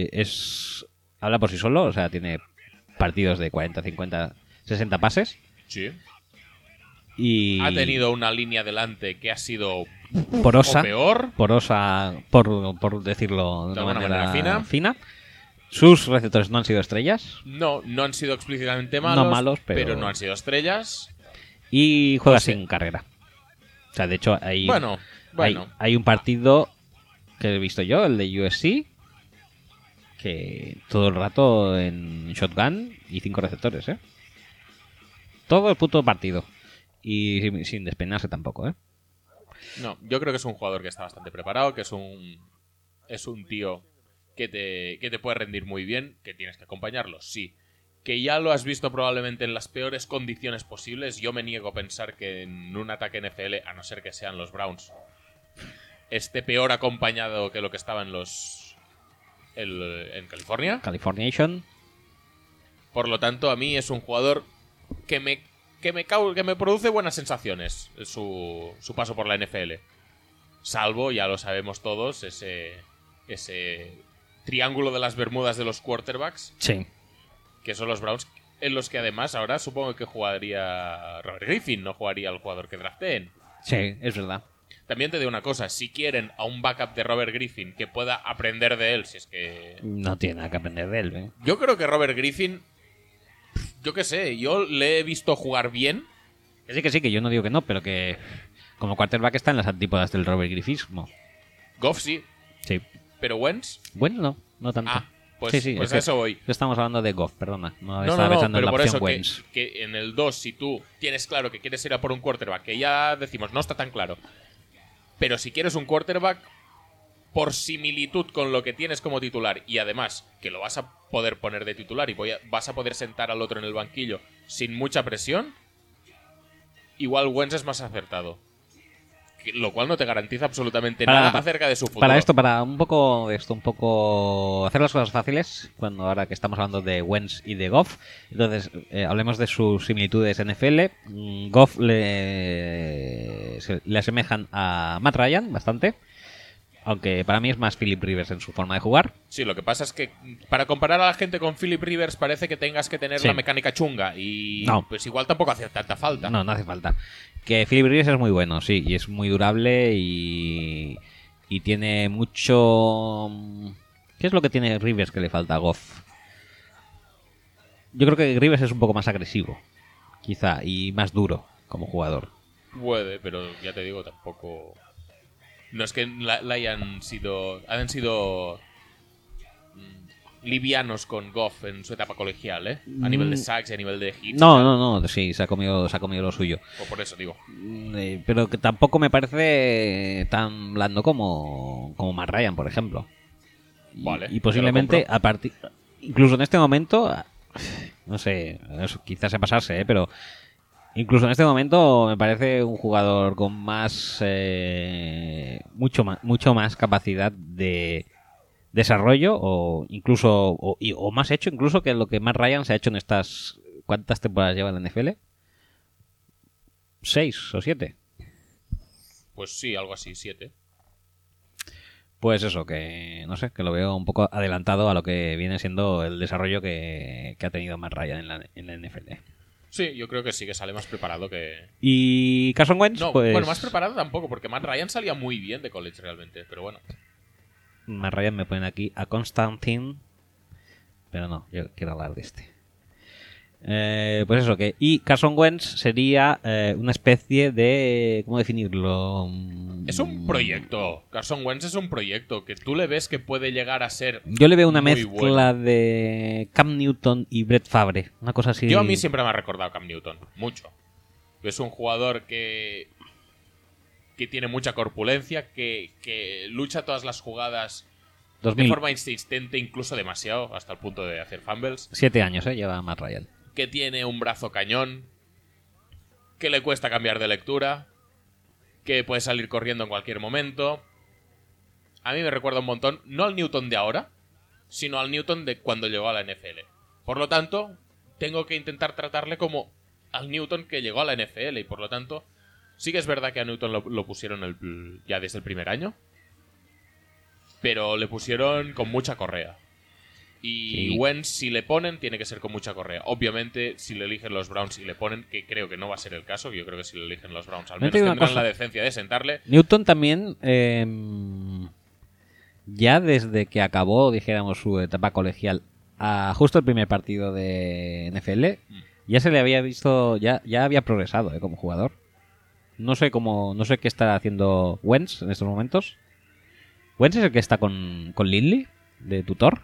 habla por sí solo. O sea, tiene partidos de 40, 50, 60 pases. Sí. Y... Ha tenido una línea delante que ha sido porosa. o peor. Porosa, por decirlo de De alguna manera manera fina. Sus receptores no han sido estrellas. No han sido explícitamente malos. No malos, pero no han sido estrellas. Y juega O sea, sin carrera. O sea, de hecho, Bueno. hay un partido que he visto yo, el de USC, que todo el rato en shotgun y 5 receptores, ¿eh? Todo el puto partido. Y sin despeinarse tampoco, ¿eh? No, yo creo que es un jugador que está bastante preparado, que es un tío que te puede rendir muy bien, que tienes que acompañarlo, sí. Que ya lo has visto probablemente en las peores condiciones posibles. Yo me niego a pensar que en un ataque NFL, a no ser que sean los Browns, esté peor acompañado que lo que estaba en California. Californiation. Por lo tanto, a mí es un jugador que me produce buenas sensaciones su paso por la NFL. Salvo, ya lo sabemos todos, ese triángulo de las Bermudas de los quarterbacks, Sí. que son los Browns, en los que además ahora supongo que jugaría Robert Griffin, no jugaría el jugador que drafteen. Sí, es verdad. También te digo una cosa, si quieren a un backup de Robert Griffin que pueda aprender de él, si es que... No tiene nada que aprender de él, ¿eh? Yo creo que Robert Griffin, yo qué sé, yo le he visto jugar bien. Que sí, que yo no digo que no, pero que como quarterback está en las antípodas del Robert Griffismo. Goff sí, Sí. pero Wentz... Bueno, no tanto. Ah, pues, sí, pues es a que eso voy. estamos hablando de Goff, perdona. No No, estaba pensando en pero la por opción eso Wentz. que en el 2, si tú tienes claro que quieres ir a por un quarterback, que ya decimos, no está tan claro, pero si quieres un quarterback por similitud con lo que tienes como titular y además que lo vas a poder poner de titular y vas a poder sentar al otro en el banquillo sin mucha presión, igual Wentz es más acertado. Lo cual no te garantiza absolutamente nada acerca de su futuro. Para esto, para un poco hacer las cosas fáciles, cuando ahora que estamos hablando de Wentz y de Goff, entonces hablemos de sus similitudes en NFL. Goff le asemejan a Matt Ryan bastante, aunque para mí es más Philip Rivers en su forma de jugar. Sí, lo que pasa es que para comparar a la gente con Philip Rivers parece que tengas que tener Sí. la mecánica chunga y No. pues igual tampoco hace tanta falta. No hace falta. Que Philip Rivers es muy bueno, sí, y es muy durable y tiene mucho... ¿Qué es lo que tiene Rivers que le falta a Goff? Yo creo que Rivers es un poco más agresivo, quizá, y más duro como jugador. Puede, pero ya te digo, tampoco... No es que hayan sido livianos con Goff en su etapa colegial, ¿eh? A nivel de sacks y a nivel de hits. No, sí, se ha comido lo suyo. O por eso digo. Pero que tampoco me parece tan blando como Matt Ryan, por ejemplo. Vale, Y posiblemente a partir... Incluso en este momento... No sé, eso quizás sea pasarse, pero... Incluso en este momento me parece un jugador con más... mucho más capacidad de desarrollo o incluso o más hecho incluso que lo que Matt Ryan se ha hecho en estas ¿Cuántas temporadas lleva en la NFL? 6 o 7. Pues sí, algo así, 7. Pues eso, que no sé, que lo veo un poco adelantado a lo que viene siendo el desarrollo que ha tenido Matt Ryan en la NFL. Sí, yo creo que sí, que sale más preparado que... Y Carson Wentz, No, pues... bueno, más preparado tampoco, porque Matt Ryan salía muy bien de college realmente, pero bueno. Matt Ryan me ponen aquí a Constantine, pero no, yo quiero hablar de este. Pues eso, que... Y Carson Wentz sería una especie de... ¿Cómo definirlo? Es un proyecto. Carson Wentz es un proyecto que tú le ves que puede llegar a ser... Yo le veo una muy mezcla bueno. de Cam Newton y Brett Favre. Una cosa así... Yo a mí siempre me ha recordado Cam Newton, mucho. Es un jugador que tiene mucha corpulencia, que lucha todas las jugadas 2000. de forma insistente, incluso demasiado, hasta el punto de hacer fumbles. 7 años, lleva Matt Ryan. Que tiene un brazo cañón, que le cuesta cambiar de lectura, que puede salir corriendo en cualquier momento. A mí me recuerda un montón, no al Newton de ahora, sino al Newton de cuando llegó a la NFL. Por lo tanto, tengo que intentar tratarle como al Newton que llegó a la NFL, y por lo tanto, sí que es verdad que a Newton lo pusieron ya desde el primer año, pero le pusieron con mucha correa. Y Sí. Wentz, si le ponen, tiene que ser con mucha correa. Obviamente, si le eligen los Browns y le ponen, que creo que no va a ser el caso, yo creo que si le eligen los Browns, al Me menos te digo una tendrán cosa. la decencia de sentarle. Newton también, ya desde que acabó, dijéramos, su etapa colegial, a justo el primer partido de NFL, ya se le había visto, ya había progresado como jugador. No sé qué está haciendo Wentz en estos momentos. Wentz es el que está con Lindley, de tutor.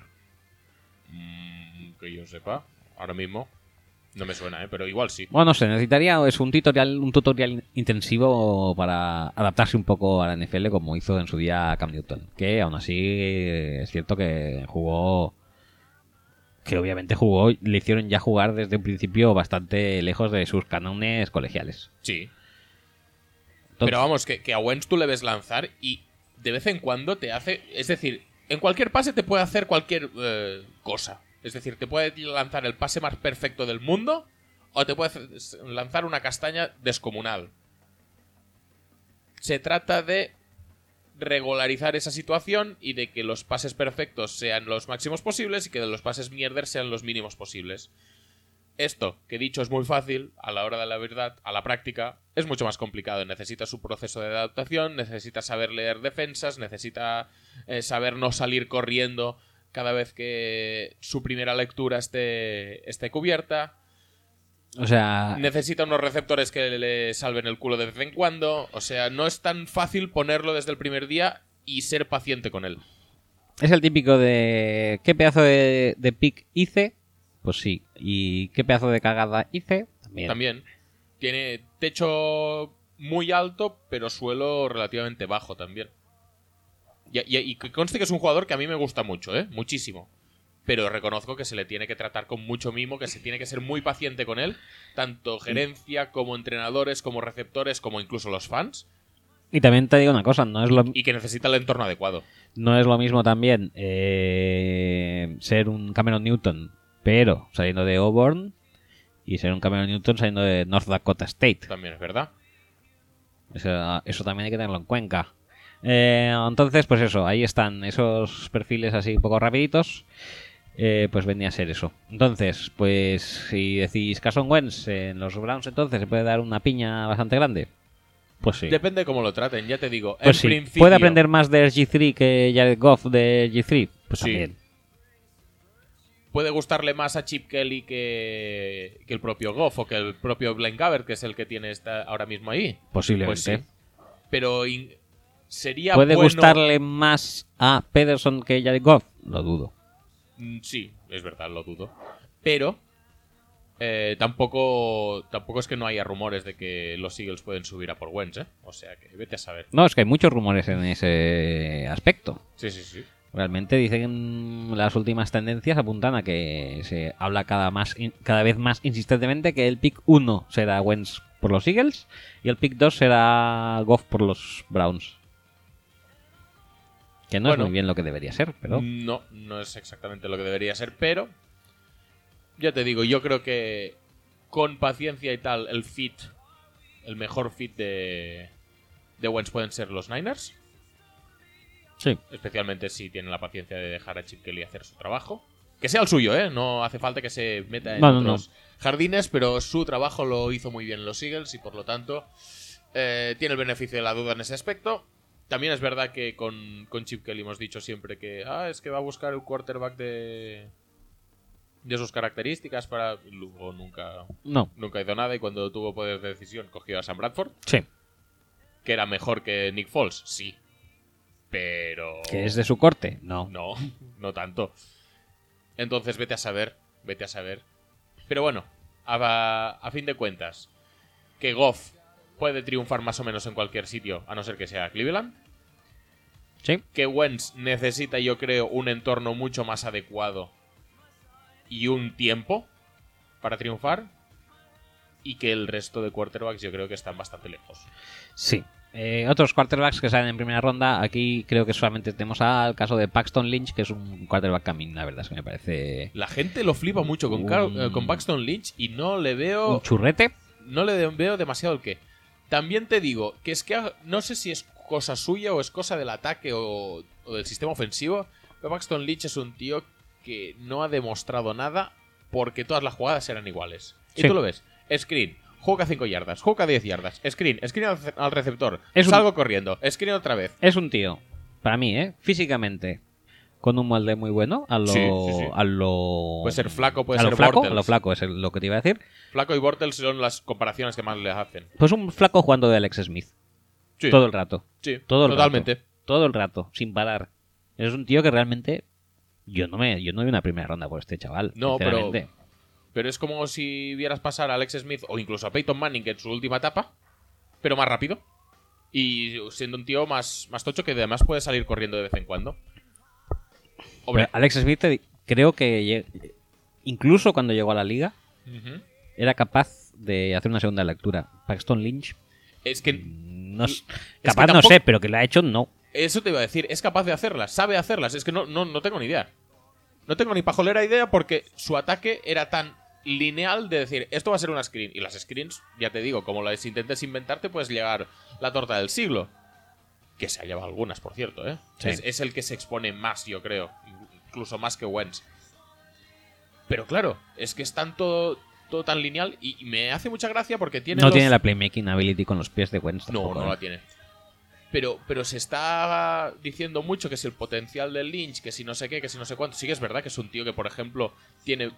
Que yo sepa, ahora mismo. No me suena, pero igual sí. Bueno, no sé, necesitaría un tutorial intensivo para adaptarse un poco a la NFL como hizo en su día Cam Newton. Que aún así es cierto que obviamente jugó, le hicieron ya jugar desde un principio bastante lejos de sus cánones colegiales. Sí. Entonces, Pero vamos, que a Wentz tú le ves lanzar y de vez en cuando te hace... Es decir, en cualquier pase te puede hacer cualquier cosa. Es decir, te puede lanzar el pase más perfecto del mundo o te puede lanzar una castaña descomunal. Se trata de regularizar esa situación y de que los pases perfectos sean los máximos posibles y que los pases mierder sean los mínimos posibles. Esto, que dicho es muy fácil, a la hora de la verdad, a la práctica, es mucho más complicado. Necesita su proceso de adaptación, necesita saber leer defensas, necesita saber no salir corriendo cada vez que su primera lectura esté cubierta. o sea, Necesita unos receptores que le salven el culo de vez en cuando. O sea, no es tan fácil ponerlo desde el primer día y ser paciente con él. es el típico de ¿qué pedazo de pick hice? Pues sí. ¿Y qué pedazo de cagada hice? También. Tiene techo muy alto, pero suelo relativamente bajo también. Y que conste que es un jugador que a mí me gusta mucho, muchísimo. Pero reconozco que se le tiene que tratar con mucho mimo, que se tiene que ser muy paciente con él, tanto gerencia como entrenadores, como receptores, como incluso los fans, Y también te digo una cosa, no es lo y que necesita el entorno adecuado. mismo también ser un Cameron Newton, pero saliendo de Auburn, y ser un Cameron Newton saliendo de North Dakota State. También es verdad. Eso también hay que tenerlo en cuenta. Entonces, pues eso, ahí están esos perfiles así un poco rapiditos. Pues venía a ser eso. Entonces, pues si decís Carson Wentz en los Browns, entonces se puede dar una piña bastante grande. Pues sí. Depende de cómo lo traten, ya te digo. Pues en sí. principio, ¿Puede aprender más de RG3 que Jared Goff de RG3? Pues Sí. también. puede gustarle más a Chip Kelly que el propio Goff o que el propio Blaine Gabbert, que es el que tiene ahora mismo ahí. Posiblemente. Pues sí. Pero sería ¿Puede bueno... gustarle más a Pederson que Jared Goff? Lo dudo. Sí, es verdad, lo dudo. Pero tampoco es que no haya rumores de que los Eagles pueden subir a por Wentz, ¿eh? O sea que vete a saber. No, es que hay muchos rumores en ese aspecto. Sí, sí, sí. Realmente dicen las últimas tendencias apuntan a que se habla cada vez más insistentemente que el pick 1 será Wentz por los Eagles y el pick 2 será Goff por los Browns. Que no Bueno, es muy bien lo que debería ser, pero... No es exactamente lo que debería ser, pero ya te digo, yo creo que con paciencia y tal, el mejor fit de Wentz pueden ser los Niners. Sí. Especialmente si tienen la paciencia de dejar a Chip Kelly hacer su trabajo. Que sea el suyo, ¿eh? No hace falta que se meta en otros jardines, pero su trabajo lo hizo muy bien los Eagles y por lo tanto tiene el beneficio de la duda en ese aspecto. También es verdad que con Chip Kelly hemos dicho siempre que es que va a buscar un quarterback de sus características para... Luego nunca hizo nada y cuando tuvo poder de decisión cogió a Sam Bradford. Sí. Que era mejor que Nick Foles, sí. Pero... ¿Que es de su corte? No. No tanto. Entonces vete a saber. Pero bueno, a fin de cuentas, que Goff puede triunfar más o menos en cualquier sitio, a no ser que sea Cleveland. Sí. Que Wentz necesita, yo creo, un entorno mucho más adecuado y un tiempo para triunfar. Y que el resto de quarterbacks yo creo que están bastante lejos. Sí. Otros quarterbacks que salen en primera ronda, aquí creo que solamente tenemos al caso de Paxton Lynch, que es un quarterback camino, la verdad es que me parece... La gente lo flipa mucho con Paxton Lynch y no le veo... ¿Un churrete? No le veo demasiado el qué. También te digo que es que no sé si es cosa suya o es cosa del ataque o del sistema ofensivo, pero Paxton Lynch es un tío que no ha demostrado nada porque todas las jugadas eran iguales. Y tú lo ves. Screen, juega 5 yardas, juega 10 yardas, screen al receptor, salgo corriendo, screen otra vez. Es un tío, para mí, físicamente, con un molde muy bueno, a lo... Sí. Puede ser flaco, puede ser Bortles. A lo flaco es lo que te iba a decir. Flaco y Bortles son las comparaciones que más le hacen. Pues un flaco jugando de Alex Smith. Sí. Todo el rato. Sí, totalmente. Rato. Todo el rato, sin parar. Es un tío que realmente... Yo no doy una primera ronda por este chaval. No, pero es como si vieras pasar a Alex Smith o incluso a Peyton Manning en su última etapa, pero más rápido. Y siendo un tío más tocho que además puede salir corriendo de vez en cuando. Hombre, Alex Smith creo que incluso cuando llegó a la liga era capaz de hacer una segunda lectura. Paxton Lynch es que capaz no sé, pero que lo ha hecho no. Eso te iba a decir, es capaz de hacerlas, sabe hacerlas, es que no tengo ni idea. No tengo ni pajolera idea porque su ataque era tan lineal de decir, esto va a ser una screen. Y las screens, ya te digo, como las intentes inventarte, puedes llegar la torta del siglo. Que se ha llevado algunas, por cierto, ¿eh? Sí. Es el que se expone más, yo creo. Incluso más que Wentz. Pero claro, es que es todo tan lineal y me hace mucha gracia porque tiene... No tiene la playmaking ability con los pies de Wentz. No la tiene. Pero se está diciendo mucho que si el potencial del Lynch, que si no sé qué, que si no sé cuánto. Sí que es verdad que es un tío que, por ejemplo, tiene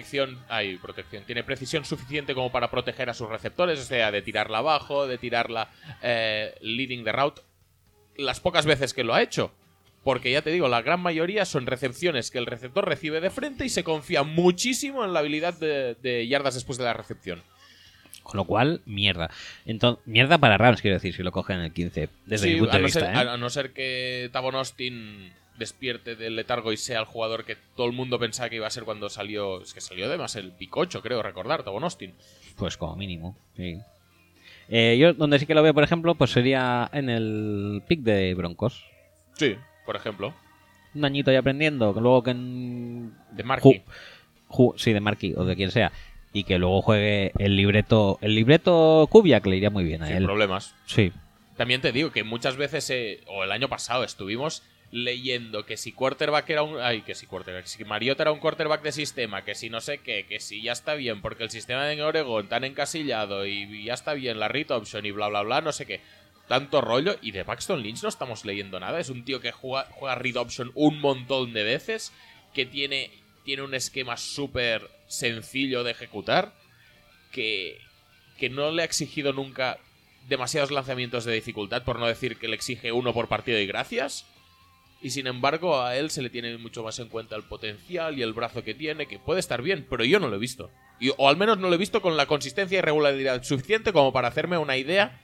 tiene precisión suficiente como para proteger a sus receptores, o sea, de tirarla abajo, de tirarla leading the route. Las pocas veces que lo ha hecho. Porque ya te digo, la gran mayoría son recepciones que el receptor recibe de frente y se confía muchísimo en la habilidad de yardas después de la recepción. Con lo cual, mierda. Entonces, mierda para Rams, quiero decir, si lo cogen en el 15. Desde mi punto de vista. A no ser que Tavon Austin despierte del letargo y sea el jugador que todo el mundo pensaba que iba a ser cuando salió. Es que salió además el pick 8, creo recordar, Tavon Austin. Pues como mínimo, sí. Yo donde sí que lo veo, por ejemplo, pues sería en el pick de Broncos. Sí, por ejemplo. Un añito ya aprendiendo, que luego que de Marquis. Sí, de Marquis o de quien sea. Y que luego juegue el libreto Kubiak, le iría muy bien a él. Sin problemas. Sí. También te digo que muchas veces, o el año pasado, estuvimos leyendo que si quarterback era si Mariota era un quarterback de sistema, que si no sé qué, que si ya está bien, porque el sistema de Oregón tan encasillado y ya está bien la read option y bla bla bla, no sé qué. Tanto rollo, y de Paxton Lynch no estamos leyendo nada. Es un tío que juega read option un montón de veces, que tiene un esquema súper sencillo de ejecutar, que no le ha exigido nunca demasiados lanzamientos de dificultad, por no decir que le exige uno por partido y gracias. Y sin embargo a él se le tiene mucho más en cuenta el potencial y el brazo que tiene, que puede estar bien, pero yo no lo he visto. O al menos no lo he visto con la consistencia y regularidad suficiente como para hacerme una idea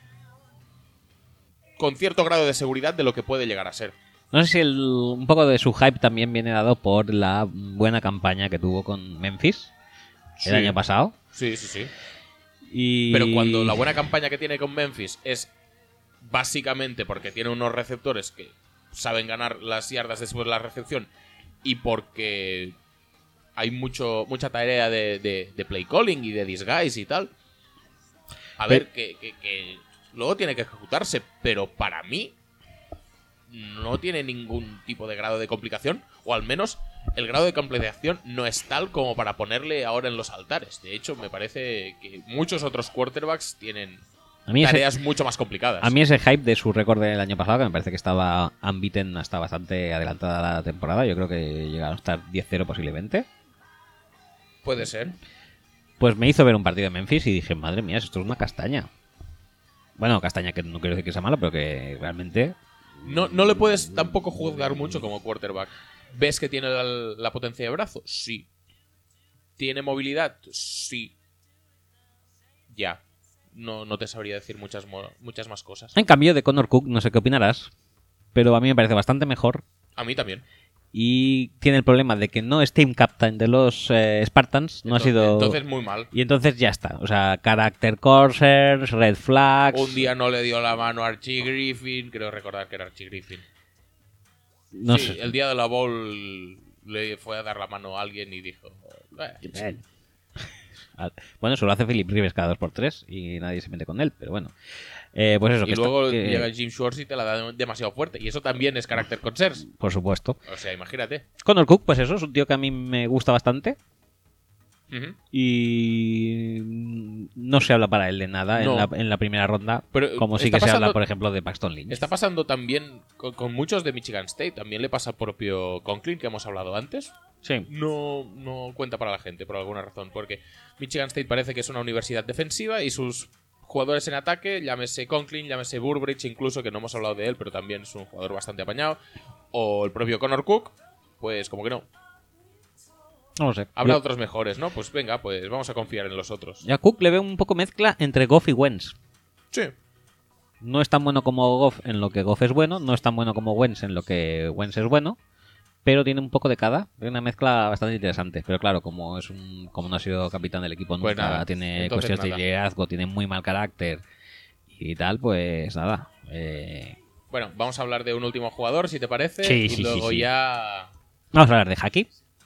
con cierto grado de seguridad de lo que puede llegar a ser. No sé si un poco de su hype también viene dado por la buena campaña que tuvo con Memphis el año pasado. Sí. Pero cuando la buena campaña que tiene con Memphis es básicamente porque tiene unos receptores que saben ganar las yardas después de la recepción y porque hay mucha tarea de play calling y de disguise y tal. A Pero- ver, que luego tiene que ejecutarse, pero para mí no tiene ningún tipo de grado de complicación, o al menos el grado de complicación no es tal como para ponerle ahora en los altares. De hecho, me parece que muchos otros quarterbacks tienen A mí, tareas mucho más complicadas. a mí ese hype de su récord del año pasado, que me parece que estaba unbeaten hasta bastante adelantada la temporada, yo creo que llegaron a estar 10-0 posiblemente, Puede ser. pues me hizo ver un partido de Memphis y dije, madre mía, esto es una castaña. Bueno, castaña que no quiero decir que sea malo, pero que realmente... No le puedes tampoco juzgar mucho como quarterback. ¿Ves que tiene la potencia de brazo? Sí. ¿Tiene movilidad? Sí. Ya. No te sabría decir muchas más cosas. En cambio, de Connor Cook, no sé qué opinarás, pero a mí me parece bastante mejor. A mí también. Y tiene el problema de que no es team captain de los Spartans, no ha sido... Entonces muy mal. Y entonces ya está. O sea, character coursers, red flags... Un día no le dio la mano a Archie Griffin. Creo recordar que era Archie Griffin. No Sí, sé. el día de la bowl le fue a dar la mano a alguien y dijo... Bien. Bueno, eso lo hace Philip Rivers cada 2x3 y nadie se mete con él, pero bueno. Pues eso, Y que luego está- que- llega Jim Schwartz y te la da demasiado fuerte. Y eso también es character concerns. por supuesto. O sea, imagínate. Connor Cook, pues eso, es un tío que a mí me gusta bastante Ujú. y no se habla para él de nada No. en la primera ronda, Pero, como sí está que se habla, pasando- por ejemplo, de Paxton Lynch. Está pasando también con muchos de Michigan State. También le pasa al propio Conklin, que hemos hablado antes. Sí. No cuenta para la gente, por alguna razón. Porque Michigan State parece que es una universidad defensiva y sus jugadores en ataque, llámese Conklin, llámese Burbridge, incluso, que no hemos hablado de él, pero también es un jugador bastante apañado. O el propio Connor Cook, pues como que no. No lo sé. Habrá Yo- otros mejores, ¿no? Pues venga, pues vamos a confiar en los otros. Y a Cook le veo un poco mezcla entre Goff y Wentz. Sí. No es tan bueno como Goff en lo que Goff es bueno, no es tan bueno como Wentz en lo que Wentz es bueno, pero tiene un poco de cada, tiene una mezcla bastante interesante. Pero claro, como no ha sido capitán del equipo Pues nunca, nada, tiene entonces cuestiones de nada. liderazgo, tiene muy mal carácter y tal, pues nada. Bueno, vamos a hablar de un último jugador, si te parece. Sí, y sí, luego sí. ya... Vamos a hablar de Haki.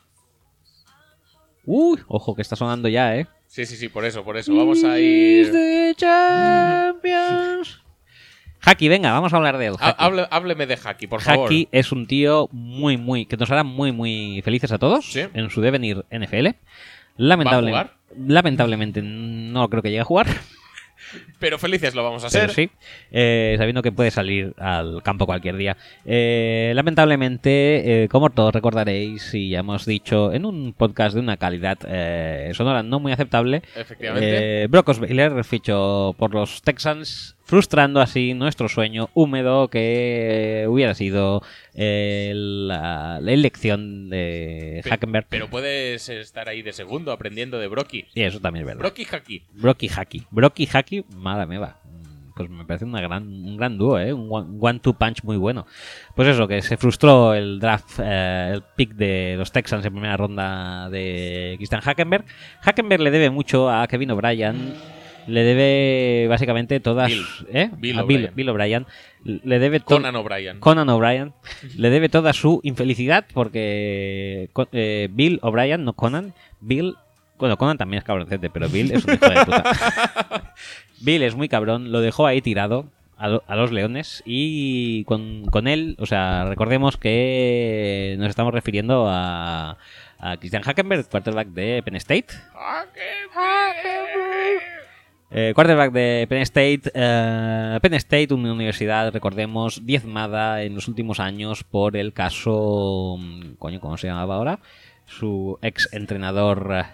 Uy, ojo que está sonando ya, ¿eh? Sí, por eso. Vamos a ir... The champions. Haki, venga, vamos a hablar de él. Haki. Hábleme de Haki, por favor. Haki es un tío que nos hará muy felices a todos Sí. en su devenir NFL. ¿Va a jugar? Lamentablemente no creo que llegue a jugar, Pero felices lo vamos a pero ser. sí, sabiendo que puede salir al campo cualquier día. Lamentablemente, como todos recordaréis y ya hemos dicho en un podcast de una calidad sonora no muy aceptable, Efectivamente. Brock Osweiler fichó por los Texans, frustrando así nuestro sueño húmedo que hubiera sido la elección de Hackenberg. Pero puedes estar ahí de segundo aprendiendo de Brocky. Y eso también es verdad. Brocky Haki. Brocky Haki, madre mía. Pues me parece un gran dúo, ¿eh? Un one-two punch muy bueno. Pues eso, que se frustró el draft, el pick de los Texans en primera ronda de Christian Hackenberg. Hackenberg le debe mucho a Kevin O'Brien. Le debe básicamente todas... Bill a O'Brien. Bill O'Brien. Le debe Conan O'Brien. Conan O'Brien le debe toda su infelicidad porque Bill O'Brien, no Conan, Bill... Bueno, Conan también es cabroncete, pero Bill es un hijo de puta. Bill es muy cabrón, lo dejó ahí tirado a los Leones y con él, o sea, recordemos que nos estamos refiriendo a Christian Hackenberg, quarterback de Penn State. Quarterback de Penn State. Penn State, una universidad, recordemos, diezmada en los últimos años por el caso... Coño, ¿cómo se llamaba ahora? Su ex entrenador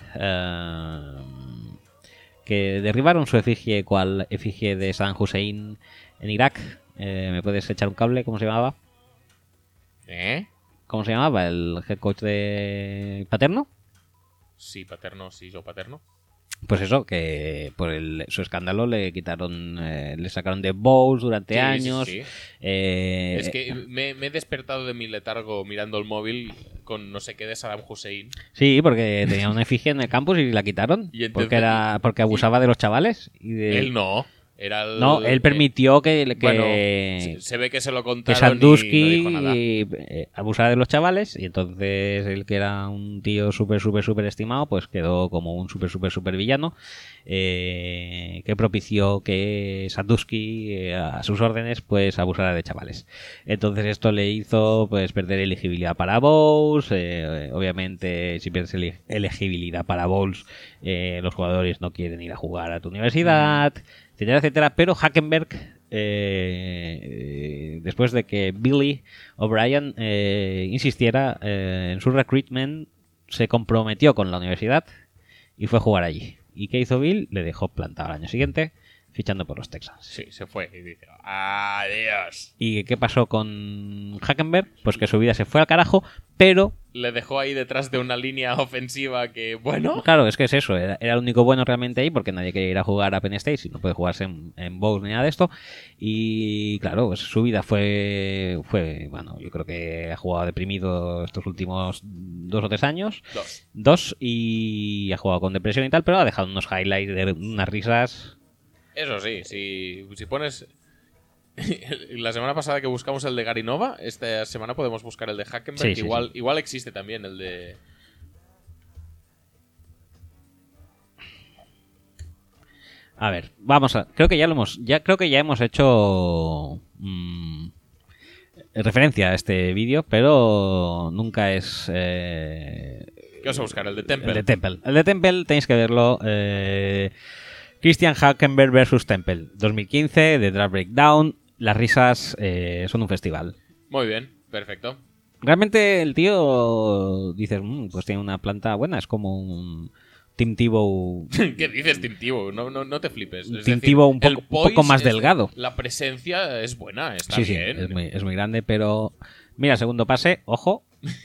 que derribaron su efigie, cual efigie de Saddam Hussein en Irak. ¿Me puedes echar un cable? ¿Cómo se llamaba? ¿Cómo se llamaba? ¿El head coach de Paterno? Sí, Paterno, sí, yo Paterno. Pues eso, que por su escándalo le quitaron, le sacaron de bowls durante Sí, años. sí. Eh, Es que me he despertado de mi letargo mirando el móvil con no sé qué de Saddam Hussein. Sí, porque tenía una efigie en el campus y la quitaron. Y entonces- porque abusaba de los chavales. Él no. Era No, él permitió que bueno, se ve que se lo que contaron Sandusky y no dijo nada. abusara de los chavales, y entonces él, que era un tío súper estimado, pues quedó como un súper villano, que propició que Sandusky, a sus órdenes, pues abusara de chavales. Entonces esto le hizo pues perder elegibilidad para Bowls. Obviamente, si pierdes elegibilidad para Bowls, los jugadores no quieren ir a jugar a tu universidad, etcétera. Pero Hackenberg, después de que Billy O'Brien insistiera en su recruitment, se comprometió con la universidad y fue a jugar allí. ¿Y qué hizo Bill? Le dejó plantado al año siguiente, fichando por los Texans. Sí, se fue y dice, adiós. ¿Y qué pasó con Hackenberg? Pues que su vida se fue al carajo, pero... Le dejó ahí detrás de una línea ofensiva que, bueno... Claro, es que es eso, era el único bueno realmente ahí, porque nadie quería ir a jugar a Penn State, si no puede jugarse en Bowls ni nada de esto. Y claro, pues su vida fue, bueno, yo creo que ha jugado deprimido estos últimos 2 o 3 años. Dos, y ha jugado con depresión y tal, pero ha dejado unos highlights de unas risas... Eso sí, si pones... La semana pasada que buscamos el de Gary Nova, esta semana podemos buscar el de Hackenberg, Sí, que igual existe también el de... A ver, vamos a... Creo que ya hemos hecho referencia a este vídeo, pero nunca es... ¿Qué vas a buscar? El de Temple. El de Temple tenéis que verlo. Christian Hackenberg versus Temple 2015, de Draft Breakdown. Las risas son un festival. Muy bien, perfecto. Realmente el tío, dices, pues tiene una planta buena, es como un Tim Tebow. ¿Qué dices, Tim Tebow? No te flipes. Es Tim decir, Tebow un el poco más poise delgado. La presencia es buena, está Sí, bien. es muy grande, pero... Mira, segundo pase, ojo.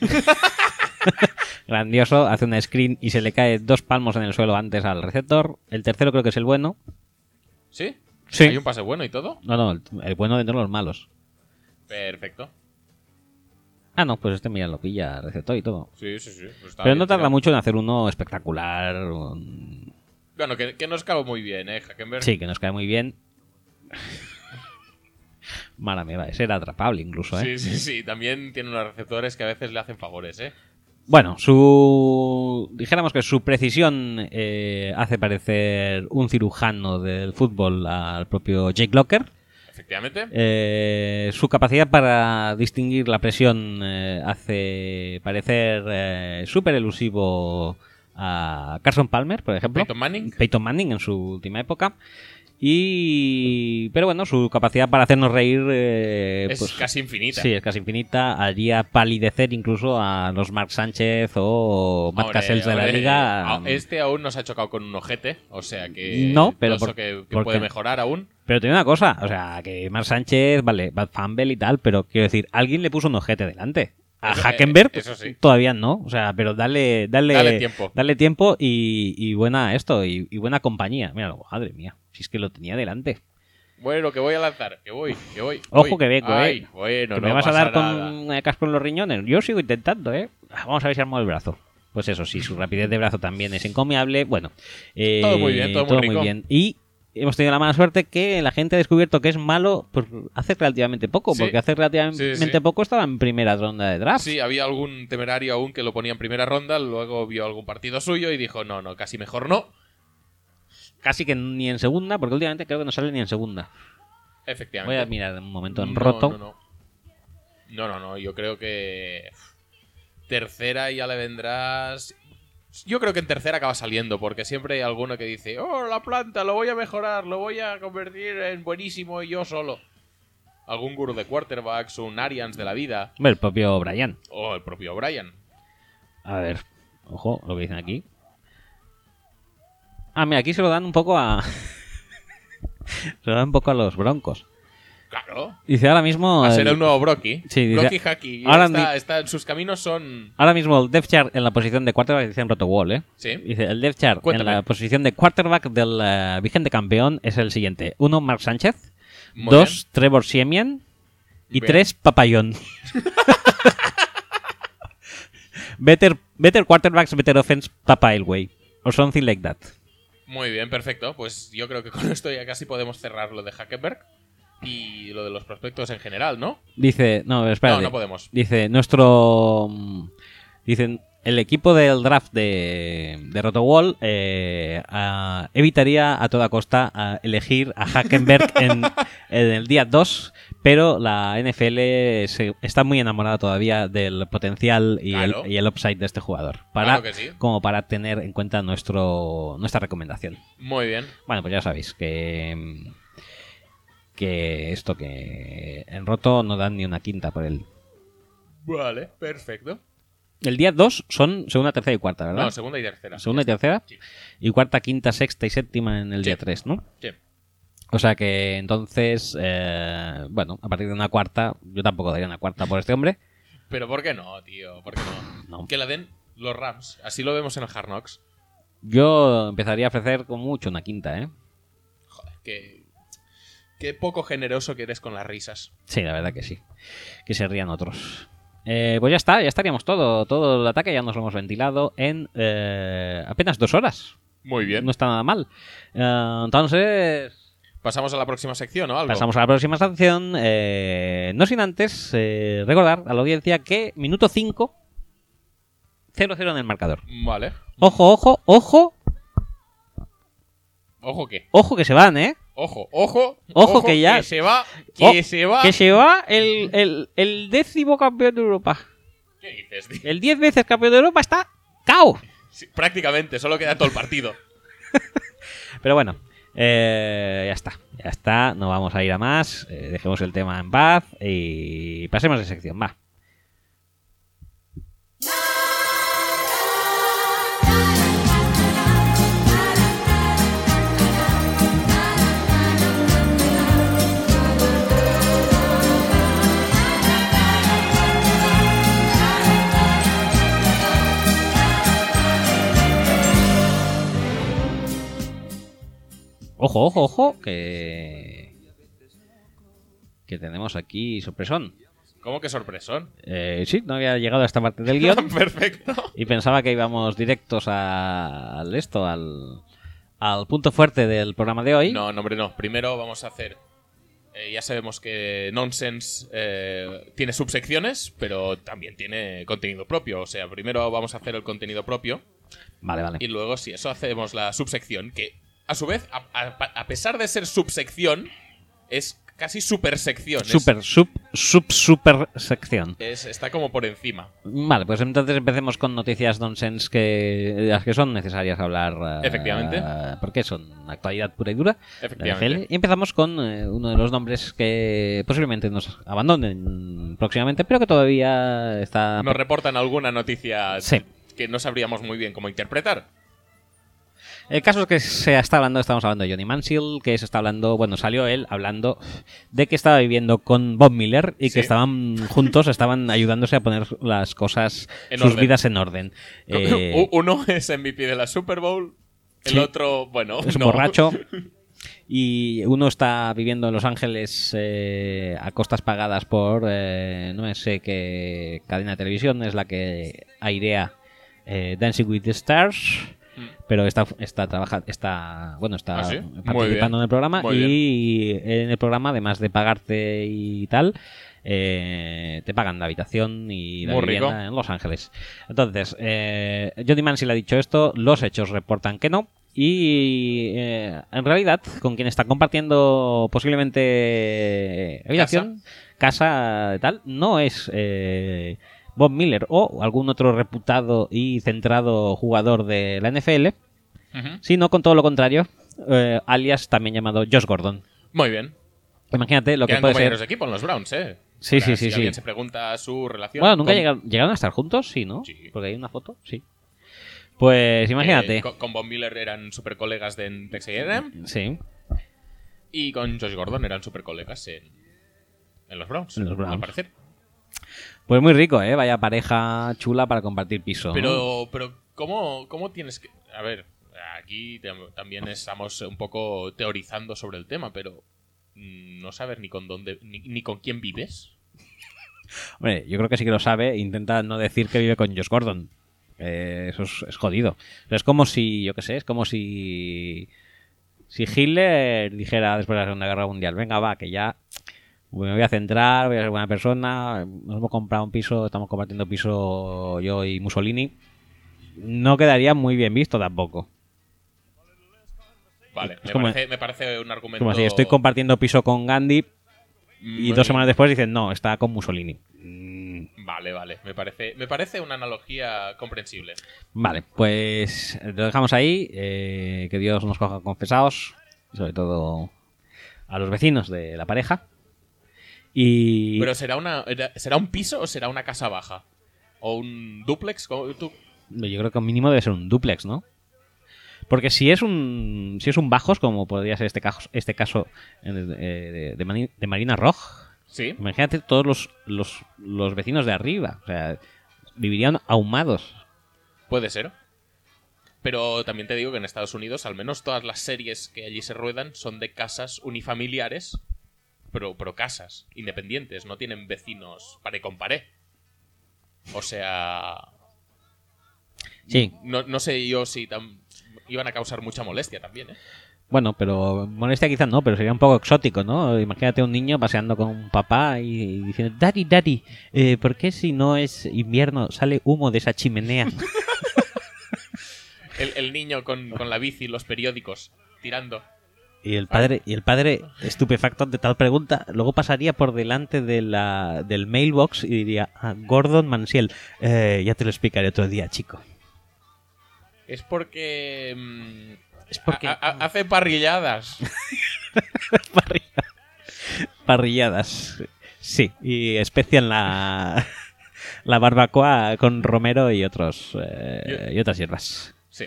Grandioso, hace una screen y se le cae 2 palmos en el suelo antes al receptor. El tercero creo que es el bueno. ¿Sí? Sí. ¿Hay un pase bueno y todo? No, el bueno dentro de los malos. Perfecto. Ah, no, pues este mira, lo pilla, receptor y todo. Sí. Pues está Pero bien, no tarda tío. mucho en hacer uno espectacular. Bueno, que nos cabe muy bien, Hackenberg. Sí, que nos cae muy bien. Mala me va, ese era atrapable incluso, ¿eh? Sí. También tiene unos receptores que a veces le hacen favores, ¿eh? Bueno, dijéramos que su precisión hace parecer un cirujano del fútbol al propio Jake Locker. Efectivamente. Su capacidad para distinguir la presión hace parecer súper elusivo a Carson Palmer, por ejemplo. Peyton Manning en su última época. Pero bueno, su capacidad para hacernos reír es pues, casi infinita. Sí, es casi infinita. Haría palidecer incluso a los Mark Sánchez o Matt Cassels de la liga. Este aún nos ha chocado con un ojete, o sea que no, pero eso que puede mejorar aún. Pero tiene una cosa, o sea, que Mark Sánchez, vale, Bad Fumble y tal, pero quiero decir, alguien le puso un ojete delante. A Hackenberg eso sí. Todavía no, o sea, pero dale tiempo. Dale tiempo y buena y buena compañía. Mira, madre mía, si es que lo tenía delante. Bueno, que voy a lanzar, que voy. Ojo que vengo, Ay, bueno, que no me vas a dar nada. con casco en los riñones. Yo sigo intentando, Vamos a ver si armo el brazo. Pues eso sí, su rapidez de brazo también es encomiable. Bueno, todo muy bien, todo muy rico. bien. Y hemos tenido la mala suerte que la gente ha descubierto que es malo pues hace relativamente poco, porque hace relativamente poco estaba en primera ronda de draft. Sí, había algún temerario aún que lo ponía en primera ronda, luego vio algún partido suyo y dijo, no, casi mejor no. Casi que ni en segunda, porque últimamente creo que no sale ni en segunda. Efectivamente. Voy a mirar un momento en roto. No, yo creo que tercera ya le vendrás... Yo creo que en tercera acaba saliendo, porque siempre hay alguno que dice, la planta, lo voy a mejorar, lo voy a convertir en buenísimo y yo solo. Algún gurú de quarterbacks, un Arians de la vida. El propio Brian. O el propio Brian. A ver, ojo, lo que dicen aquí. Mira, aquí se lo dan un poco a... se lo dan un poco a los Broncos. Claro. Dice ahora mismo... Va a ser el nuevo Brocky. Sí, dice... Brocky Hackey. Está en sus caminos son... Ahora mismo el depth chart en la posición de quarterback, dice en Rotowall, ¿eh? Sí. Dice, el depth chart Cuéntame. en la posición de quarterback del vigente campeón es el siguiente. 1, Mark Sánchez. Muy 2, bien. Trevor Siemian. Y Bien. 3, Papayón. better quarterbacks, better offense, Papa Elway. Or something like that. Muy bien, perfecto. Pues yo creo que con esto ya casi podemos cerrar lo de Hackenberg y lo de los prospectos en general, ¿no? Dice, no, espérate. No podemos. Dice, dicen, el equipo del draft de Rotowall evitaría a toda costa elegir a Hackenberg en el día 2, pero la NFL está muy enamorada todavía del potencial y, Claro. el upside de este jugador. Claro que sí. Como para tener en cuenta nuestra recomendación. Muy bien. Bueno, pues ya sabéis que en Roto no dan ni una quinta por él. Vale, perfecto. El día 2 son segunda, tercera y cuarta, ¿verdad? No, segunda y tercera. Segunda y tercera. Sí. Y cuarta, quinta, sexta y séptima en el día 3, ¿no? Sí. O sea que entonces, bueno, a partir de una cuarta, yo tampoco daría una cuarta por este hombre. Pero ¿por qué no, tío? ¿Por qué no? No. Que la den los Rams. Así lo vemos en el Hard Knocks. Yo empezaría a ofrecer con mucho una quinta, ¿eh? Joder, qué poco generoso que eres con las risas. Sí, la verdad que sí. Que se rían otros. Pues ya está, ya estaríamos todo el ataque, ya nos lo hemos ventilado en apenas 2 horas. Muy bien. No está nada mal. Entonces, Pasamos a la próxima sección, ¿o algo? pasamos a la próxima sección. No sin antes recordar a la audiencia que minuto 5, 0-0 en el marcador. Vale. Ojo, ojo, ojo. ¿Ojo qué? Ojo que se van, ¿eh? Ojo que ya- Que se va. Oh, Que se va. Que se va el 10º campeón de Europa. ¿Qué dices, tío? El 10 veces campeón de Europa está cao. Sí, prácticamente, solo queda todo el partido. Pero bueno, ya está, no vamos a ir a más, dejemos el tema en paz y pasemos de sección, va. Ojo, ojo, ojo, que tenemos aquí sorpresón. ¿Cómo que sorpresón? Sí, no había llegado a esta parte del guión Perfecto. y pensaba que íbamos directos al punto fuerte del programa de hoy. No, hombre, no. Primero vamos a hacer... ya sabemos que Nonsense tiene subsecciones, pero también tiene contenido propio. O sea, primero vamos a hacer el contenido propio Vale, vale. y luego, si eso, hacemos la subsección, que a su vez, a pesar de ser subsección, es casi supersección. Super sección. Está como por encima. Vale, pues entonces empecemos con noticias nonsense las que son necesarias hablar. Efectivamente. Porque son actualidad pura y dura. Efectivamente. La NFL. Y empezamos con uno de los nombres que posiblemente nos abandonen próximamente, pero que todavía está... Nos reportan alguna noticia Sí. que no sabríamos muy bien cómo interpretar. El caso es que estamos hablando de Johnny Manziel, que se está hablando, bueno, salió él hablando de que estaba viviendo con Bob Miller y Sí. que estaban juntos, estaban ayudándose a poner las cosas, En sus orden. vidas en orden. Uno es MVP de la Super Bowl, el Sí. otro, bueno, Es un no. borracho. Y uno está viviendo en Los Ángeles a costas pagadas por no sé qué cadena de televisión es la que airea Dancing with the Stars, pero está ¿Ah, sí? Muy participando bien. en el programa Muy y en el programa, además de pagarte y tal, te pagan la habitación y la Muy vivienda rico. en Los Ángeles. Entonces, Johnny Manziel ha dicho esto, los hechos reportan que no. Y en realidad, con quien está compartiendo posiblemente habitación, casa y tal, no es Bob Miller o algún otro reputado y centrado jugador de la NFL, Ujú. sino con todo lo contrario, alias también llamado Josh Gordon. Muy bien. Imagínate lo que Quedan puede compañeros ser. de equipo en los Browns, ¿eh? Sí, Para sí, sí, si alguien sí. se pregunta su relación. Bueno, nunca con- llegaron a estar juntos, sí, ¿no? Sí. Porque hay una foto, sí. Pues imagínate. Con Von Miller eran super colegas en Texas A&M Sí. y con Josh Gordon eran super colegas en los Browns. En los Browns. Al parecer. Pues muy rico, ¿eh? Vaya pareja chula para compartir piso. Pero ¿cómo tienes que...? A ver, aquí también estamos un poco teorizando sobre el tema, pero no saber ni con dónde ni con quién vives. Hombre, yo creo que sí que lo sabe. Intenta no decir que vive con Josh Gordon. Eso es jodido. Es como si, yo qué sé, es como si Hitler dijera después de la Segunda Guerra Mundial, venga, va, que ya me voy a centrar, voy a ser buena persona, nos hemos comprado un piso, estamos compartiendo piso yo y Mussolini. No quedaría muy bien visto tampoco. Vale, me parece un argumento... Como si estoy compartiendo piso con Gandhi y 2 semanas después dicen, no, está con Mussolini. Vale, me parece una analogía comprensible. Vale, pues lo dejamos ahí. Que Dios nos coja confesados, sobre todo a los vecinos de la pareja. Y... ¿Pero será un piso o será una casa baja? ¿O un dúplex? Yo creo que mínimo debe ser un dúplex, ¿no? Porque si es un bajos, como podría ser este caso de Marina Roj, ¿sí? Imagínate todos los vecinos de arriba. O sea, vivirían ahumados. Puede ser. Pero también te digo que en Estados Unidos, al menos todas las series que allí se ruedan son de casas unifamiliares, pero casas independientes, no tienen vecinos paré con paré. O sea... Sí. No sé yo si iban a causar mucha molestia también, ¿eh? Bueno, pero molestia quizás no, pero sería un poco exótico, ¿no? Imagínate un niño paseando con un papá y diciendo, Daddy, ¿por qué si no es invierno sale humo de esa chimenea? el niño con la bici y los periódicos tirando. Y el padre, estupefacto ante tal pregunta, luego pasaría por delante del mailbox y diría, Gordon Mansiel, ya te lo explicaré otro día, chico. Es porque hace parrilladas. Parrilladas. Sí, y especian la barbacoa con romero y otras hierbas. Sí.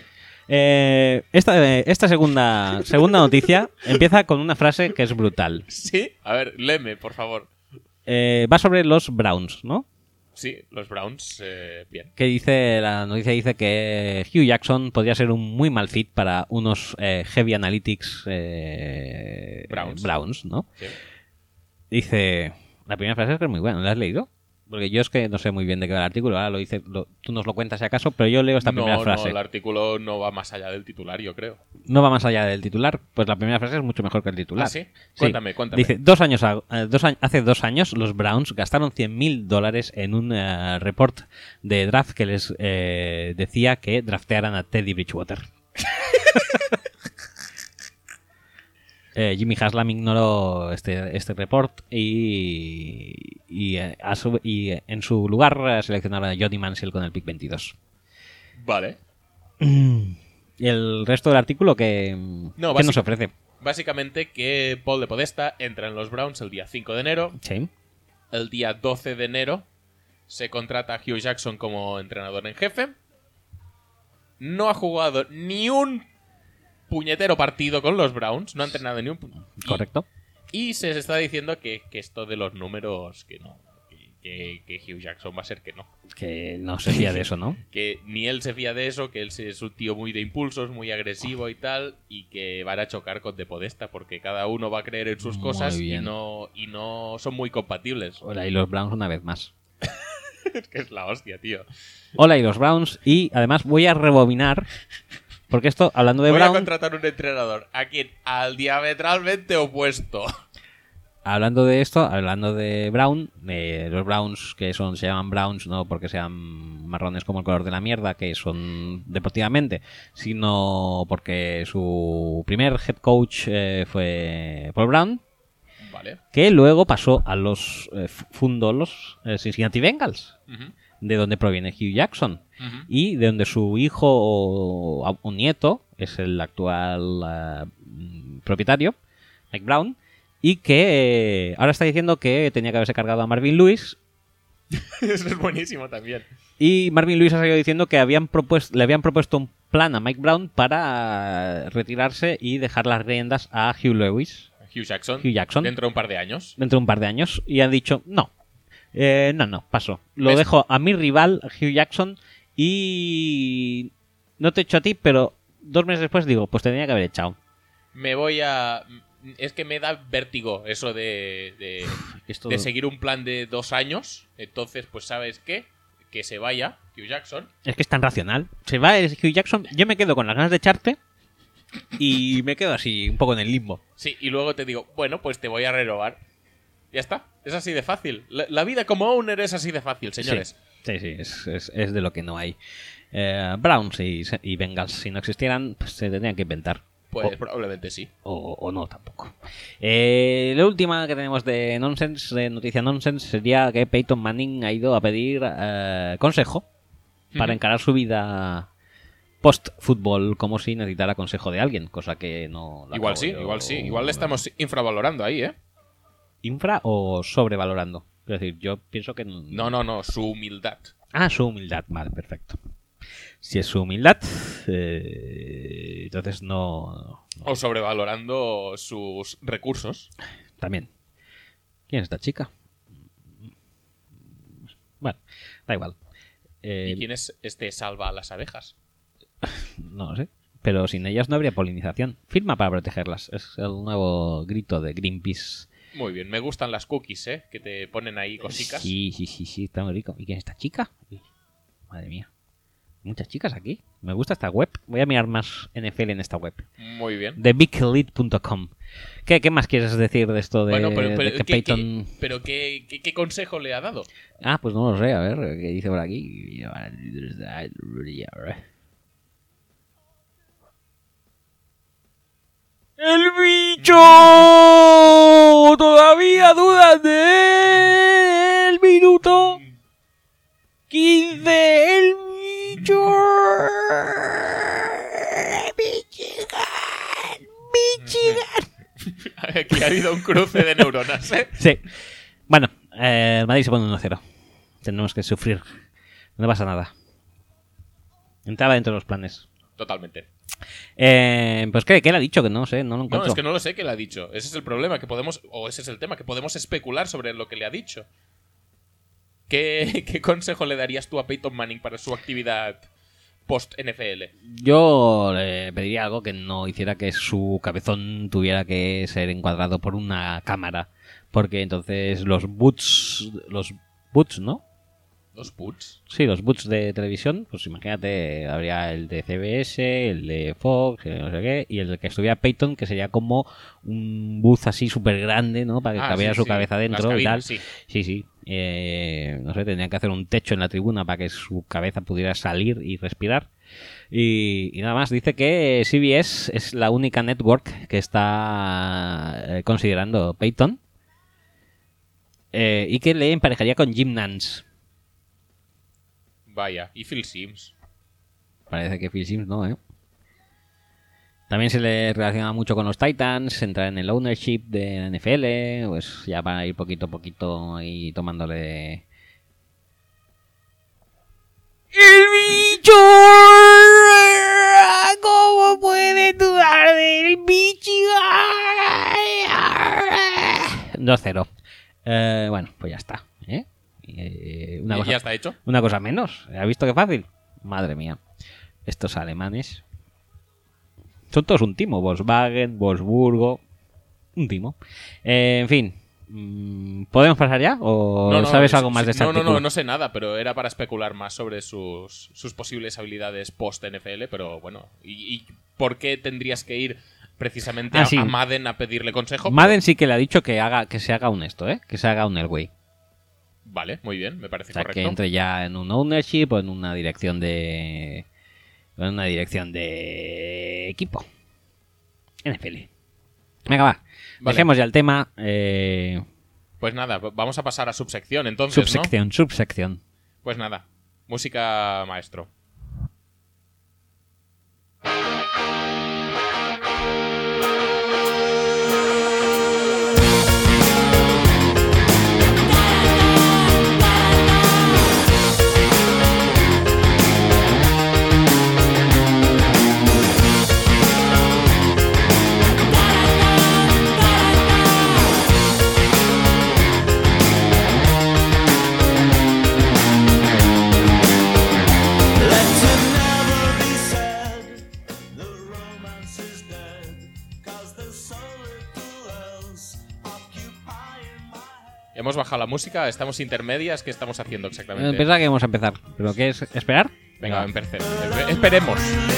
Esta segunda noticia empieza con una frase que es brutal. Sí, a ver, léeme, por favor. Va sobre los Browns, ¿no? Sí, los Browns, bien. La noticia dice que Hugh Jackson podría ser un muy mal fit para unos Heavy Analytics Browns, ¿no? Sí. Dice, la primera frase es que es muy buena, ¿la has leído? Porque yo es que no sé muy bien de qué va el artículo, ahora tú nos lo cuentas si acaso, pero yo leo esta primera frase. No, el artículo no va más allá del titular, yo creo. No va más allá del titular, pues la primera frase es mucho mejor que el titular. ¿Ah, sí? Cuéntame. Dice, hace 2 años los Browns gastaron $100,000 en un report de draft que les decía que draftearan a Teddy Bridgewater. Jimmy Haslam ignoró este report y en su lugar seleccionaron a Johnny Manziel con el pick 22. Vale. ¿Y el resto del artículo qué nos ofrece? Básicamente que Paul de Podesta entra en los Browns el día 5 de enero. Sí. El día 12 de enero se contrata a Hugh Jackson como entrenador en jefe. No ha jugado ni un puñetero partido con los Browns, no ha entrenado ni un Correcto. Y se está diciendo que esto de los números, que no, que Hugh Jackson va a ser que no. Que no se fía de eso, ¿no? Que ni él se fía de eso, que él es un tío muy de impulsos, muy agresivo y tal, y que van a chocar con De Podesta, porque cada uno va a creer en sus cosas y no son muy compatibles. Hola, y los Browns una vez más. Es que es la hostia, tío. Hola, y los Browns, y además voy a rebobinar... Porque esto, hablando de Brown... Voy a contratar un entrenador a quien al diametralmente opuesto. Hablando de Brown, los Browns que se llaman Browns no porque sean marrones como el color de la mierda, que son deportivamente, sino porque su primer head coach fue Paul Brown, vale, que luego pasó a fundó los Cincinnati Bengals. Uh-huh. De donde proviene Hugh Jackson, uh-huh, y de donde su hijo o nieto es el actual propietario, Mike Brown, y que ahora está diciendo que tenía que haberse cargado a Marvin Lewis. Eso es buenísimo también. Y Marvin Lewis ha salido diciendo que le habían propuesto un plan a Mike Brown para retirarse y dejar las riendas a Hugh Jackson Dentro de un par de años. Y han dicho, no, paso. Lo dejo a mi rival, Hugh Jackson, y no te echo a ti, pero 2 meses después digo, pues te tenía que haber echado. Es que me da vértigo eso de seguir un plan de 2 años. Entonces, pues ¿sabes qué? que se vaya Hugh Jackson. Es que es tan racional. Se va el Hugh Jackson, yo me quedo con las ganas de echarte y me quedo así, un poco en el limbo. Sí, y luego te digo, bueno, pues te voy a renovar. Ya está, es así de fácil. La vida como owner es así de fácil, señores. Sí, es de lo que no hay. Browns y Bengals, si no existieran, pues se tendrían que inventar. Pues probablemente sí. O no, tampoco. La última que tenemos de nonsense, de noticia nonsense, sería que Peyton Manning ha ido a pedir consejo para encarar su vida post-fútbol, como si necesitara consejo de alguien, cosa que no... Igual sí. Igual le estamos infravalorando ahí, ¿eh? ¿Infra o sobrevalorando? Es decir, yo pienso que... No, su humildad. Ah, su humildad, vale, perfecto. Si es su humildad, entonces no... O sobrevalorando sus recursos. También. ¿Quién es esta chica? Bueno, da igual. ¿Y quién es este salva a las abejas? No lo sé. Pero sin ellas no habría polinización. Firma para protegerlas. Es el nuevo grito de Greenpeace. Muy bien, me gustan las cookies, ¿eh? Que te ponen ahí cosicas. Sí, está muy rico. ¿Y quién es esta chica? Uy, madre mía. Muchas chicas aquí. Me gusta esta web. Voy a mirar más NFL en esta web. Muy bien. TheBigLead.com. ¿Qué más quieres decir de esto de, bueno, de que Peyton... ¿qué consejo le ha dado? Ah, pues no lo sé. A ver, ¿qué dice por aquí? ¡El bicho! ¿Todavía dudas de el minuto 15? ¡El bicho! ¡Michigan! Aquí ha habido un cruce de neuronas, ¿eh? Sí. Bueno, el Madrid se pone 1-0. Tenemos que sufrir. No pasa nada. Entraba dentro de los planes. Totalmente. Pues ¿qué le ha dicho? Que no sé, no lo encuentro. No, es que no lo sé qué le ha dicho. Ese es el problema, ese es el tema, que podemos especular sobre lo que le ha dicho. ¿Qué consejo le darías tú a Peyton Manning para su actividad post-NFL? Yo le pediría algo que no hiciera que su cabezón tuviera que ser encuadrado por una cámara. Porque entonces los boots, ¿no? ¿Los boots? Sí, los boots de televisión, pues imagínate, habría el de CBS, el de Fox, el de no sé qué, y el de que estuviera Peyton, que sería como un booth así súper grande, ¿no? Para que cabiera su cabeza dentro y tal. Sí. No sé, tendrían que hacer un techo en la tribuna para que su cabeza pudiera salir y respirar. Y nada más, dice que CBS es la única network que está considerando Peyton y que le emparejaría con Jim Nantz. Vaya, y Phil Simms. Parece que Phil Simms no, ¿eh? También se le relaciona mucho con los Titans, entrar en el ownership de la NFL, pues ya para ir poquito a poquito ahí tomándole... ¡El bicho! ¿Cómo puede dudar del bicho? 2-0. Bueno, pues ya está, ¿eh? ¿Ya está hecho? Una cosa menos. ¿Has visto qué fácil? Madre mía. Estos alemanes son todos un timo. Volkswagen, Wolfsburgo. Un timo. En fin. ¿Podemos pasar ya? ¿O sabes algo más de este artículo? No sé nada, pero era para especular más sobre sus posibles habilidades post-NFL. Pero bueno, ¿y por qué tendrías que ir precisamente a Madden a pedirle consejo? Madden sí que le ha dicho que se haga un esto, ¿eh? Que se haga un Elway. Vale, muy bien, me parece correcto. correcto. Que entre ya en un ownership o en una dirección de... equipo. NFL. Venga, va. Vale. Dejemos ya el tema. Pues nada, vamos a pasar a subsección entonces, Subsección. Pues nada, música maestro. Hemos bajado la música, estamos intermedias. ¿Qué estamos haciendo exactamente? Pensaba que íbamos a empezar. ¿Pero qué es? ¿Esperar? Venga, esperemos.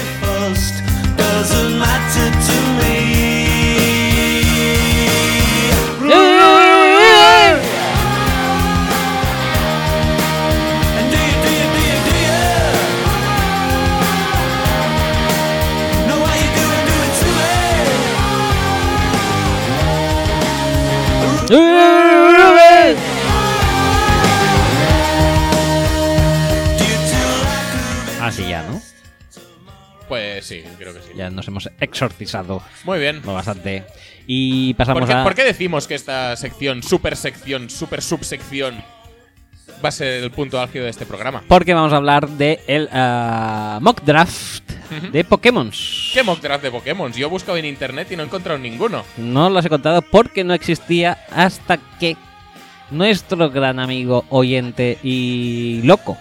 Así ya, ¿no? Pues sí, creo que sí. Ya nos hemos exorcizado Muy bien. bastante. Y pasamos a... ¿Por qué decimos que esta sección, super subsección, va a ser el punto álgido de este programa? Porque vamos a hablar de el mock draft de Pokémon. ¿Qué mock draft de Pokémon? Yo he buscado en internet y no he encontrado ninguno. No los he contado porque no existía hasta que nuestro gran amigo, oyente y loco,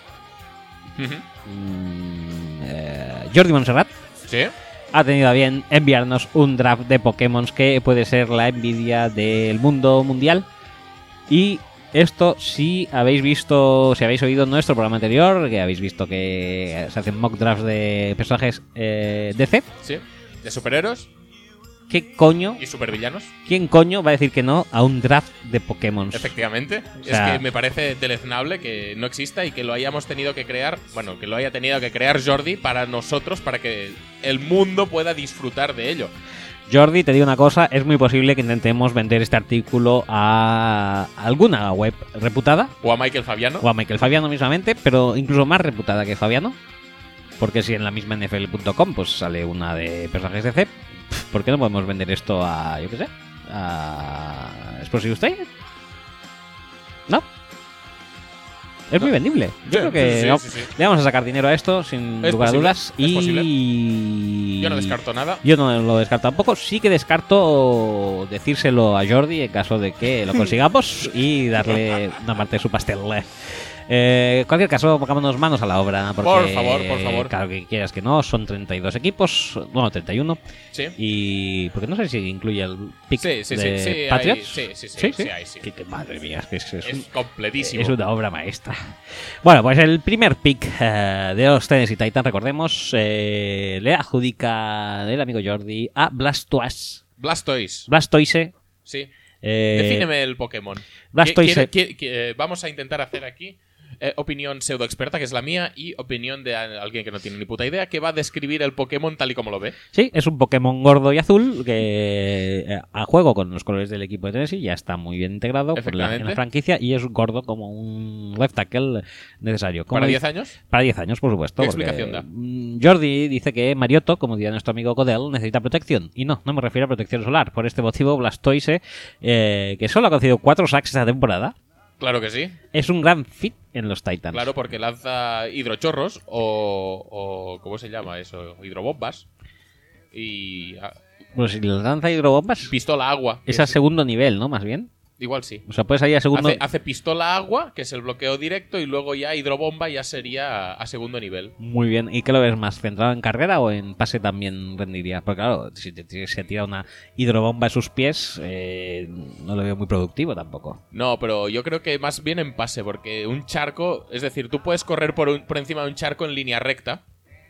Jordi Montserrat, ¿Sí? ha tenido a bien enviarnos un draft de Pokémon que puede ser la envidia del mundo mundial. Y esto, si habéis oído nuestro programa anterior, que habéis visto que se hacen mock drafts de personajes DC, ¿Sí? ¿De superhéroes ¿qué coño? y supervillanos? ¿Quién coño va a decir que no a un draft de Pokémon? Efectivamente. O sea, es que me parece deleznable que no exista y que lo hayamos tenido que crear, bueno, que lo haya tenido que crear Jordi para nosotros, para que el mundo pueda disfrutar de ello. Jordi, te digo una cosa, es muy posible que intentemos vender este artículo a alguna web reputada, O a Michael Fabiano. o a Michael Fabiano mismamente, pero incluso más reputada que Fabiano, porque si en la misma NFL.com pues sale una de personajes DC, ¿por qué no podemos vender esto a, yo qué sé, a Explosive State? ¿No? Es muy vendible. Yo creo que sí. le vamos a sacar dinero a esto, sin Es lugar a posible, dudas. es posible. Y Yo no descarto nada. Yo no lo descarto tampoco. Sí que descarto decírselo a Jordi en caso de que lo consigamos y darle una parte de su pastel. En cualquier caso, pongámonos manos a la obra. Porque, Por favor. Claro, que quieras que no, son 32 equipos, bueno, 31. Sí. Y porque no sé si incluye el pick Sí, de hay- Patriots. sí, hay, sí. Que madre mía, es Es completísimo. es una obra maestra. Bueno, pues el primer pick de los Tennessee Titans, recordemos, le adjudica el amigo Jordi a Blastoise. Blastoise. Sí. eh, Defíneme el Pokémon. Blastoise. Vamos a intentar hacer aquí opinión pseudo experta, que es la mía, y opinión de alguien que no tiene ni puta idea, que va a describir el Pokémon tal y como lo ve. Sí, es un Pokémon gordo y azul que a juego con los colores del equipo de Tennessee ya está muy bien integrado en la franquicia y es gordo como un left tackle necesario. ¿Para 10 años? Para 10 años, por supuesto. ¿Qué porque, explicación da? Jordi dice que Mariotto, como diría nuestro amigo Codell, necesita protección. Y no me refiero a protección solar. Por este motivo, Blastoise, que solo ha conseguido 4 sacks esta temporada, Claro que sí. es un gran fit en los Titans. Claro, porque lanza hidrochorros o ¿cómo se llama eso? Hidrobombas. Y Bueno, si le lanza hidrobombas, pistola agua. es a segundo nivel, ¿no? Más bien. Igual sí. O sea, puedes ir a segundo... Hace pistola agua, que es el bloqueo directo, y luego ya hidrobomba ya sería a segundo nivel. Muy bien. ¿Y qué lo ves más? ¿Centrado en carrera o en pase también rendiría? Porque claro, si se tira una hidrobomba a sus pies, no lo veo muy productivo tampoco. No, pero yo creo que más bien en pase, porque un charco, es decir, tú puedes correr por encima de un charco en línea recta,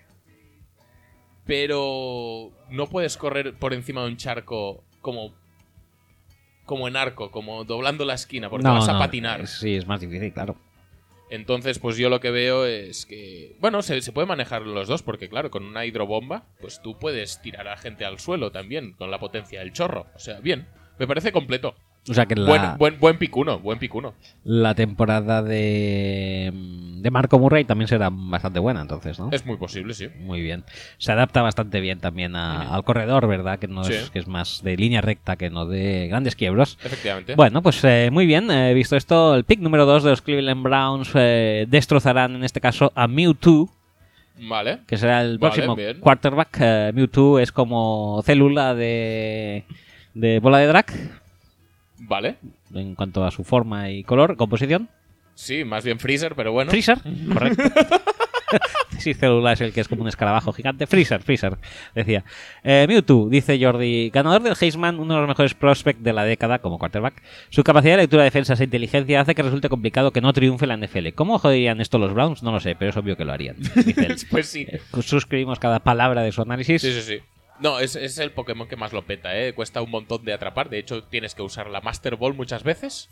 pero no puedes correr por encima de un charco como en arco, como doblando la esquina, porque vas a patinar. Sí, es más difícil, claro. Entonces, pues yo lo que veo es que... Bueno, se puede manejar los dos, porque claro, con una hidrobomba, pues tú puedes tirar a gente al suelo también, con la potencia del chorro. O sea, bien, me parece completo. O sea que Buen picuno. la temporada de Marco Murray también será bastante buena, entonces, ¿no? Es muy posible, sí. Muy bien. Se adapta bastante bien también al corredor, ¿verdad? Que no Sí. es más de línea recta que no de grandes quiebros. Efectivamente. Bueno, pues muy bien. Visto esto, el pick número 2 de los Cleveland Browns destrozarán en este caso a Mewtwo, Vale. que será el Vale, próximo bien. quarterback. Mewtwo es como célula de bola de drag Vale. en cuanto a su forma y color, composición. Sí, más bien Freezer, pero bueno. Freezer, correcto. prótesis celular es el que es como un escarabajo gigante. Freezer, decía. Mewtwo, dice Jordi, ganador del Heisman, uno de los mejores prospects de la década como quarterback. Su capacidad de lectura, defensas e inteligencia hace que resulte complicado que no triunfe la NFL. ¿Cómo joderían esto los Browns? No lo sé, pero es obvio que lo harían. Dice él. Pues sí. Suscribimos cada palabra de su análisis. Sí. No, es el Pokémon que más lo peta, ¿eh? Cuesta un montón de atrapar. De hecho, tienes que usar la Master Ball muchas veces.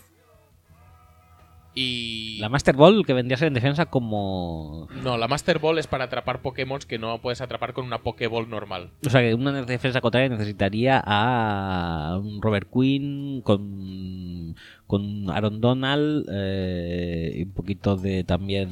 Y... La Master Ball que vendría a ser en defensa como... No, la Master Ball es para atrapar Pokémon que no puedes atrapar con una Pokéball normal. O sea, que una defensa contraria necesitaría a un Robert Quinn con Aaron Donald y un poquito de también...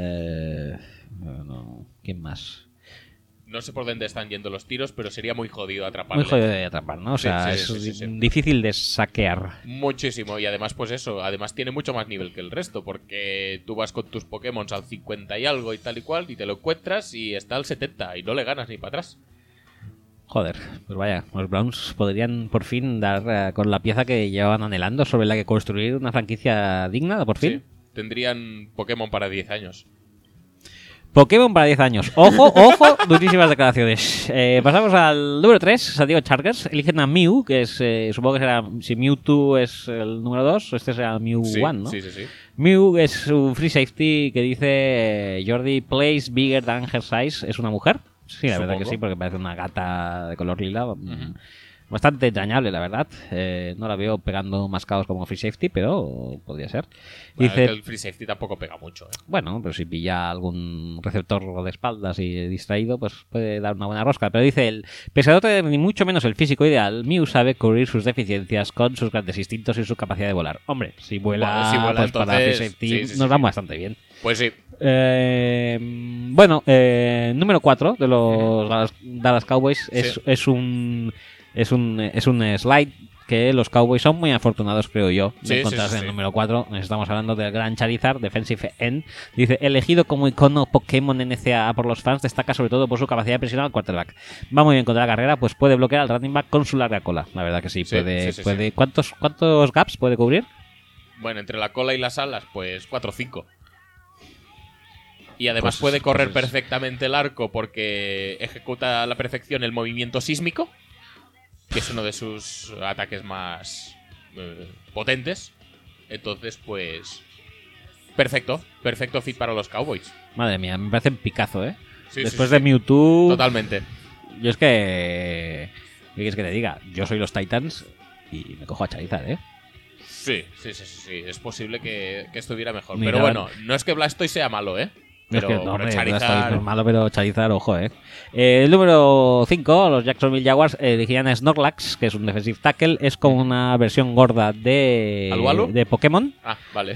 ¿quién más? No sé por dónde están yendo los tiros, pero sería muy jodido atraparle. Muy jodido de atrapar, ¿no? O sea, es difícil de saquear. Muchísimo. Y además, pues eso. Además tiene mucho más nivel que el resto. Porque tú vas con tus Pokémon al 50 y algo y tal y cual. Y te lo encuentras y está al 70. Y no le ganas ni para atrás. Joder, pues vaya. Los Browns podrían por fin dar con la pieza que llevaban anhelando sobre la que construir una franquicia digna, por fin. Sí. Tendrían Pokémon para 10 años. Pokémon para 10 años. Ojo, durísimas declaraciones. Pasamos al número 3, San Diego Chargers. Eligen a Mew, que es, supongo que será, si Mewtwo es el número 2, este será Mew 1, ¿no? Sí. Mew es un free safety que dice Jordi, plays bigger than her size. ¿Es una mujer? Sí, la verdad que sí, porque parece una gata de color lila. Bastante entrañable, la verdad. No la veo pegando mascados como free safety, pero podría ser. Bueno, dice, el free safety tampoco pega mucho. Bueno, pero si pilla algún receptor de espaldas y distraído, pues puede dar una buena rosca. Pero dice él, pese a no tener ni mucho menos el físico ideal, Mew sabe cubrir sus deficiencias con sus grandes instintos y su capacidad de volar. Hombre, si vuela, bueno, pues entonces, para free safety nos va bastante bien. Pues sí. Número 4 de los Dallas Cowboys es un slide que los Cowboys son muy afortunados, creo yo, de encontrarse en el número 4. Estamos hablando del gran Charizard, defensive end. Dice, elegido como icono Pokémon NCAA por los fans, destaca sobre todo por su capacidad de presionar al quarterback. Va muy bien contra la carrera, pues puede bloquear al running back con su larga cola. La verdad que sí, puede. ¿Cuántos gaps puede cubrir? Bueno, entre la cola y las alas, pues 4 o 5. Y además puede correr perfectamente el arco porque ejecuta a la perfección el movimiento sísmico, que es uno de sus ataques más potentes. Entonces, pues... Perfecto fit para los Cowboys. Madre mía, me parece un picazo, ¿eh? Sí, Después de Mewtwo... Totalmente. Yo es que... ¿Qué quieres que te diga? Yo soy los Titans y me cojo a Charizard, ¿eh? Sí. Es posible que estuviera mejor. Mira, pero bueno, no es que Blastoise sea malo, ¿eh? Pero, es que, no, hombre, Charizard... no es malo, pero Charizard, ojo, el número 5, los Jacksonville Jaguars, elegían a Snorlax, que es un defensive tackle. Es como una versión gorda de Pokémon. Ah, vale.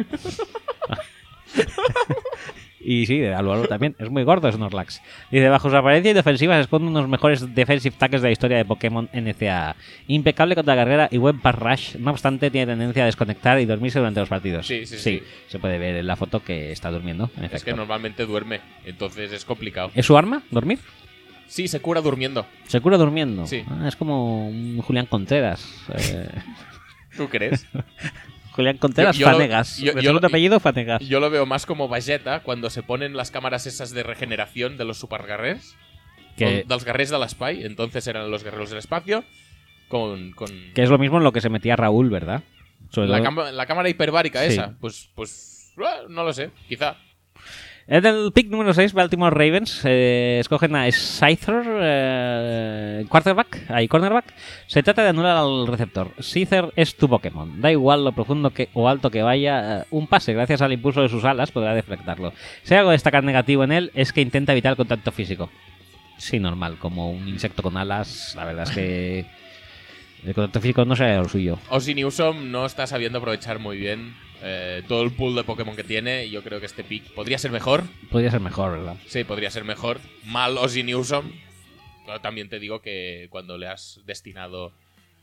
Y sí, de Alualo también. Es muy gordo Snorlax. Dice, bajo su apariencia y defensiva se esconde uno de los mejores defensive tackles de la historia de Pokémon NCAA. Impecable contra la carrera y buen pass rush. No obstante, tiene tendencia a desconectar y dormirse durante los partidos. Sí. Se puede ver en la foto que está durmiendo, en efecto. Es que normalmente duerme, entonces es complicado. ¿Es su arma, dormir? Sí, se cura durmiendo. ¿Se cura durmiendo? Sí. Es como un Julián Contreras. ¿Tú crees? Julián Contreras, Fanegas. De segundo apellido, Fanegas. Yo lo veo más como Vegeta cuando se ponen las cámaras esas de regeneración de los superguerrers. Dels guerrers de l'espai. Entonces eran los guerreros del espacio. Que es lo mismo en lo que se metía Raúl, ¿verdad? La cámara hiperbárica esa. Pues no lo sé. Quizá. En el pick número 6, Baltimore Ravens escogen a Scyther, cornerback. Se trata de anular al receptor. Scyther es tu Pokémon. Da igual lo profundo o alto que vaya, un pase, gracias al impulso de sus alas, podrá deflectarlo. Si hay algo a destacar negativo en él, es que intenta evitar el contacto físico. Sí, normal, como un insecto con alas, la verdad es que el contacto físico no sería lo suyo. Ozzy Newsome no está sabiendo aprovechar muy bien todo el pool de Pokémon que tiene. Y yo creo que este pick podría ser mejor. Podría ser mejor, ¿verdad? Sí, podría ser mejor. Mal Ozzy Newsome. Pero también te digo que cuando le has destinado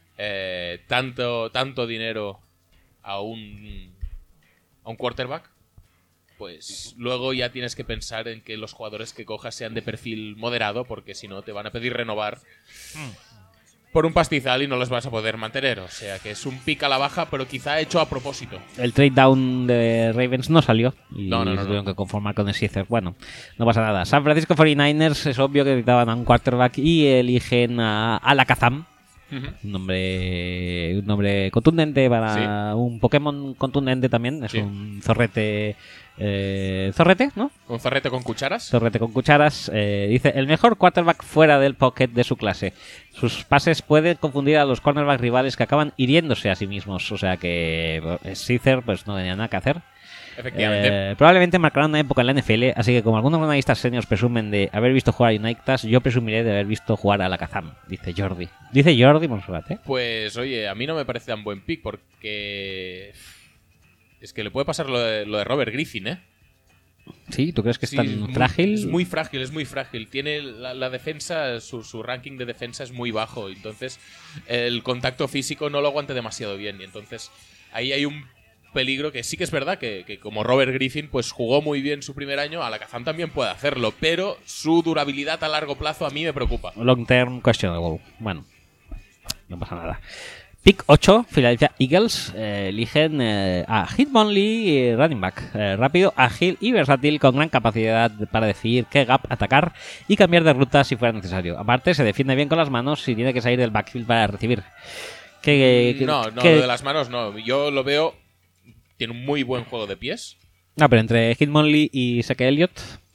tanto dinero a un quarterback, pues luego ya tienes que pensar en que los jugadores que cojas sean de perfil moderado, porque si no te van a pedir renovar. por un pastizal y no los vas a poder mantener. O sea que es un pick a la baja, pero quizá hecho a propósito. El trade down de Ravens no salió y No. se tuvieron que conformar con el Caesar. Bueno, no pasa nada. San Francisco 49ers es obvio que necesitaban a un quarterback y eligen a Alakazam. Un nombre contundente para un Pokémon contundente también. Es un zorrete. Zorrete, ¿no? Un zorrete con cucharas. Zorrete con cucharas. Dice: el mejor quarterback fuera del pocket de su clase. Sus pases pueden confundir a los cornerbacks rivales que acaban hiriéndose a sí mismos. O sea que Caesar pues no tenía nada que hacer. Efectivamente. Probablemente marcará una época en la NFL, así que como algunos analistas seniors presumen de haber visto jugar a Unitas, yo presumiré de haber visto jugar a la Kazam, dice Jordi. Dice Jordi Monserrat, ¿eh? Pues oye, a mí no me parece tan buen pick porque es que le puede pasar lo de Robert Griffin, ¿eh? Sí, ¿tú crees que es Sí, tan frágil? Es muy frágil. Tiene la defensa, su ranking de defensa es muy bajo, entonces el contacto físico no lo aguanta demasiado bien y entonces ahí hay un peligro que sí que es verdad que como Robert Griffin pues jugó muy bien su primer año, Alakazam también puede hacerlo, pero su durabilidad a largo plazo a mí me preocupa. Long term questionable. Bueno, no pasa nada. Pick 8, Philadelphia Eagles eligen a Hitmonlee, running back, rápido, ágil y versátil con gran capacidad para decidir qué gap atacar y cambiar de ruta si fuera necesario. Aparte se defiende bien con las manos si tiene que salir del backfield para recibir. No, lo de las manos no, yo lo veo. Tiene un muy buen juego de pies. No, pero entre Hitmonlee y Zeke Elliott.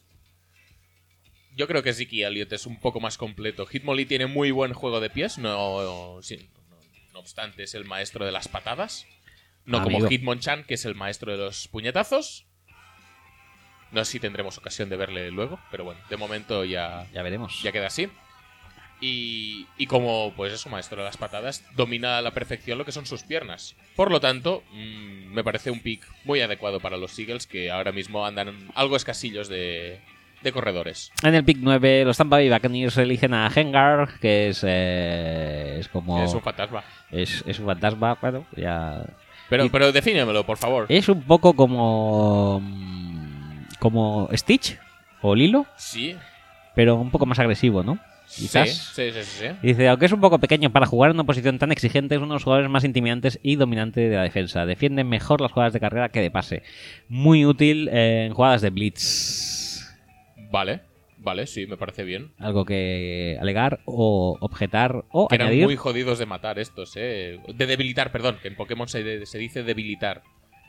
Yo creo que Zeke Elliott es un poco más completo. Hitmonlee tiene muy buen juego de pies. No obstante, es el maestro de las patadas. No como Hitmonchan, que es el maestro de los puñetazos. No sé si tendremos ocasión de verle luego, pero bueno, de momento ya veremos. Ya queda así. Y como, pues eso, maestro de las patadas, domina a la perfección lo que son sus piernas. Por lo tanto, me parece un pick muy adecuado para los Eagles, que ahora mismo andan algo escasillos de corredores. En el pick 9, los Tampa Bay Buccaneers eligen a Hengar, que es como... Es un fantasma. Es un fantasma, bueno, ya... Pero defínemelo, por favor. Es un poco como Stitch o Lilo. Sí. Pero un poco más agresivo, ¿no? Quizás. Sí. Dice, aunque es un poco pequeño para jugar en una posición tan exigente, es uno de los jugadores más intimidantes y dominantes de la defensa. Defiende mejor las jugadas de carrera que de pase. Muy útil en jugadas de blitz. Vale, sí, me parece bien. Algo que alegar o objetar o que añadir. Eran muy jodidos de matar estos, De debilitar, perdón, que en Pokémon se dice debilitar.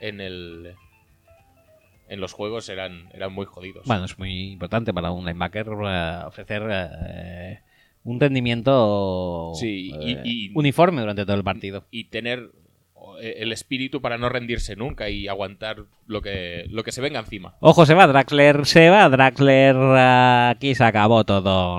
En los juegos eran muy jodidos. Bueno, es muy importante para un linebacker ofrecer un rendimiento uniforme durante todo el partido. Y tener el espíritu para no rendirse nunca y aguantar lo que se venga encima. Ojo, se va Draxler. Aquí se acabó todo.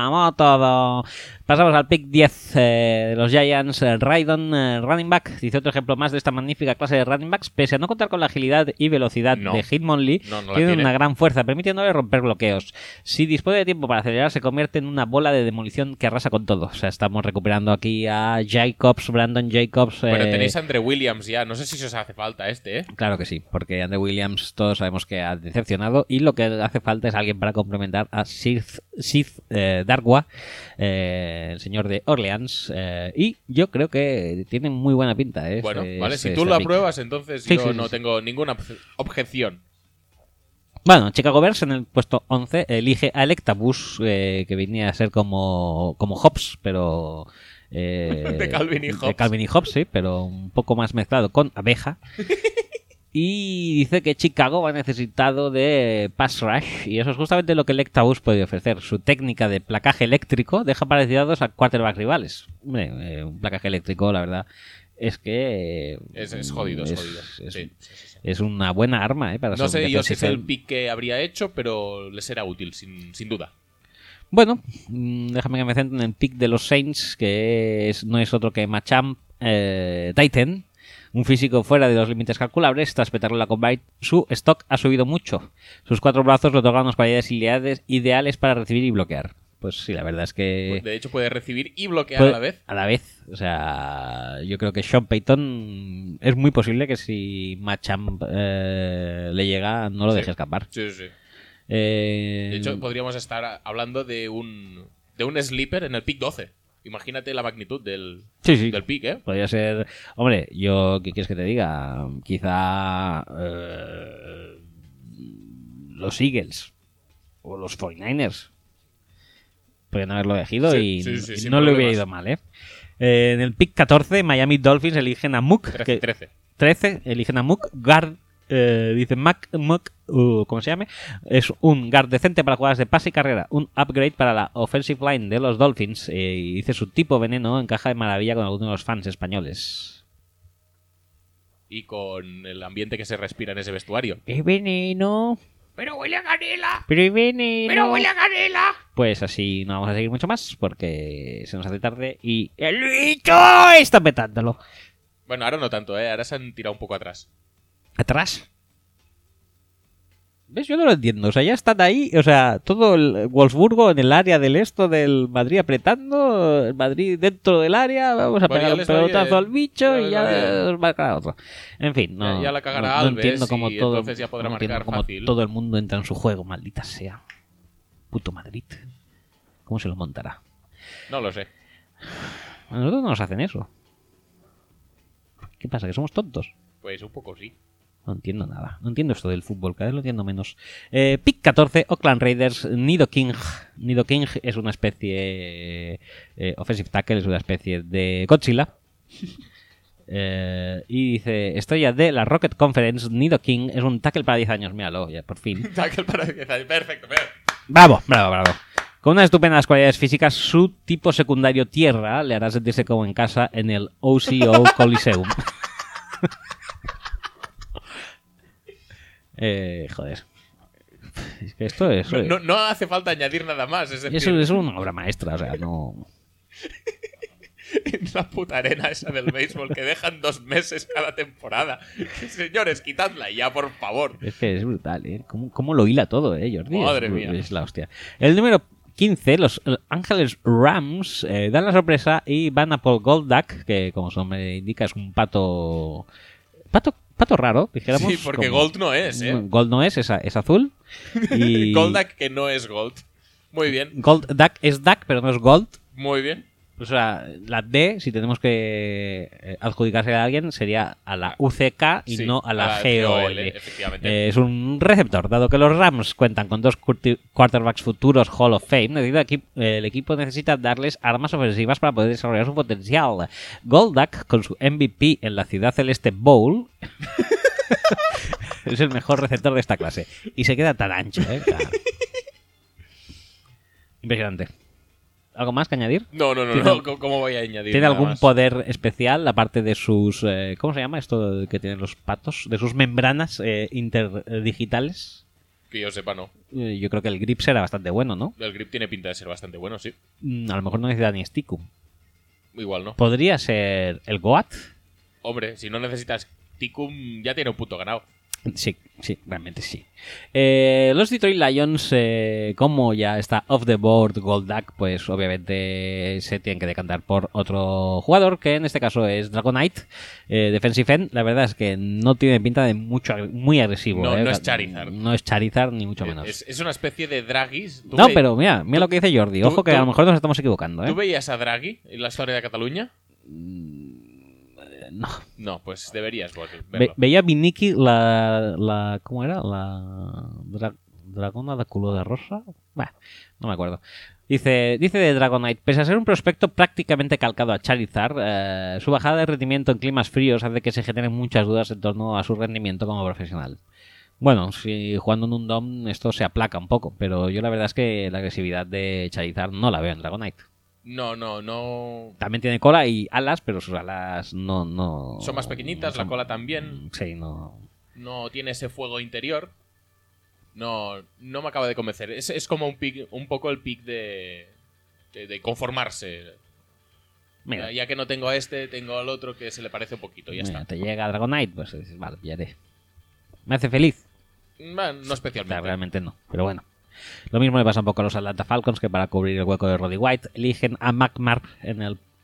Pasamos al pick 10 de los Giants. Raidon, running back. Dice otro ejemplo más de esta magnífica clase de running backs. Pese a no contar con la agilidad y velocidad de Hitmonlee, tiene una gran fuerza, permitiéndole romper bloqueos. Si dispone de tiempo para acelerar, se convierte en una bola de demolición que arrasa con todo. O sea, estamos recuperando aquí a Brandon Jacobs. Pero tenéis a Andre Williams ya. No sé si os hace falta Claro que sí, porque Andre Williams todos sabemos que ha decepcionado y lo que hace falta es alguien para complementar a Sith Darkwa, el señor de Orleans, y yo creo que tiene muy buena pinta. Bueno, vale, si tú lo apruebas, entonces yo no tengo ninguna objeción. Bueno, Chicago Bears en el puesto 11 elige a Electabuzz, que venía a ser como Hobbs, pero... de Calvin y Hobbes. De Calvin y Hobbes, sí, pero un poco más mezclado con abeja. Y dice que Chicago va necesitado de pass rush, y eso es justamente lo que Electabuzz puede ofrecer. Su técnica de placaje eléctrico deja parecidos a quarterbacks rivales. Hombre, un placaje eléctrico, la verdad, es que... Es jodido, sí. Es una buena arma, para no sé yo si es el pick que habría hecho, pero le será útil, sin duda. Bueno, déjame que me centre en el pick de los Saints, que no es otro que Machamp Titan. Un físico fuera de los límites calculables. Tras petarle la Combine, su stock ha subido mucho. Sus 4 brazos le otorgan unas cualidades ideales para recibir y bloquear. Pues sí, la verdad es que... Pues de hecho puede recibir y bloquear a la vez. A la vez. O sea, yo creo que Sean Payton es muy posible que si Machamp le llega, no lo deje escapar. Sí. De hecho, podríamos estar hablando de un sleeper en el pick 12. Imagínate la magnitud del pick, ¿eh? Podría ser... Hombre, ¿qué quieres que te diga? Quizá los Eagles o los 49ers podrían haberlo elegido Sí, y sin no le hubiera problemas. ido mal, ¿eh? En el pick 14, Miami Dolphins eligen a Mook. 13 eligen a Mook, guard, dice ¿cómo se llama? Es un guard decente para jugadas de pase y carrera, un upgrade para la offensive line de los Dolphins, y dice su tipo veneno encaja de maravilla con algunos de los fans españoles. Y con el ambiente que se respira en ese vestuario. ¡Es veneno! ¡Pero huele a canela! ¡Pero es veneno! ¡Pero huele a canela! Pues así no vamos a seguir mucho más porque se nos hace tarde y el bicho está petándolo. Bueno, ahora no tanto, ¿eh? Ahora se han tirado un poco atrás. ¿Atrás? ¿Ves? Yo no lo entiendo. O sea, ya están ahí. O sea, todo el Wolfsburgo en el área del del Madrid apretando. El Madrid dentro del área. Vamos a Bueno, pegar ya un les va pelotazo bien. al bicho Ya y les ya va bien. nos marcará otro. En fin, no. Ya la cagará no Alves entiendo cómo y todo, entonces ya podrá no entiendo marcar cómo fácil. todo el mundo entra en su juego. Maldita sea. Puto Madrid. ¿Cómo se lo montará? No lo sé. A nosotros no nos hacen eso. ¿Qué pasa? ¿Que somos tontos? Pues un poco sí. No entiendo nada. No entiendo esto del fútbol. Cada vez lo entiendo menos. Pick 14, Oakland Raiders, Nido King. Nido King es una especie... offensive tackle, es una especie de Godzilla. Y dice... Estrella de la Rocket Conference, Nido King es un tackle para 10 años. Míralo, ya por fin. Tackle para 10 años. Perfecto. ¡Bravo! ¡Bravo, bravo! Con unas estupendas cualidades físicas, su tipo secundario tierra le hará sentirse como en casa en el OCO Coliseum. Joder. Es que esto es... No hace falta añadir nada más. Es decir, Eso es una obra maestra, o sea, no... en la puta arena esa del béisbol que dejan 2 meses cada temporada. Señores, quitadla ya, por favor. Es que es brutal, ¿eh? ¿Cómo lo hila todo, Jordi? Madre mía. Es la hostia. El número 15, los Ángeles Rams dan la sorpresa y van a Paul Goldak, que como su nombre indica es un pato raro, dijéramos. Sí, porque como- Gold no es, ¿eh? Gold no es azul. Y Goldak que no es Gold. Muy bien, Gold Duck es Duck, pero no es Gold. muy bien. O sea, la D, si tenemos que adjudicarse a alguien, sería a la UCK y Sí, no a la a la GOL. GOL, efectivamente. Es un receptor, dado que los Rams cuentan con 2 quarterbacks futuros Hall of Fame. El equipo necesita darles armas ofensivas para poder desarrollar su potencial. Goldak, con su MVP en la Ciudad Celeste Bowl, es el mejor receptor de esta clase. Y se queda tan ancho, ¿eh? Claro. Impresionante. ¿Algo más que añadir? No. ¿Cómo voy a añadir? ¿Tiene nada algún más? poder especial, aparte de sus... ¿cómo se llama esto que tienen los patos? De sus membranas interdigitales. Que yo sepa, no. Yo creo que el grip será bastante bueno, ¿no? El grip tiene pinta de ser bastante bueno, sí. A lo mejor no necesita ni Stickum. Igual no. ¿Podría ser el Goat? Hombre, si no necesitas Ticum, ya tiene un puto ganado. Sí, realmente sí. Los Detroit Lions, como ya está off the board Goldak, pues obviamente se tienen que decantar por otro jugador, que en este caso es Dragonite, defensive end. La verdad es que no tiene pinta de muy agresivo. No es Charizard. No es Charizard, ni mucho menos. Es una especie de Dragis. No, pero mira lo que dice Jordi. Ojo que a lo mejor nos estamos equivocando. ¿Tú veías a Draghi en la historia de Cataluña? No. No, pues deberías verlo. Veía a Viniki la ¿cómo era? La dragona de culo de rosa. Bah, no me acuerdo. Dice de Dragonite, pese a ser un prospecto prácticamente calcado a Charizard, su bajada de rendimiento en climas fríos hace que se generen muchas dudas en torno a su rendimiento como profesional. Bueno, si jugando en un DOM esto se aplaca un poco, pero yo la verdad es que la agresividad de Charizard no la veo en Dragonite. No. También tiene cola y alas, pero sus alas no... Son más pequeñitas, la cola también. Sí, no... No tiene ese fuego interior. No me acaba de convencer. Es como un poco el pick de conformarse. Mira, Ya que no tengo a este, tengo al otro que se le parece un poquito. Ya mira, está. te llega Dragonite, pues dices, vale, pillaré. ¿Me hace feliz? No O sea, especialmente. realmente no, pero bueno. Lo mismo le pasa un poco a los Atlanta Falcons, que para cubrir el hueco de Roddy White eligen a McMahon en el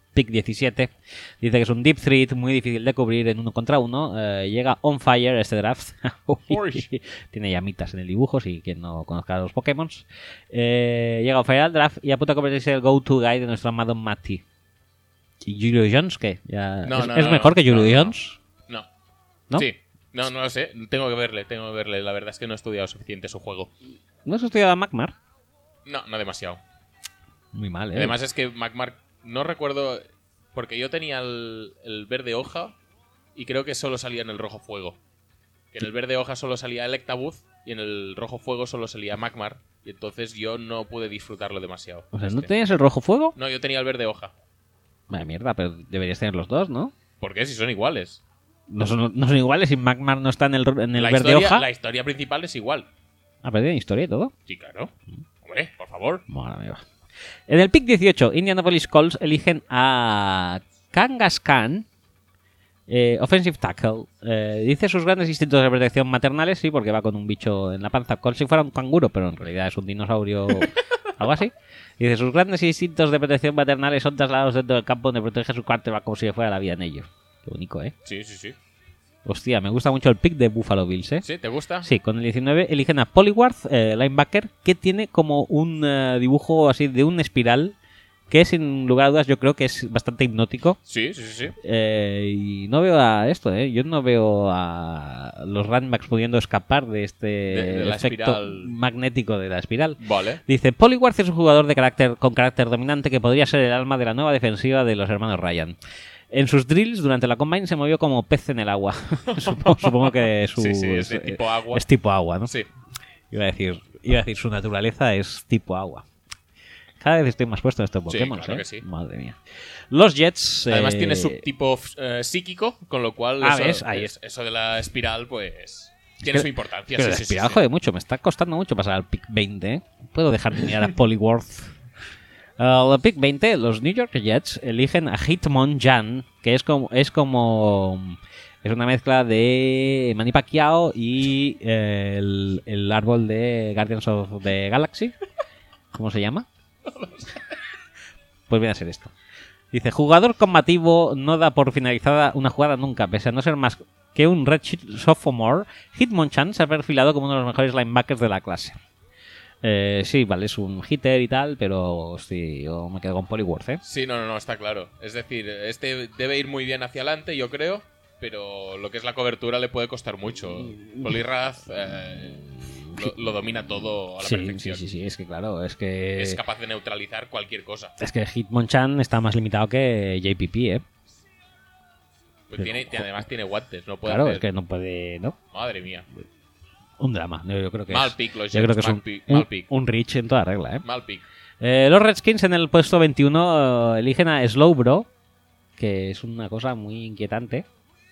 Pick 17. Dice que es un deep threat muy difícil de cubrir en 1 contra 1. Llega on fire este draft. Tiene llamitas en el dibujo, si quien no conozca a los Pokémon. Llega on fire al draft y apunta a convertirse en el go-to guy de nuestro amado Matty. ¿Y Julio Jones qué? ¿Es mejor que Julio Jones? No. Sí. No lo sé. Tengo que verle. La verdad es que no he estudiado suficiente su juego. ¿No has estudiado a Magmar? No demasiado. Muy mal, Además es que Magmar, no recuerdo, porque yo tenía el verde hoja y creo que solo salía en el rojo fuego. Que en el verde hoja solo salía Electabuzz y en el rojo fuego solo salía Magmar. Y entonces yo no pude disfrutarlo demasiado. O sea, ¿no tenías el rojo fuego? No, yo tenía el verde hoja. Vaya mierda, pero deberías tener los dos, ¿no? ¿Por qué? Si son iguales. No son iguales y Magmar no está en el verde hoja. La historia principal es igual. ¿Ha perdido historia y todo? Sí, claro. Hombre, por favor. Madre mía. En el pick 18, Indianapolis Colts eligen a Kangaskhan, offensive tackle. Dice sus grandes instintos de protección maternales, sí, porque va con un bicho en la panza, como si fuera un canguro, pero en realidad es un dinosaurio, algo así. Dice sus grandes instintos de protección maternales son trasladados dentro del campo donde protege su quarterback como si fuera la vida en ellos. Qué bonito, ¿eh? Sí. Hostia, me gusta mucho el pick de Buffalo Bills, ¿eh? ¿Sí? ¿Te gusta? Sí, con el 19 eligen a Polyworth, linebacker, que tiene como un dibujo así de un espiral, que sin lugar a dudas yo creo que es bastante hipnótico. Sí. Y no veo a esto, ¿eh? Yo no veo a los running backs pudiendo escapar de este la efecto espiral magnético de la espiral. Vale. Dice, Polyworth es un jugador con carácter dominante que podría ser el alma de la nueva defensiva de los hermanos Ryan. En sus drills, durante la Combine, se movió como pez en el agua. Supongo que sí, es de tipo agua. Es tipo agua, ¿no? Sí. Iba a decir, su naturaleza es tipo agua. Cada vez estoy más puesto en estos Pokémon, claro que sí. Madre mía. Los Jets... Además tiene subtipo psíquico, con lo cual eso de la espiral, pues... Tiene su importancia. Pero la espiral jode mucho. Me está costando mucho pasar al pick 20, ¿eh? Puedo dejar de mirar a Polyworth. El pick 20, los New York Jets eligen a Hitmonchan, que es una mezcla de Manny Pacquiao y el árbol de Guardians of the Galaxy. ¿Cómo se llama? Pues viene a ser esto. Dice, jugador combativo no da por finalizada una jugada nunca, pese a no ser más que un redshirt sophomore. Hitmonchan se ha perfilado como uno de los mejores linebackers de la clase. Sí, vale, es un hitter y tal, pero sí, yo me quedo con Polyworth, ¿eh? Sí, no, está claro. Es decir, este debe ir muy bien hacia adelante, yo creo, pero lo que es la cobertura le puede costar mucho. Poliwrath lo domina todo a la perfección. Sí, es que claro, es que... Es capaz de neutralizar cualquier cosa. Es que Hitmonchan está más limitado que JPP, ¿eh? Pues además tiene guantes, no puede Claro, hacer... es que no puede... ¿no? Madre mía. Un drama, yo creo que mal es. pick, los yo creo que es un reach en toda regla, ¿eh? Mal pick. Los Redskins en el puesto 21 eligen a Slowbro, que es una cosa muy inquietante.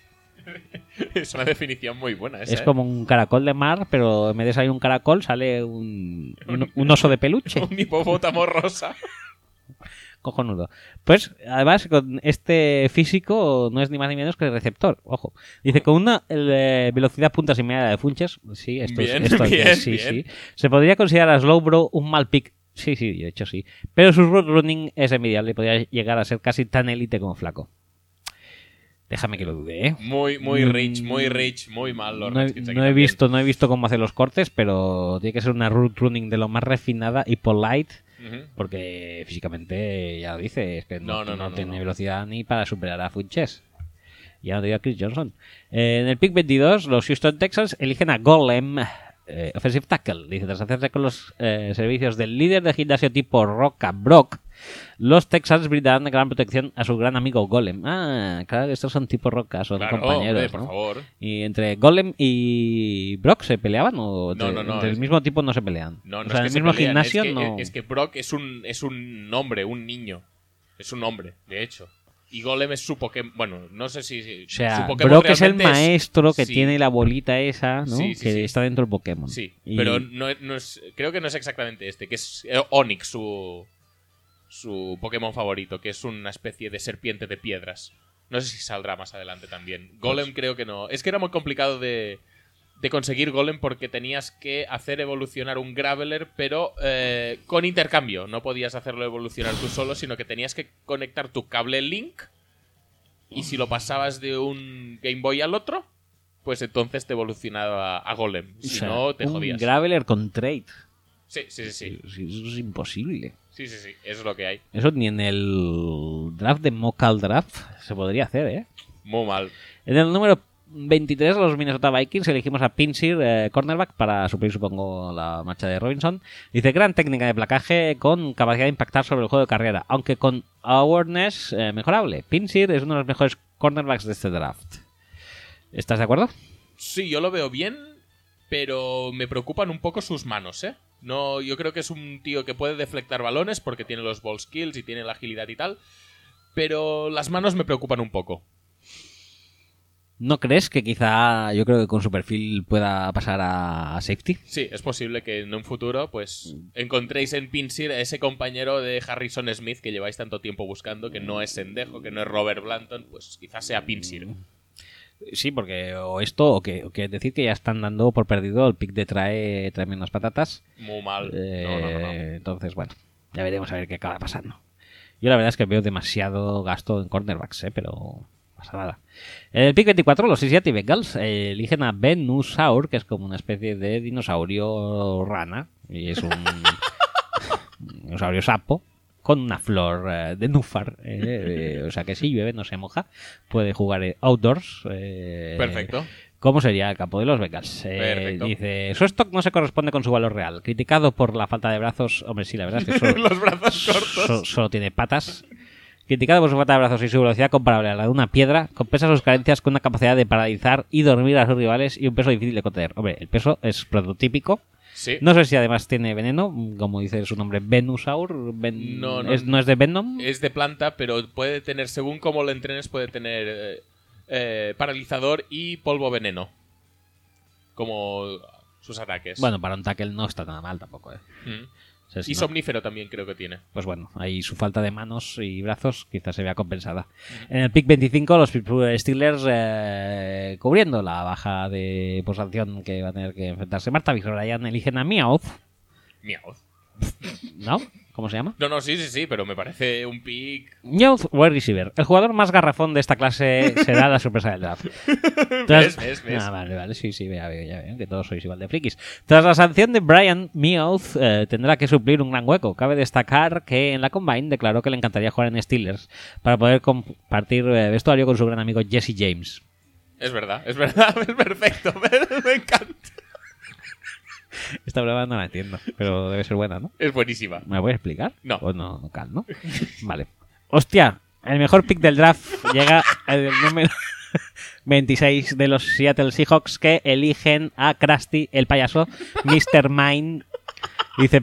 Es una definición muy buena esa. Es como un caracol de mar, pero en vez de salir un caracol sale un oso de peluche. Un hipopótamo rosa. Cojonudo. Pues, además, con este físico no es ni más ni menos que el receptor. Ojo. Dice, con una velocidad punta similar a la de Funches. Sí, bien. Sí. Se podría considerar a Slowbro un mal pick. Sí, de hecho sí. Pero su route running es envidiable y podría llegar a ser casi tan élite como Flaco. Déjame que lo dude, ¿eh? Muy rich, muy mal los Redskins. No he visto cómo hace los cortes, pero tiene que ser una route running de lo más refinada y polite. Porque físicamente, ya lo dice, es que no tiene velocidad ni para superar a Funches. Ya no te digo a Chris Johnson. En el pick 22, los Houston Texans eligen a Golem, offensive tackle. Dice, tras hacerse con los servicios del líder de gimnasio tipo Roca Brock, los Texans brindarán gran protección a su gran amigo Golem. Ah, claro, estos son tipo Roca, son compañeros, hombre, por favor. ¿Y entre Golem y Brock se peleaban? ¿O entre el mismo tipo no se pelean? No, o sea, en el mismo gimnasio no... Es que Brock es un hombre, un niño. Es un hombre, de hecho. Y Golem es su Pokémon. Bueno, no sé si. O sea, su Pokémon Brock es el maestro que tiene la bolita esa, ¿no? Sí, que está dentro del Pokémon. Sí, pero no es, creo que no es exactamente este, que es Onix, su Pokémon favorito, que es una especie de serpiente de piedras. No sé si saldrá más adelante también. Golem creo que no. Es que era muy complicado de de conseguir golem porque tenías que hacer evolucionar un Graveler, pero con intercambio. No podías hacerlo evolucionar tú solo, sino que tenías que conectar tu cable Link y si lo pasabas de un Game Boy al otro, pues entonces te evolucionaba a golem. Si no, te jodías. Un Graveler con trade. Sí. Eso es imposible. Sí, eso es lo que hay. Eso ni en el draft de Mokal Draft se podría hacer, ¿eh? Muy mal. En el número 23, los Minnesota Vikings, elegimos a Pinsir, cornerback, para suplir, supongo, la marcha de Robinson. Dice, gran técnica de placaje con capacidad de impactar sobre el juego de carrera, aunque con awareness mejorable. Pinsir es uno de los mejores cornerbacks de este draft. ¿Estás de acuerdo? Sí, yo lo veo bien, pero me preocupan un poco sus manos, ¿eh? No, yo creo que es un tío que puede deflectar balones porque tiene los ball skills y tiene la agilidad y tal, pero las manos me preocupan un poco. ¿No crees que quizá, yo creo que con su perfil pueda pasar a safety? Sí, es posible que en un futuro pues encontréis en Pinsir a ese compañero de Harrison Smith que lleváis tanto tiempo buscando, que no es Sendejo, que no es Robert Blanton, pues quizás sea Pinsir. Sí, porque o esto, o que decir que ya están dando por perdido el pick de tráeme unas patatas. Muy mal. No. Entonces, bueno, ya veremos a ver qué acaba pasando. Yo la verdad es que veo demasiado gasto en cornerbacks, pero no pasa nada. En el pick 24, los Cincinnati Bengals eligen a Venusaur, que es como una especie de dinosaurio rana, y es un dinosaurio sapo, con una flor de núfar, o sea que si llueve no se moja, puede jugar outdoors. Perfecto. ¿Cómo sería el campo de los Bengals? Dice, su stock no se corresponde con su valor real. Criticado por la falta de brazos. Hombre, sí, la verdad es que solo, los brazos cortos. Solo tiene patas. Criticado por su falta de brazos y su velocidad comparable a la de una piedra, compensa sus carencias con una capacidad de paralizar y dormir a sus rivales y un peso difícil de contener. Hombre, el peso es prototípico. Sí. No sé si además tiene veneno, como dice su nombre, Venusaur. No es de Venom. Es de planta, pero puede tener, según cómo lo entrenes, puede tener paralizador y polvo veneno. Como sus ataques. Bueno, para un tackle no está nada mal tampoco, ¿eh? O sea, si y no, somnífero también creo que tiene. pues bueno, ahí su falta de manos y brazos quizás se vea compensada. En el pick 25, los Pittsburgh Steelers cubriendo la baja de posición que va a tener que enfrentarse Marta Ryan, eligen a Meowth. Meowth. ¿No? ¿Cómo se llama? No, sí, pero me parece un pick. Meowth, wide receiver. El jugador más garrafón de esta clase será la sorpresa del draft. ¿Ves? Ah, vale, sí, ya veo, que todos sois igual de frikis. Tras la sanción de Brian, Meowth tendrá que suplir un gran hueco. Cabe destacar que en la Combine declaró que le encantaría jugar en Steelers para poder compartir vestuario con su gran amigo Jesse James. Es verdad, es perfecto, me encanta. Esta prueba no la entiendo, pero debe ser buena, ¿no? Es buenísima. ¿Me la voy a explicar? No. ¿O no, Cal, no? Vale. Hostia, el mejor pick del draft llega el número 26 de los Seattle Seahawks, que eligen a Krusty, el payaso, Mr. Mine. Dice,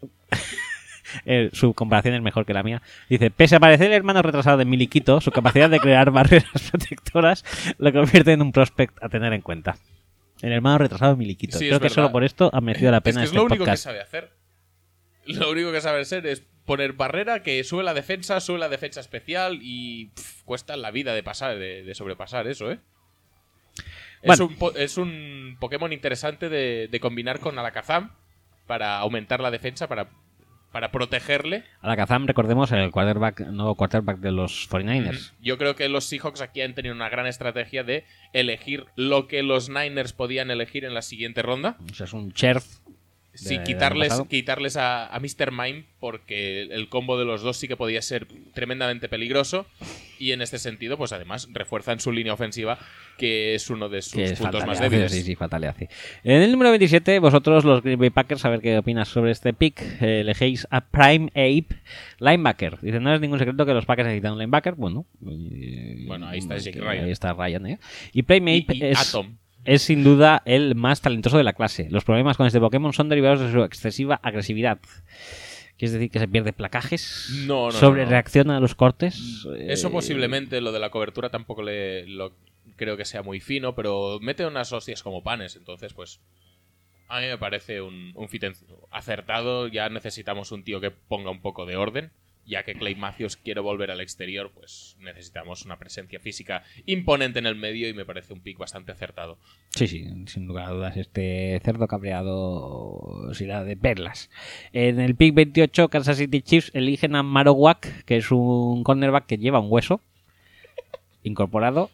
su comparación es mejor que la mía. Dice, pese a parecer el hermano retrasado de Miliquito, su capacidad de crear barreras protectoras lo convierte en un prospect a tener en cuenta. El hermano retrasado de Miliquito. Sí, creo que verdad. solo por esto ha merecido la pena es este lo único podcast. que sabe hacer. Lo único que sabe hacer es poner barrera que sube la defensa especial y cuesta la vida de pasar, de sobrepasar eso, ¿eh? Bueno. Es un Pokémon interesante de combinar con Alakazam para aumentar la defensa, para protegerle. Alakazam, recordemos, el nuevo quarterback de los 49ers. Yo creo que los Seahawks aquí han tenido una gran estrategia de elegir lo que los Niners podían elegir en la siguiente ronda. O sea, es un Cherf. Sí, quitarles a Mr. Mime, porque el combo de los dos sí que podía ser tremendamente peligroso. Y en este sentido, pues además refuerzan su línea ofensiva, que es uno de sus puntos más débiles. Sí, falta le hace. En el número 27, vosotros, los Green Bay Packers, a ver qué opinas sobre este pick. Elegéis a Prime Ape, linebacker. Dice, no es ningún secreto que los Packers necesitan un linebacker. Bueno, ahí está Jake Ryan. Ahí está Ryan, ¿eh? Y Prime Ape y Atom. Es sin duda el más talentoso de la clase. Los problemas con este Pokémon son derivados de su excesiva agresividad. ¿Quieres decir que se pierde placajes? No. ¿Sobrereacciona a los cortes? Eso posiblemente, lo de la cobertura tampoco creo que sea muy fino, pero mete unas hostias como panes, entonces pues a mí me parece un fit acertado. Ya necesitamos un tío que ponga un poco de orden. ya que Clay Matthews quiere volver al exterior, pues necesitamos una presencia física imponente en el medio y me parece un pick bastante acertado. Sí, sin lugar a dudas. Este cerdo cabreado será de perlas. En el pick 28, Kansas City Chiefs eligen a Marowak, que es un cornerback que lleva un hueso incorporado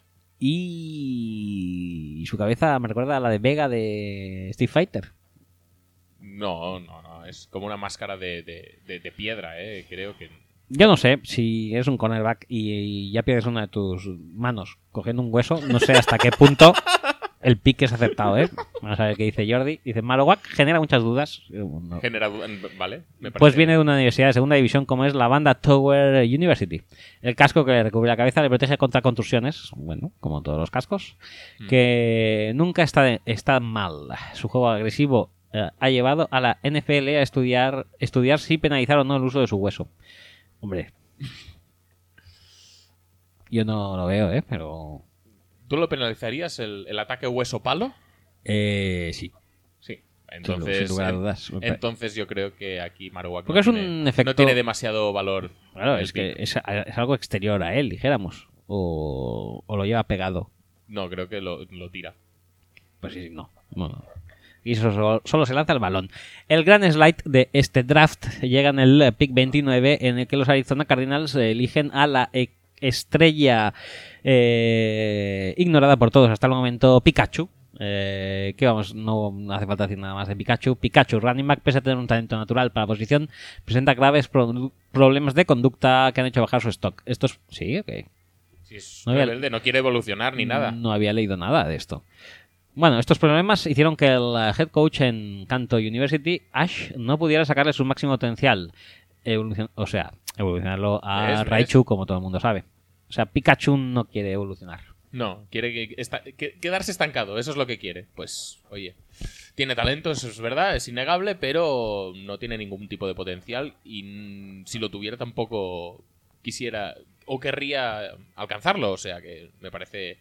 y su cabeza me recuerda a la de Vega de Street Fighter. No, es como una máscara de piedra, creo que... Yo no sé, si eres un cornerback y ya pierdes una de tus manos cogiendo un hueso, no sé hasta qué punto el pick es aceptado, ¿eh? Vamos a ver qué dice Jordi. Dice, Marowak genera muchas dudas. No. Vale, me parece. Pues viene de una universidad de segunda división como es la Banda Tower University. El casco que le recubre la cabeza le protege contra contusiones, bueno, como todos los cascos, que nunca está mal. Su juego agresivo ha llevado a la NFL a estudiar si penalizar o no el uso de su hueso. Hombre, yo no lo veo, pero... ¿Tú lo penalizarías el ataque hueso-palo? Sí. Sí. Entonces, sin lugar a dudas. Entonces yo creo que aquí Marowak Porque es un efecto... no tiene demasiado valor. Claro, es que es algo exterior a él, dijéramos. O lo lleva pegado. No, creo que lo tira. Pues sí, no. Y eso solo se lanza el balón. El gran slide de este draft llega en el pick 29, en el que los Arizona Cardinals eligen a la estrella ignorada por todos hasta el momento, Pikachu. Que vamos, no hace falta decir nada más de Pikachu. Pikachu, running back, pese a tener un talento natural para la posición, presenta graves problemas de conducta que han hecho bajar su stock. Esto es... Sí, ok. Si es rebelde, no quiere evolucionar ni nada. No había leído nada de esto. Bueno, estos problemas hicieron que el head coach en Canto University, Ash, no pudiera sacarle su máximo potencial. Evolucionarlo a Raichu, como todo el mundo sabe. O sea, Pikachu no quiere evolucionar. No, quiere quedarse estancado, eso es lo que quiere. Pues, oye, tiene talento, eso es verdad, es innegable, pero no tiene ningún tipo de potencial y si lo tuviera tampoco quisiera o querría alcanzarlo. O sea que me parece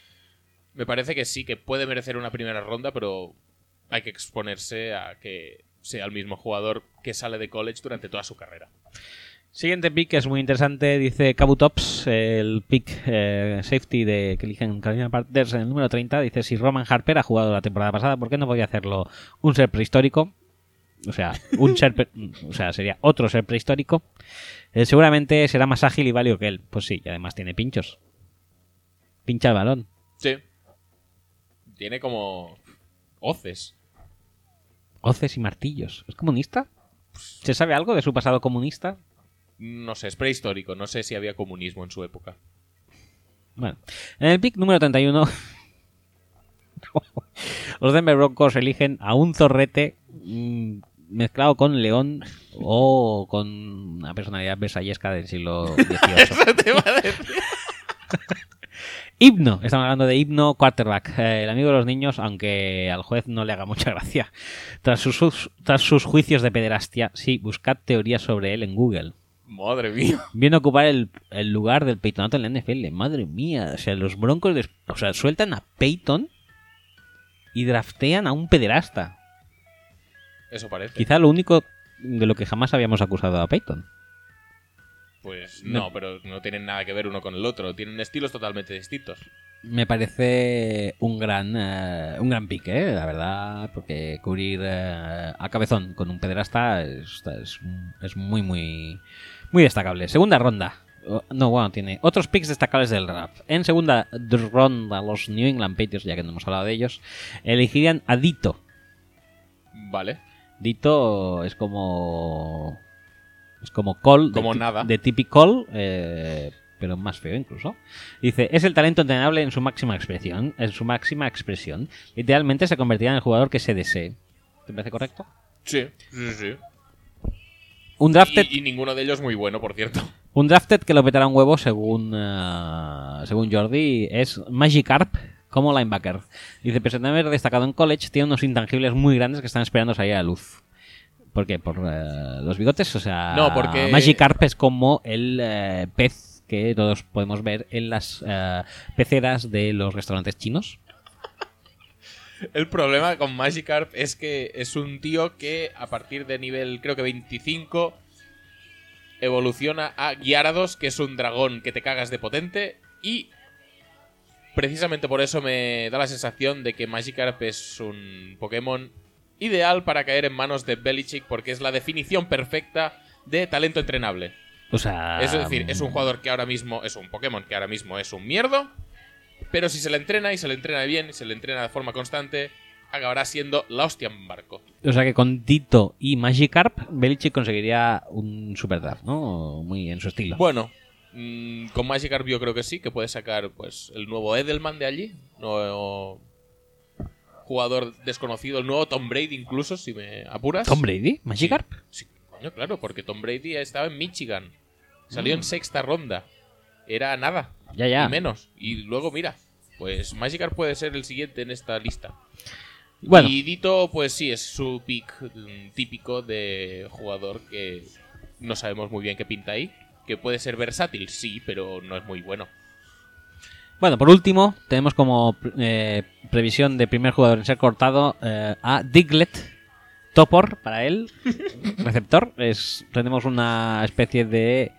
que sí, que puede merecer una primera ronda, pero hay que exponerse a que sea el mismo jugador que sale de college durante toda su carrera. Siguiente pick es muy interesante, dice Kabutops, el pick safety que eligen Carolina Panthers en el número 30. Dice, si Roman Harper ha jugado la temporada pasada, ¿por qué no podía hacerlo un ser prehistórico? O sea, sería otro ser prehistórico. Seguramente será más ágil y válido que él. Pues sí, y además tiene pinchos. Pincha el balón. Sí. Tiene como hoces. Hoces y martillos. ¿Es comunista? ¿Se sabe algo de su pasado comunista? No sé, es prehistórico. No sé si había comunismo en su época. Bueno, en el pick número 31 los Denver Broncos eligen a un zorrete mezclado con león o con una personalidad versallesca del siglo XVIII. Eso te iba a decir. Himno, estamos hablando de Himno Quarterback, el amigo de los niños, aunque al juez no le haga mucha gracia. Tras sus juicios de pederastia, sí, buscad teorías sobre él en Google. Madre mía. Viene a ocupar el lugar del Peytonato en la NFL. Madre mía, o sea, los Broncos sueltan a Peyton y draftean a un pederasta. Eso parece. Quizá lo único de lo que jamás habíamos acusado a Peyton. Pues no, pero no tienen nada que ver uno con el otro. Tienen estilos totalmente distintos. Me parece un gran pick, la verdad, porque cubrir a cabezón con un pederasta es muy, muy, muy destacable. Segunda ronda. Tiene otros picks destacables del draft. En segunda ronda, los New England Patriots, ya que no hemos hablado de ellos, elegirían a Dito. Vale. Dito es como Cole, como nada. De Typical, pero más feo incluso. Dice, es el talento entrenable en su máxima expresión. Literalmente se convertirá en el jugador que se desee. ¿Te parece correcto? Sí. Un drafted... Y ninguno de ellos muy bueno, por cierto. Un drafted que lo petará un huevo, según Jordi, es Magikarp como linebacker. Dice, pese a no haber destacado en college, tiene unos intangibles muy grandes que están esperando salir a la luz. ¿Por qué? ¿Por los bigotes? O sea, no, porque... Magikarp es como el pez que todos podemos ver en las peceras de los restaurantes chinos. El problema con Magikarp es que es un tío que a partir de nivel, creo que 25, evoluciona a Gyarados, que es un dragón que te cagas de potente, y precisamente por eso me da la sensación de que Magikarp es un Pokémon ideal para caer en manos de Belichick, porque es la definición perfecta de talento entrenable. O sea... Es decir, es un jugador que ahora mismo es un Pokémon que ahora mismo es un mierdo, pero si se le entrena y se le entrena bien y se le entrena de forma constante, acabará siendo la hostia en barco. O sea que con Ditto y Magikarp, Belichick conseguiría un Super Draft, ¿no? Muy en su estilo. Bueno, con Magikarp yo creo que sí, que puede sacar pues el nuevo Edelman de allí, nuevo jugador desconocido, el nuevo Tom Brady incluso, si me apuras. ¿Tom Brady? ¿Magikarp? Sí, coño, claro, porque Tom Brady estaba en Michigan, salió en sexta ronda, era nada, Ya. y menos, y luego mira, pues Magikarp puede ser el siguiente en esta lista. Bueno. Y Ditto, pues sí, es su pick típico de jugador que no sabemos muy bien qué pinta ahí. Que puede ser versátil, sí, pero no es muy bueno. Bueno, por último, tenemos como previsión de primer jugador en ser cortado a Diglett Topor, para él, receptor. Tenemos una especie de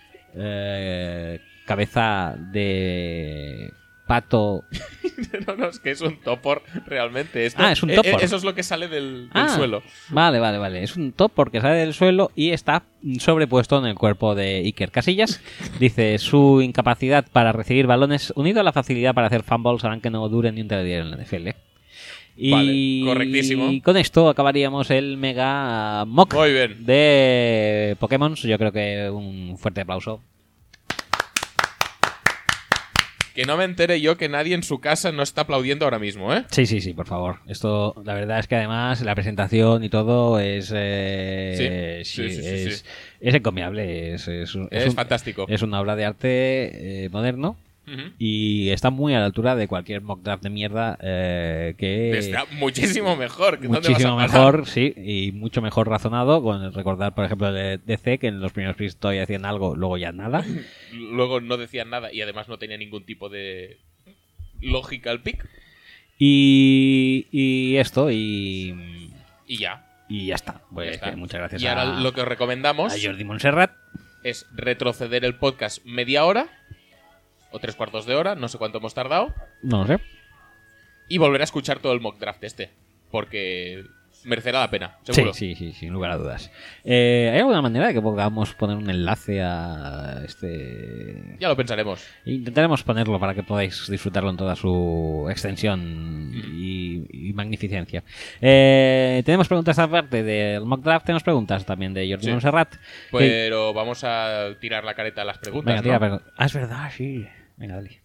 cabeza de pato. No, es que es un topor realmente. Es un topor. Eso es lo que sale del suelo. Vale. Es un topor que sale del suelo y está sobrepuesto en el cuerpo de Iker Casillas. Dice, su incapacidad para recibir balones unido a la facilidad para hacer fumbles harán que no dure ni un telediario en la NFL. Y vale, correctísimo. Y con esto acabaríamos el mega mock Muy bien. de Pokémon. Yo creo que un fuerte aplauso. Que no me entere yo que nadie en su casa no está aplaudiendo ahora mismo, ¿eh? Sí, por favor. Esto, la verdad es que además la presentación y todo es Sí. es encomiable. Es Fantástico. Es una obra de arte moderno. Uh-huh. Y está muy a la altura de cualquier mock draft de mierda que... Está muchísimo mejor. Muchísimo mejor, sí, y mucho mejor razonado. Con recordar, por ejemplo, de DC, que en los primeros picks todavía hacían algo, luego ya nada. Luego no decían nada y además no tenía ningún tipo de lógica el pick. Y esto, y ya. Y ya está. Pues Ya está. Muchas gracias y ahora lo que os recomendamos a Jordi Montserrat es retroceder el podcast media hora o 3/4 de hora, no sé cuánto hemos tardado, no lo sé. y volver a escuchar todo el mock draft porque merecerá la pena, seguro. Sí, sin lugar a dudas. ¿Hay alguna manera de que podamos poner un enlace a este...? Ya lo pensaremos. Intentaremos ponerlo para que podáis disfrutarlo en toda su extensión y magnificencia. Tenemos preguntas aparte del mock draft, tenemos preguntas también de Jordi Montserrat. Pero vamos a tirar la careta a las preguntas. Venga, ¿no? es verdad, sí. Venga, dale.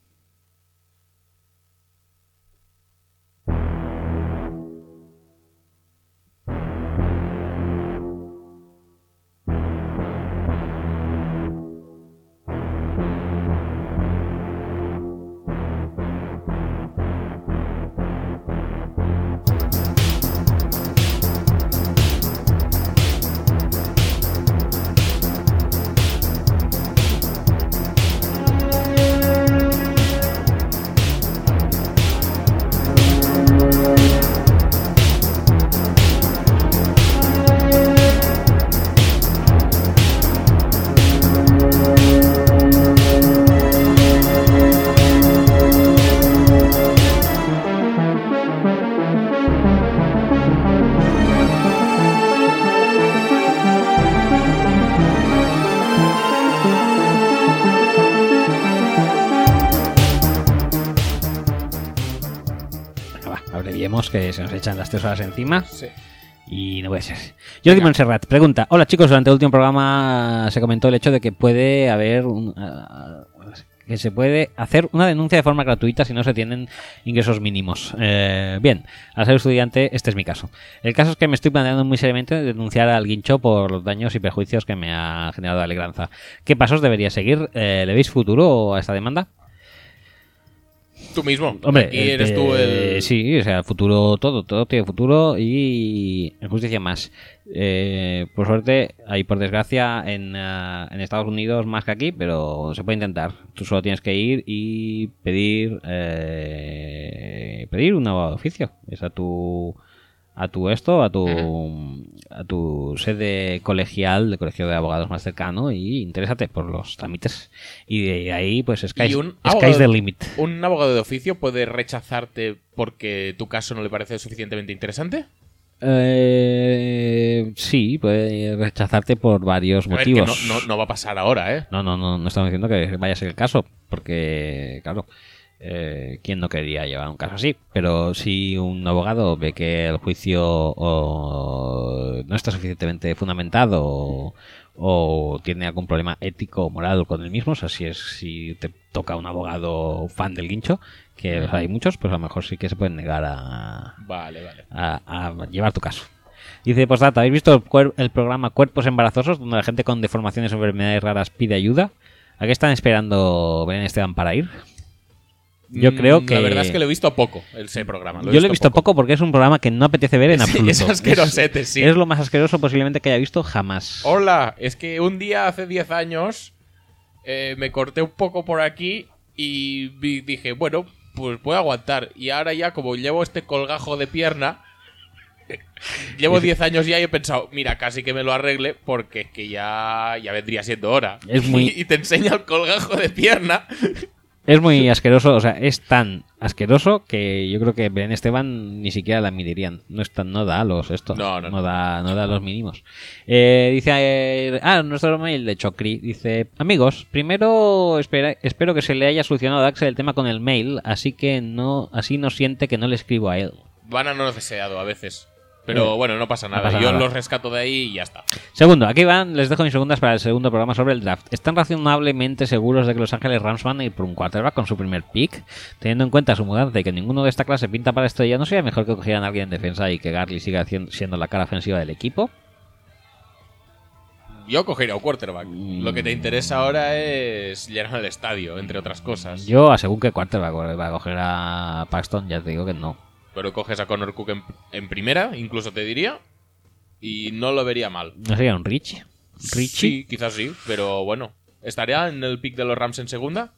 Que se nos echan las 3 horas encima. Sí. Y no puede ser. Jordi Montserrat pregunta: hola chicos, durante el último programa se comentó el hecho de que puede haber que se puede hacer una denuncia de forma gratuita si no se tienen ingresos mínimos. Bien, al ser estudiante, este es mi caso. El caso es que me estoy planteando muy seriamente denunciar al Guincho por los daños y perjuicios que me ha generado Alegranza. ¿Qué pasos debería seguir? ¿Le veis futuro a esta demanda? Tú mismo. Hombre, aquí eres tú el... Sí, o sea, el futuro, todo tiene futuro y en justicia más. Por suerte, hay por desgracia en Estados Unidos más que aquí, pero se puede intentar. Tú solo tienes que ir y pedir un nuevo oficio. Es a tu a tu sede colegial, de colegio de abogados más cercano, y interésate por los trámites. Y de ahí, pues, sky's the limit. ¿Un abogado de oficio puede rechazarte porque tu caso no le parece suficientemente interesante? Sí, puede rechazarte por varios motivos. Que no va a pasar ahora, ¿eh? No estamos diciendo que vaya a ser el caso, porque, claro, ¿quién no quería llevar un caso así? Pero si un abogado ve que el juicio no está suficientemente fundamentado o tiene algún problema ético o moral con el mismo, o sea, si te toca un abogado fan del guincho, que hay muchos, pues a lo mejor sí que se pueden negar a llevar tu caso. Dice, postdata, ¿habéis visto el programa Cuerpos Embarazosos, donde la gente con deformaciones o enfermedades raras pide ayuda? ¿A qué están esperando Belén Esteban para ir? Yo creo que... La verdad es que lo he visto poco, ese programa. Yo lo he visto poco porque es un programa que no apetece ver en absoluto. Es asquerosete, sí. Es lo más asqueroso posiblemente que haya visto jamás. Hola, es que un día hace 10 años me corté un poco por aquí y dije, bueno, pues puedo aguantar. Y ahora ya, como llevo este colgajo de pierna, llevo 10 años ya y he pensado, mira, casi que me lo arregle porque es que ya vendría siendo hora. Y te enseña el colgajo de pierna. Es muy asqueroso, o sea, es tan asqueroso que yo creo que Belén Esteban ni siquiera la admitirían. No da los no da los mínimos. Dice, nuestro mail de Chocri dice, amigos, primero espero que se le haya solucionado a Axel el tema con el mail, así no siente que no le escribo a él. Van a no deseado a veces. Pero bueno, no pasa nada. Yo los rescato de ahí y ya está. Segundo, aquí les dejo mis segundas para el segundo programa sobre el draft. ¿Están razonablemente seguros de que Los Ángeles Rams van a ir por un quarterback con su primer pick? Teniendo en cuenta su mudanza y que ninguno de esta clase pinta para estrella, ¿no sería mejor que cogieran a alguien en defensa y que Garley siga siendo la cara ofensiva del equipo? Yo cogería un quarterback. Lo que te interesa ahora es llenar el estadio, entre otras cosas. Yo, según qué quarterback va a coger a Paxton, ya te digo que no. Pero coges a Connor Cook en primera, incluso te diría, y no lo vería mal. ¿No sería un Richie? Sí, quizás sí, pero bueno. ¿Estaría en el pick de los Rams en segunda?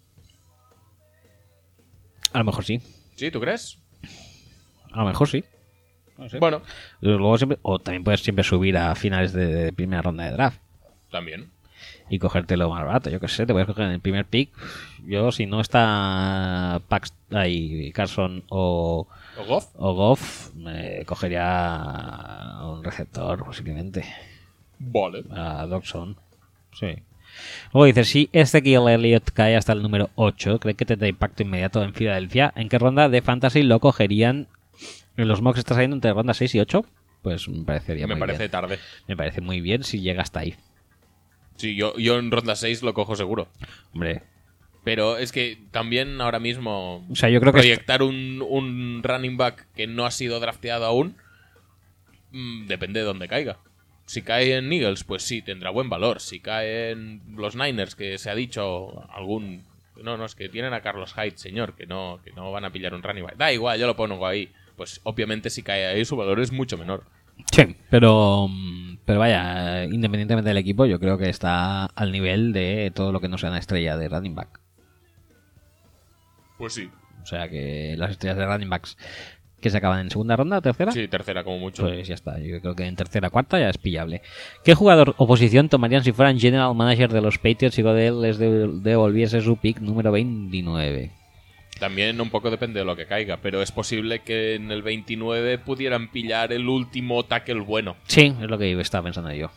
A lo mejor sí. ¿Sí? ¿Tú crees? A lo mejor sí. No sé. Bueno. Luego también puedes siempre subir a finales de primera ronda de draft. También. Y cogértelo más barato, yo qué sé, te puedes coger en el primer pick. Yo, si no está Carson o Goff, me cogería un receptor, posiblemente. Vale. A Dodson. Sí. Luego dice, si Ezekiel Elliott cae hasta el número 8, ¿cree que tendrá impacto inmediato en Filadelfia? ¿En qué ronda de Fantasy lo cogerían? En los mocks está saliendo entre ronda 6 y 8. Pues me parecería muy bien. Me parece tarde. Me parece muy bien si llega hasta ahí. Sí, yo en ronda 6 lo cojo seguro. Hombre. Pero es que también ahora mismo, o sea, yo creo proyectar un running back que no ha sido drafteado aún depende de dónde caiga. Si cae en Eagles, pues sí, tendrá buen valor. Si cae en los Niners, que se ha dicho algún... No, es que tienen a Carlos Hyde, señor, que no van a pillar un running back. Da igual, yo lo pongo ahí. Pues obviamente si cae ahí su valor es mucho menor. Sí, pero vaya, independientemente del equipo, yo creo que está al nivel de todo lo que no sea una estrella de running back. Pues sí. O sea que las estrellas de running backs que se acaban en segunda ronda o tercera. Sí, tercera como mucho. Pues ya está, yo creo que en tercera cuarta ya es pillable. ¿Qué jugador o posición tomarían si fueran general manager de los Patriots y Godel les devolviese su pick número 29? También un poco depende de lo que caiga, pero es posible que en el 29 pudieran pillar el último tackle bueno. Sí, es lo que estaba pensando yo.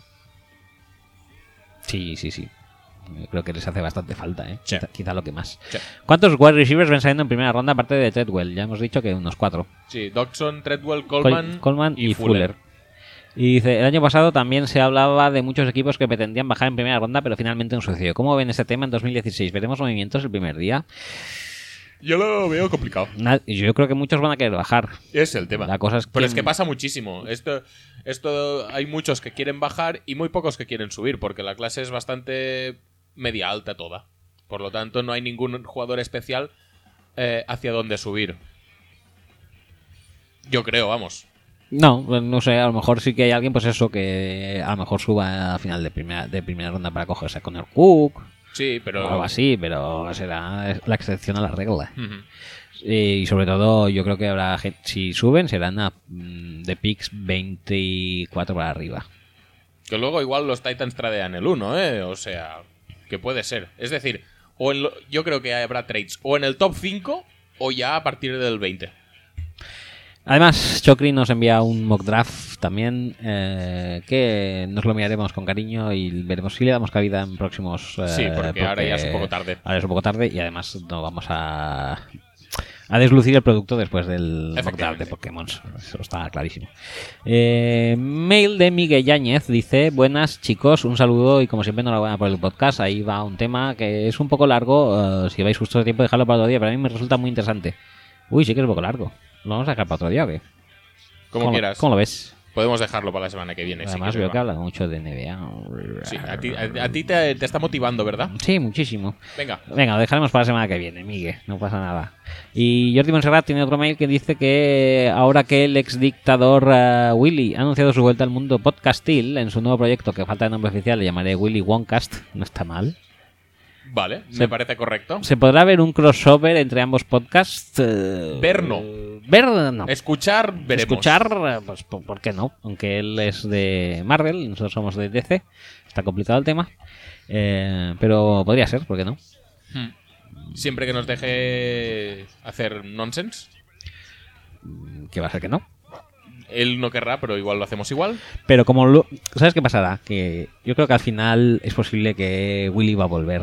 Sí. Yo creo que les hace bastante falta, ¿eh? Sí. Quizá lo que más. Sí. ¿Cuántos wide receivers ven saliendo en primera ronda aparte de Treadwell? Ya hemos dicho que unos 4. Sí, Dodson, Treadwell, Coleman y Fuller. Y dice, el año pasado también se hablaba de muchos equipos que pretendían bajar en primera ronda, pero finalmente no sucedió. ¿Cómo ven este tema en 2016? ¿Veremos movimientos el primer día? Yo lo veo complicado. Yo creo que muchos van a querer bajar. Es el tema. La cosa es que... Pero es que pasa muchísimo. Esto hay muchos que quieren bajar y muy pocos que quieren subir, porque la clase es bastante media alta toda. Por lo tanto, no hay ningún jugador especial hacia dónde subir. Yo creo, vamos. No sé, a lo mejor sí que hay alguien, pues eso, que a lo mejor suba a final de primera ronda para cogerse a Connor Cook Sí, pero... O algo así, pero será la excepción a la regla. Ujú. Y sobre todo, yo creo que habrá gente, si suben, serán de picks 24 para arriba. Que luego igual los Titans tradean el 1, ¿eh? O sea, que puede ser. Es decir, yo creo que habrá trades o en el top 5 o ya a partir del 20. Además, Chocri nos envía un mock draft también, que nos lo miraremos con cariño y veremos si le damos cabida en próximos... Sí, porque ahora ya es un poco tarde. Ahora es un poco tarde y además no vamos a deslucir el producto después del mock draft de Pokémon. Eso está clarísimo. Mail de Miguel Yáñez dice: buenas chicos, un saludo y como siempre enhorabuena por el podcast. Ahí va un tema que es un poco largo, si vais justo de tiempo dejarlo para otro día, pero a mí me resulta muy interesante. Uy, sí que es un poco largo. ¿Lo vamos a dejar para otro día o qué? Como quieras. ¿Cómo lo ves? Podemos dejarlo para la semana que viene. Además sí veo que habla mucho de NBA. Sí, a ti te está motivando, ¿verdad? Sí, muchísimo. Venga. Venga, lo dejaremos para la semana que viene, Miguel. No pasa nada. Y Jordi Montserrat tiene otro mail que dice que ahora que el ex dictador Willy ha anunciado su vuelta al mundo podcastil en su nuevo proyecto, que falta de nombre oficial, le llamaré Willy Woncast. No está mal. Vale, me parece correcto. ¿Se podrá ver un crossover entre ambos podcasts? Ver no. Ver no. Escuchar, veremos. Escuchar, pues ¿por qué no? Aunque él es de Marvel y nosotros somos de DC. Está complicado el tema. Pero podría ser, ¿por qué no? Siempre que nos deje hacer nonsense. Que va a ser que no. Él no querrá, pero igual lo hacemos igual. Pero ¿sabes qué pasará? Que yo creo que al final es posible que Willy va a volver.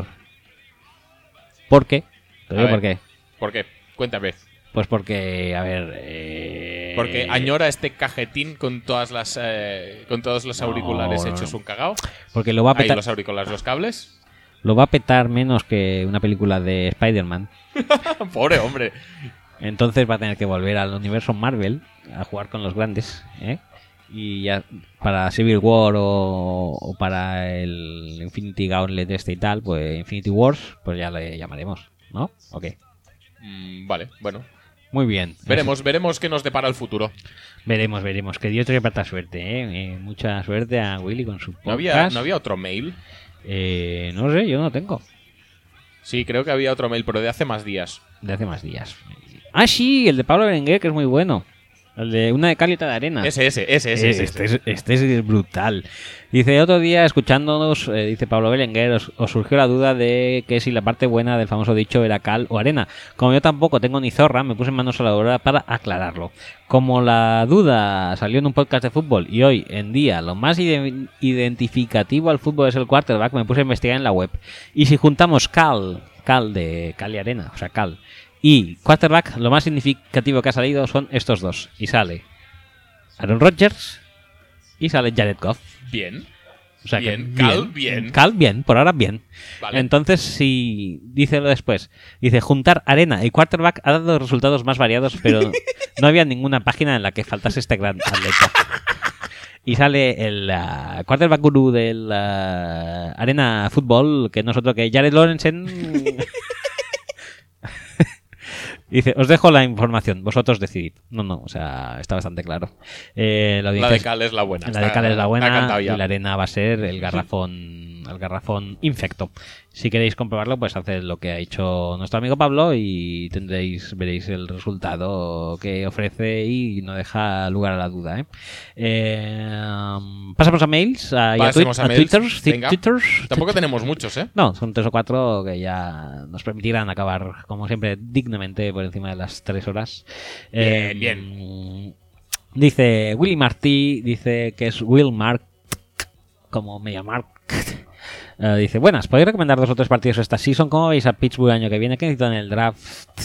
¿Por qué? Te digo por qué. ¿Por qué? Cuéntame. Pues porque, a ver... Porque añora este cajetín con todas las con todos los auriculares hechos un cagao. Porque lo va a Ahí petar. los auriculares, los cables. Lo va a petar menos que una película de Spider-Man. Pobre hombre. Entonces va a tener que volver al universo Marvel a jugar con los grandes, ¿eh? Y ya para Civil War o para el Infinity Gauntlet este y tal, pues Infinity Wars, pues ya le llamaremos, ¿no? Ok. Vale, bueno. Muy bien. Veremos qué nos depara el futuro. Veremos. Que Dios te reparta suerte, ¿eh? Mucha suerte a Willy con su podcast. ¿No había otro mail? No sé, yo no lo tengo. Sí, creo que había otro mail, pero de hace más días. De hace más días. Ah, sí, el de Pablo Berenguer, que es muy bueno. El de una de cal y otra de arena. Ese. Este es brutal. Dice, otro día escuchándonos, dice Pablo Berenguer, os surgió la duda de que si la parte buena del famoso dicho era cal o arena. Como yo tampoco tengo ni zorra, me puse manos a la obra para aclararlo. Como la duda salió en un podcast de fútbol y hoy en día lo más identificativo al fútbol es el quarterback, me puse a investigar en la web. Y si juntamos cal de cal y arena, o sea, cal, y quarterback, lo más significativo que ha salido son estos dos. Y sale Aaron Rodgers y sale Jared Goff. Bien. O sea bien. Que Bien. Cal bien, por ahora bien. Vale. Entonces, si dice lo después, dice juntar arena y quarterback ha dado resultados más variados, pero no había ninguna página en la que faltase este gran atleta. Y sale el quarterback gurú del Arena Fútbol, que no es otro que Jared Lorenzen. Dice, os dejo la información, vosotros decidid. No, o sea, está bastante claro. La de cal es la buena. La de cal es la buena y ya. la arena va a ser el garrafón infecto. Si queréis comprobarlo, pues haced lo que ha hecho nuestro amigo Pablo y veréis el resultado que ofrece y no deja lugar a la duda, pasamos a mails, a mails. Twitters. Tampoco tenemos muchos, ¿eh? No, son 3 o 4 que ya nos permitirán acabar, como siempre, dignamente por encima de las 3 horas. Bien. Dice Willy Martí, dice que es Will Mark, como MediaMarkt. Dice, buenas, ¿podéis recomendar 2 o 3 partidos esta season? ¿Cómo veis a Pittsburgh el año que viene? ¿Qué necesitan en el draft?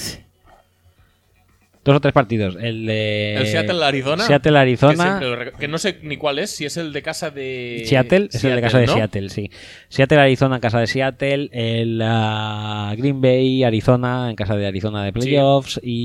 2 o 3 partidos. El Seattle-Arizona. Seattle-Arizona. Que no sé ni cuál es, si es el de casa de... Seattle, es el de casa de ¿no? Seattle, sí. Seattle-Arizona en casa de Seattle. El Green Bay-Arizona en casa de Arizona de playoffs. Sí.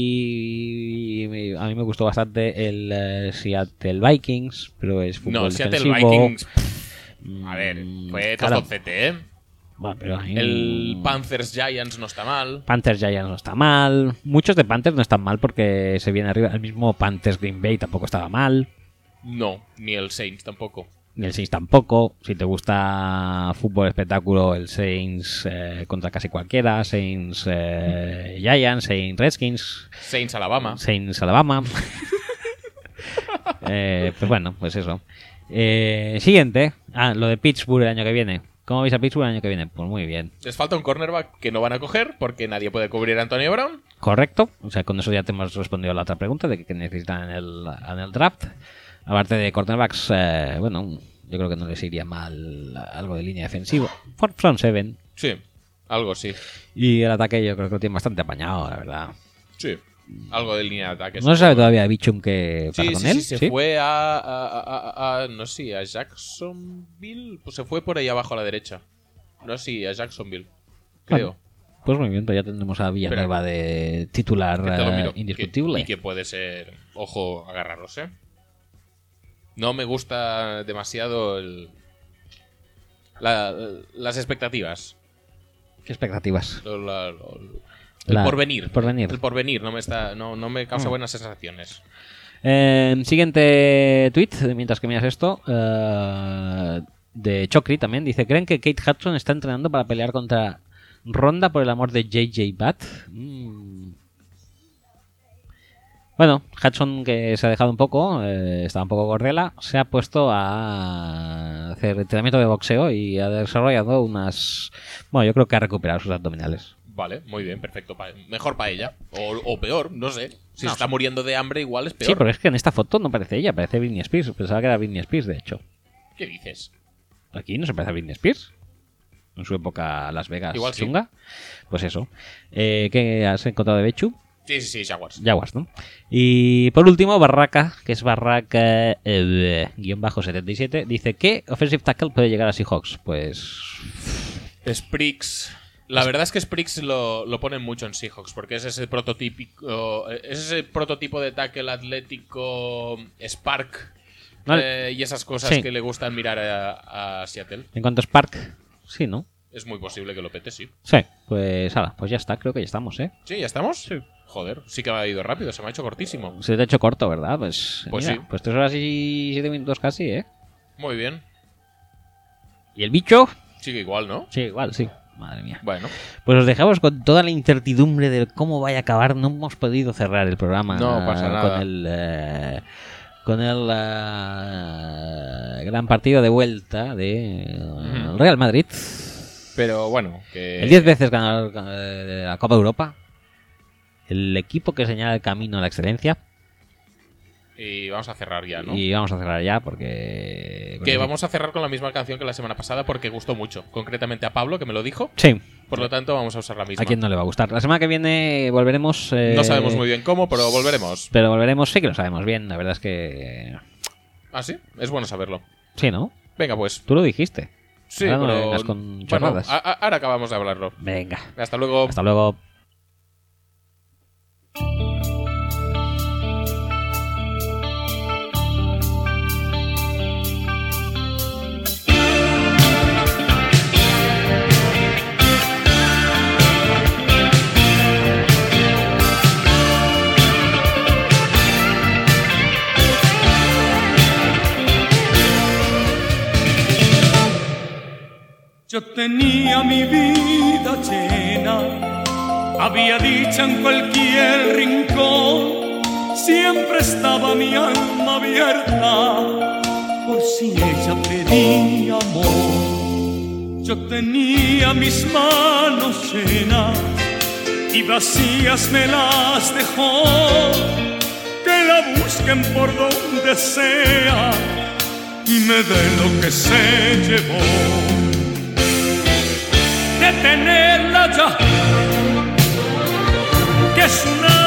Y a mí me gustó bastante el Seattle Vikings, pero es fútbol No, Seattle defensivo. Vikings... A ver, fue tostocete, ¿eh? Bueno, pero el Panthers Giants no está mal. Panthers Giants no está mal. Muchos de Panthers no están mal porque se viene arriba. El mismo Panthers Green Bay tampoco estaba mal. No, ni el Saints tampoco. Ni el Saints tampoco. Si te gusta fútbol espectáculo, el Saints contra casi cualquiera. Saints Giants, Saints Redskins. Saints Alabama. Saints Alabama. Pues bueno, pues eso. Siguiente. Lo de Pittsburgh el año que viene. ¿Cómo veis a Pittsburgh el año que viene? Pues muy bien. Les falta un cornerback que no van a coger porque nadie puede cubrir a Antonio Brown. Correcto. O sea, con eso ya te hemos respondido a la otra pregunta de que necesitan en el draft. Aparte de cornerbacks, bueno, yo creo que no les iría mal algo de línea defensiva. Front seven. Sí, algo sí. Y el ataque yo creo que lo tiene bastante apañado, la verdad. Sí, algo de línea de ataque. No se sabe todavía Bichum qué pasa con él. Sí, se fue no sé, a Jacksonville. Pues se fue por ahí abajo a la derecha. No, sí, a Jacksonville, creo. Bueno, pues muy bien, pues ya tendremos a Villanueva de titular indiscutible. Y que puede ser, ojo, agarraros, ¿eh? No me gusta demasiado las expectativas. ¿Qué expectativas? El porvenir. El porvenir no me causa buenas sensaciones. Siguiente tweet, mientras que miras esto, de Chocri también. Dice, ¿creen que Kate Hudson está entrenando para pelear contra Ronda por el amor de JJ Watt? Bueno, Hudson, que se ha dejado un poco, estaba un poco gordela, se ha puesto a hacer entrenamiento de boxeo y ha desarrollado unas... Bueno, yo creo que ha recuperado sus abdominales. Vale, muy bien, perfecto. Mejor para ella. O peor, no sé. Si se está muriendo de hambre, igual es peor. Sí, pero es que en esta foto no parece ella, parece Britney Spears. Pensaba que era Britney Spears, de hecho. ¿Qué dices? Aquí no se parece a Britney Spears. En su época Las Vegas igual sí. chunga. Pues eso. ¿Qué has encontrado de Bechu? Sí, Jaguars. Jaguars, ¿no? Y por último, Barraca, que es Barraca _77, dice que Offensive Tackle puede llegar a Seahawks. Pues... Spriggs. La verdad es que Spriggs lo ponen mucho en Seahawks porque es ese prototípico, de tackle atlético Spark, vale. Y esas cosas que le gustan mirar a Seattle. En cuanto a Spark, sí, ¿no? Es muy posible que lo pete, sí. Sí, pues ya está, creo que ya estamos, ¿eh? ¿Sí? ¿Ya estamos? Sí. Joder, sí que ha ido rápido, se me ha hecho cortísimo. Se te ha hecho corto, ¿verdad? Pues mira, sí. Pues 3 horas y 7 minutos casi, ¿eh? Muy bien. ¿Y el bicho? Sigue igual, ¿no? Sí, igual, sí. Madre mía. Bueno. Pues os dejamos con toda la incertidumbre de cómo vaya a acabar. No hemos podido cerrar el programa. No pasa nada. Con el gran partido de vuelta de Real Madrid. Pero bueno, que... El 10 veces ganador de la Copa Europa. El equipo que señala el camino a la excelencia. Y vamos a cerrar ya, ¿no? Y vamos a cerrar ya porque... Que vamos a cerrar con la misma canción que la semana pasada porque gustó mucho. Concretamente a Pablo, que me lo dijo. Sí. Por lo tanto, vamos a usar la misma. ¿A quién no le va a gustar? La semana que viene volveremos... No sabemos muy bien cómo, pero volveremos. Pero volveremos, sí que lo sabemos bien. La verdad es que... ¿Ah, sí? Es bueno saberlo. Sí, ¿no? Venga, pues. Tú lo dijiste. Sí, ahora pero... no vengas con chorradas. Bueno, ahora acabamos de hablarlo. Venga. Hasta luego. Hasta luego. Yo tenía mi vida llena, había dicha en cualquier rincón, siempre estaba mi alma abierta, por si ella pedía amor. Yo tenía mis manos llenas y vacías me las dejó, que la busquen por donde sea y me dé lo que se llevó. De tenerla ya, que es una